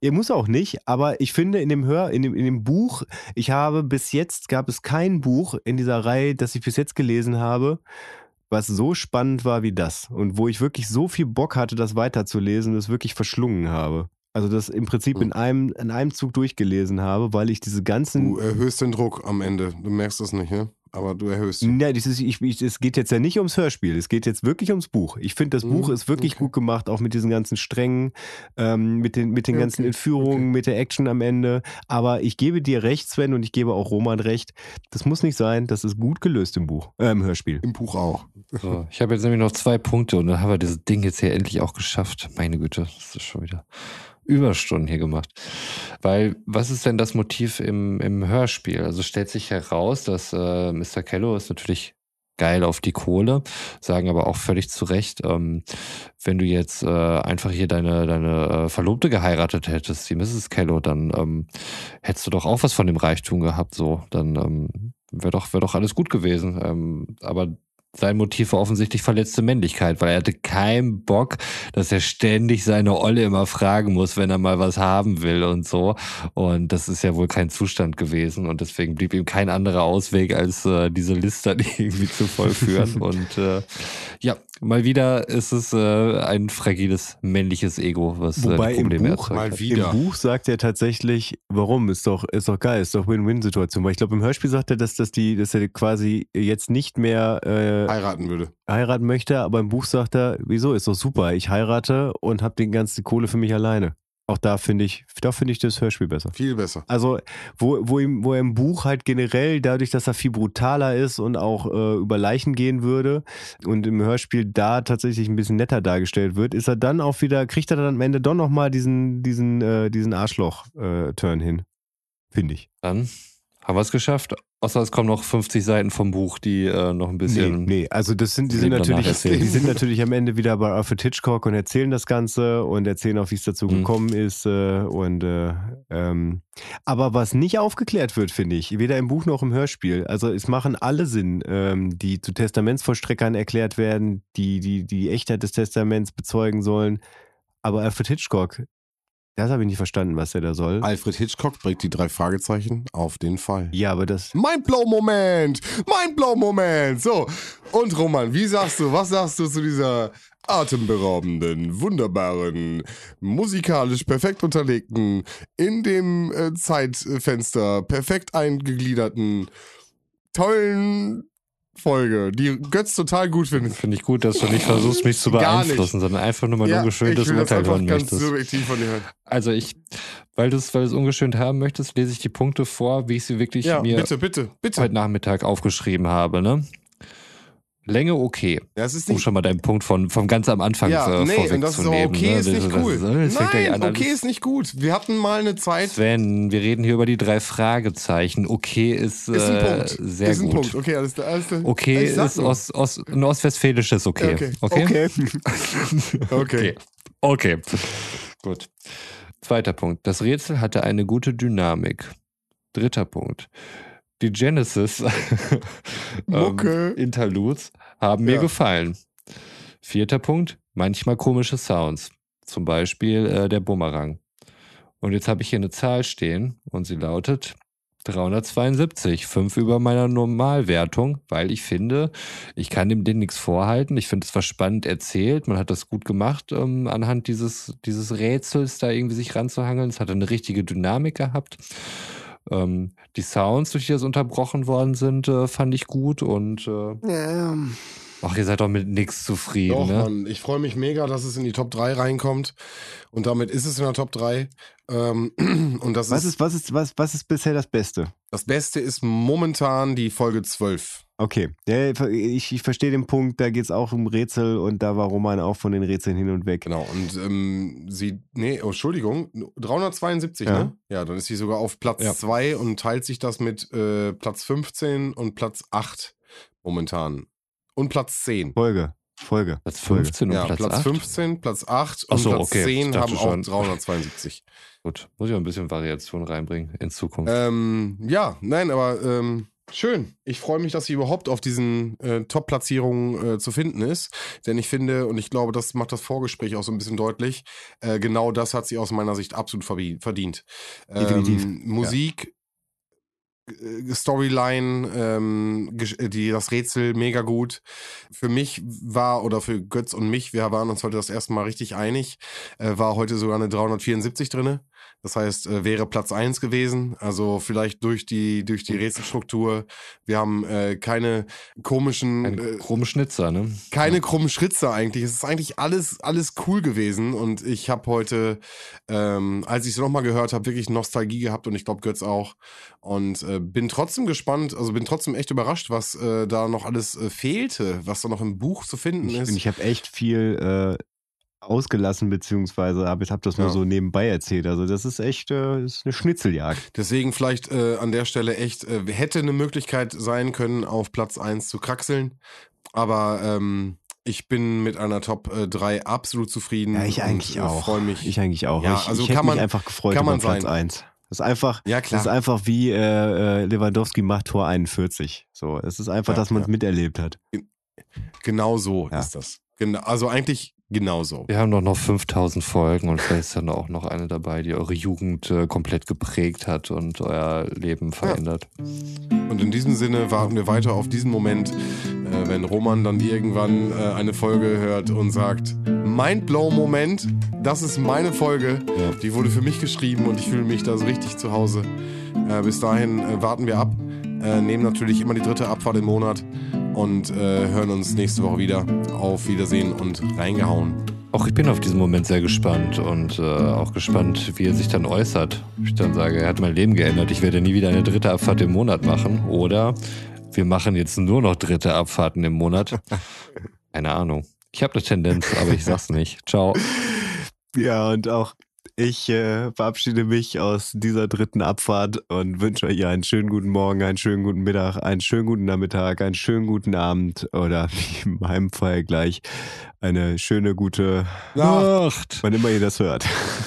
Ihr muss auch nicht, aber ich finde in dem Hör, in dem, in dem Buch, ich habe bis jetzt, gab es kein Buch in dieser Reihe, das ich bis jetzt gelesen habe, was so spannend war wie das und wo ich wirklich so viel Bock hatte, das weiterzulesen und es wirklich verschlungen habe. Also das im Prinzip in einem, in einem Zug durchgelesen habe, weil ich diese ganzen... Du erhöhst den Druck am Ende, du merkst das nicht, ne? Aber du erhöhst ihn. Ja, das ist, ich, ich, es geht jetzt ja nicht ums Hörspiel, es geht jetzt wirklich ums Buch. Ich finde, das Mhm, Buch ist wirklich okay. gut gemacht, auch mit diesen ganzen Strängen, ähm, mit den, mit den Ja, ganzen okay, Entführungen, okay. mit der Action am Ende. Aber ich gebe dir recht, Sven, und ich gebe auch Roman recht, das muss nicht sein, das ist gut gelöst im Buch, äh, im Hörspiel. Im Buch auch. So, ich habe jetzt nämlich noch zwei Punkte und dann haben wir dieses Ding jetzt hier endlich auch geschafft. Meine Güte, das ist schon wieder Überstunden hier gemacht. Weil, was ist denn das Motiv im, im Hörspiel? Also stellt sich heraus, dass äh, Mister Kello ist natürlich geil auf die Kohle, sagen aber auch völlig zu Recht, ähm, wenn du jetzt äh, einfach hier deine, deine äh, Verlobte geheiratet hättest, die Misses Kello, dann ähm, hättest du doch auch was von dem Reichtum gehabt, so. Dann ähm, wäre doch, wär doch alles gut gewesen. Ähm, aber sein Motiv war offensichtlich verletzte Männlichkeit, weil er hatte keinen Bock, dass er ständig seine Olle immer fragen muss, wenn er mal was haben will und so. Und das ist ja wohl kein Zustand gewesen. Und deswegen blieb ihm kein anderer Ausweg, als äh, diese Liste irgendwie zu vollführen. Und äh, ja, mal wieder ist es äh, ein fragiles männliches Ego, was Wobei äh, die im Probleme Buch- erzeugt Mal hat. wieder. Im Buch sagt er tatsächlich, warum? Ist doch, ist doch geil, ist doch Win-Win-Situation. Weil ich glaube, im Hörspiel sagt er, dass, dass, die, dass er quasi jetzt nicht mehr äh, Heiraten würde. heiraten möchte, aber im Buch sagt er, wieso, ist doch super, ich heirate und habe die ganze Kohle für mich alleine. Auch da finde ich, da finde ich das Hörspiel besser. Viel besser. Also, wo, wo, ihm, wo er im Buch halt generell, dadurch, dass er viel brutaler ist und auch äh, über Leichen gehen würde und im Hörspiel da tatsächlich ein bisschen netter dargestellt wird, ist er dann auch wieder, kriegt er dann am Ende doch nochmal diesen, diesen, äh, diesen Arschloch-Turn hin. Finde ich. Dann haben wir es geschafft. Außer es kommen noch fünfzig Seiten vom Buch, die äh, noch ein Nee, bisschen... nee, also das sind, die sind Leben danach natürlich, erzählen. die sind natürlich am Ende wieder bei Alfred Hitchcock und erzählen das Ganze und erzählen auch, wie es dazu Mhm. gekommen ist äh, und äh, ähm, aber was nicht aufgeklärt wird, finde ich, weder im Buch noch im Hörspiel. Also es machen alle Sinn, ähm, die zu Testamentsvollstreckern erklärt werden, die, die die Echtheit des Testaments bezeugen sollen. Aber Alfred Hitchcock, das habe ich nicht verstanden, was er da soll. Alfred Hitchcock bringt die drei Fragezeichen auf den Fall. Ja, aber das. Mindblow-Moment! Mindblow-Moment! So, und Roman, wie sagst du, was sagst du zu dieser atemberaubenden, wunderbaren, musikalisch perfekt unterlegten, in dem äh, Zeitfenster perfekt eingegliederten, tollen Folge, die Götz total gut findet? Finde ich gut, dass du nicht versuchst, mich zu Gar nicht. beeinflussen, sondern einfach nur mein Ja, ungeschöntes ich will das Urteil einfach hören ganz möchtest. subjektiv von dir hören. Also ich, weil du es weil du's ungeschönt haben möchtest, lese ich die Punkte vor, wie ich sie wirklich Ja, mir bitte, bitte, bitte. heute Nachmittag aufgeschrieben habe. Ne? Länge okay, Ja, es ist um nicht schon mal deinen Punkt von vom ganz am Anfang Ja, äh, nee, und das ist auch vorwegzunehmen. okay, ne? ist nicht Das- cool. Das, das fängt ja hier Nein, an, okay alles- ist nicht gut. Wir hatten mal eine Zeit. Sven, wir reden hier über die drei Fragezeichen. Okay ist, Ist ein äh, Punkt. sehr ist ein gut. Punkt. Okay, alles klar. Alles klar. Okay Ich sag ist nur. Ost, Ost, ein ostwestfälisches Okay. Okay. Okay. Okay. Okay. Okay. Gut. Zweiter Punkt. Das Rätsel hatte eine gute Dynamik. Dritter Punkt. Die Genesis Mucke. ähm, Interludes haben mir Ja. gefallen. Vierter Punkt. Manchmal komische Sounds. Zum Beispiel äh, der Bumerang. Und jetzt habe ich hier eine Zahl stehen und sie lautet dreihundertzweiundsiebzig. Fünf über meiner Normalwertung, weil ich finde, ich kann dem Ding nichts vorhalten. Ich finde, es war spannend erzählt. Man hat das gut gemacht, ähm, anhand dieses, dieses Rätsels da irgendwie sich ranzuhangeln. Es hatte eine richtige Dynamik gehabt. Ähm, die Sounds, durch die das unterbrochen worden sind, äh, fand ich gut und äh, Ja. ach, ihr seid doch mit nichts zufrieden, Doch, ne? Mann. Ich freue mich mega, dass es in die Top drei reinkommt. Und damit ist es in der Top drei. Ähm, und das Was ist, ist, was ist, was, was ist bisher das Beste? das Beste ist momentan die Folge zwölf. Okay, ja, ich, ich verstehe den Punkt, da geht es auch um Rätsel und da war Roman auch von den Rätseln hin und weg. Genau. Und ähm, sie, nee, oh, Entschuldigung, dreihundertzweiundsiebzig, Ja. ne? Ja, dann ist sie sogar auf Platz Ja. zwei und teilt sich das mit äh, Platz fünfzehn und Platz acht momentan. Und Platz zehn. Folge, Folge. Platz Folge. fünfzehn und Ja, Platz, Platz acht. fünfzehn, Platz acht Ach und so, Platz okay. zehn Ich dachte haben auch schon. dreihundertzweiundsiebzig. Gut, muss ich auch ein bisschen Variation reinbringen in Zukunft. ähm, ja, nein, aber ähm, Schön. Ich freue mich, dass sie überhaupt auf diesen äh, Top-Platzierungen äh, zu finden ist. Denn ich finde, und ich glaube, das macht das Vorgespräch auch so ein bisschen deutlich, äh, genau das hat sie aus meiner Sicht absolut verdient. Definitiv. Ähm, Musik, äh, Storyline, ähm, die, das Rätsel mega gut. Für mich war, oder für Götz und mich, wir waren uns heute das erste Mal richtig einig, äh, war heute sogar eine dreihundertvierundsiebzig drinne. Das heißt, äh, wäre Platz eins gewesen. Also vielleicht durch die durch die Rätselstruktur. Wir haben äh, keine komischen... Ein äh, krummen Schnitzer, ne? Keine krummen Schritze eigentlich. Es ist eigentlich alles, alles cool gewesen. Und ich habe heute, ähm, als ich es nochmal gehört habe, wirklich Nostalgie gehabt und ich glaube Götz auch. Und äh, bin trotzdem gespannt, also bin trotzdem echt überrascht, was äh, da noch alles äh, fehlte, was da noch im Buch zu finden Ich, ist. und ich habe echt viel äh, ausgelassen, beziehungsweise habe hab das nur Ja. so nebenbei erzählt. Also das ist echt äh, ist eine Schnitzeljagd. Deswegen vielleicht äh, an der Stelle echt, äh, hätte eine Möglichkeit sein können, auf Platz eins zu kraxeln. Aber ähm, ich bin mit einer Top drei absolut zufrieden. Ja, ich eigentlich und, äh, auch. Freu mich. Ich eigentlich auch. Ja, ich also ich kann hätte man- mich einfach gefreut kann über man Platz sein. eins. Das ist einfach, Ja, das klar. ist einfach wie äh, äh, Lewandowski macht Tor einundvierzig. So, es ist einfach, Ja, dass man es ja. miterlebt hat. Genau so Ja. ist das. Genau, also eigentlich genauso. Wir haben doch noch fünftausend Folgen und vielleicht ist dann auch noch eine dabei, die eure Jugend äh, komplett geprägt hat und euer Leben verändert. Und in diesem Sinne warten wir weiter auf diesen Moment, äh, wenn Roman dann irgendwann äh, eine Folge hört und sagt, Mindblow-Moment, das ist meine Folge, Ja. die wurde für mich geschrieben und ich fühle mich da so richtig zu Hause. Äh, bis dahin äh, warten wir ab, äh, nehmen natürlich immer die dritte Abfahrt im Monat und äh, hören uns nächste Woche wieder. Auf Wiedersehen und reingehauen. Auch ich bin auf diesen Moment sehr gespannt und äh, auch gespannt, wie er sich dann äußert. Ich dann sage, er hat mein Leben geändert, ich werde nie wieder eine dritte Abfahrt im Monat machen. Oder wir machen jetzt nur noch dritte Abfahrten im Monat. Keine Ahnung. Ich habe eine Tendenz, aber ich sag's nicht. Ciao. Ja, und auch ich äh, verabschiede mich aus dieser dritten Abfahrt und wünsche euch einen schönen guten Morgen, einen schönen guten Mittag, einen schönen guten Nachmittag, einen schönen guten Abend oder wie in meinem Fall gleich eine schöne gute Nacht. wann immer ihr das hört.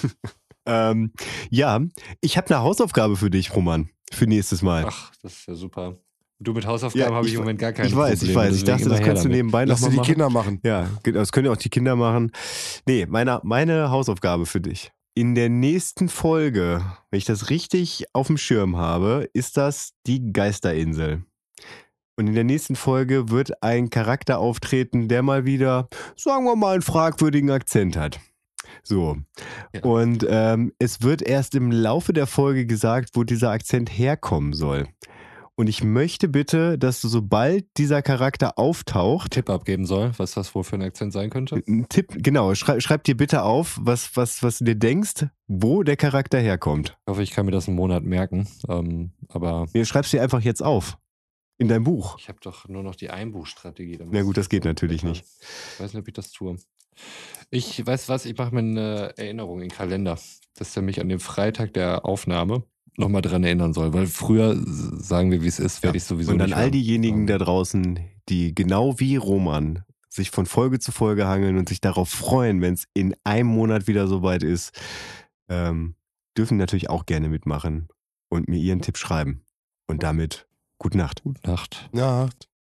ähm, ja, ich habe eine Hausaufgabe für dich, Roman, für nächstes Mal. Ach, das ist ja super. Du mit Hausaufgaben Ja, habe ich ich im Moment gar keine ich weiß, Probleme. ich weiß. Ich deswegen dachte, immer das her kannst du damit. nebenbei Lass nochmal dir die machen. Kinder machen. Ja, genau, das können ja auch die Kinder machen. Nee, meine, meine Hausaufgabe für dich. In der nächsten Folge, wenn ich das richtig auf dem Schirm habe, ist das die Geisterinsel. Und in der nächsten Folge wird ein Charakter auftreten, der mal wieder, sagen wir mal, einen fragwürdigen Akzent hat. So. Ja. Und ähm, es wird erst im Laufe der Folge gesagt, wo dieser Akzent herkommen soll. Und ich möchte bitte, dass du, sobald dieser Charakter auftaucht, Tipp abgeben soll, was das wohl für ein Akzent sein könnte. ein Tipp, genau, schreib, schreib dir bitte auf, was, was, was du dir denkst, wo der Charakter herkommt. Ich hoffe, ich kann mir das einen Monat merken. Ähm, aber Nee, schreib's dir einfach jetzt auf. In dein Buch. ich habe doch nur noch die Einbuchstrategie. Da Na muss gut, ich das geht so natürlich blättern. nicht. Ich weiß nicht, ob ich das tue. Ich weiß was, ich mache mir eine Erinnerung in den Kalender, dass er mich an den Freitag der Aufnahme nochmal dran erinnern soll. Weil früher, sagen wir, wie es ist, werde ich sowieso Und an nicht all hören. diejenigen Ähm, da draußen, die genau wie Roman sich von Folge zu Folge hangeln und sich darauf freuen, wenn es in einem Monat wieder soweit ist, ähm, dürfen natürlich auch gerne mitmachen und mir ihren Tipp schreiben. Und damit gute Nacht. Gute Nacht. Nacht.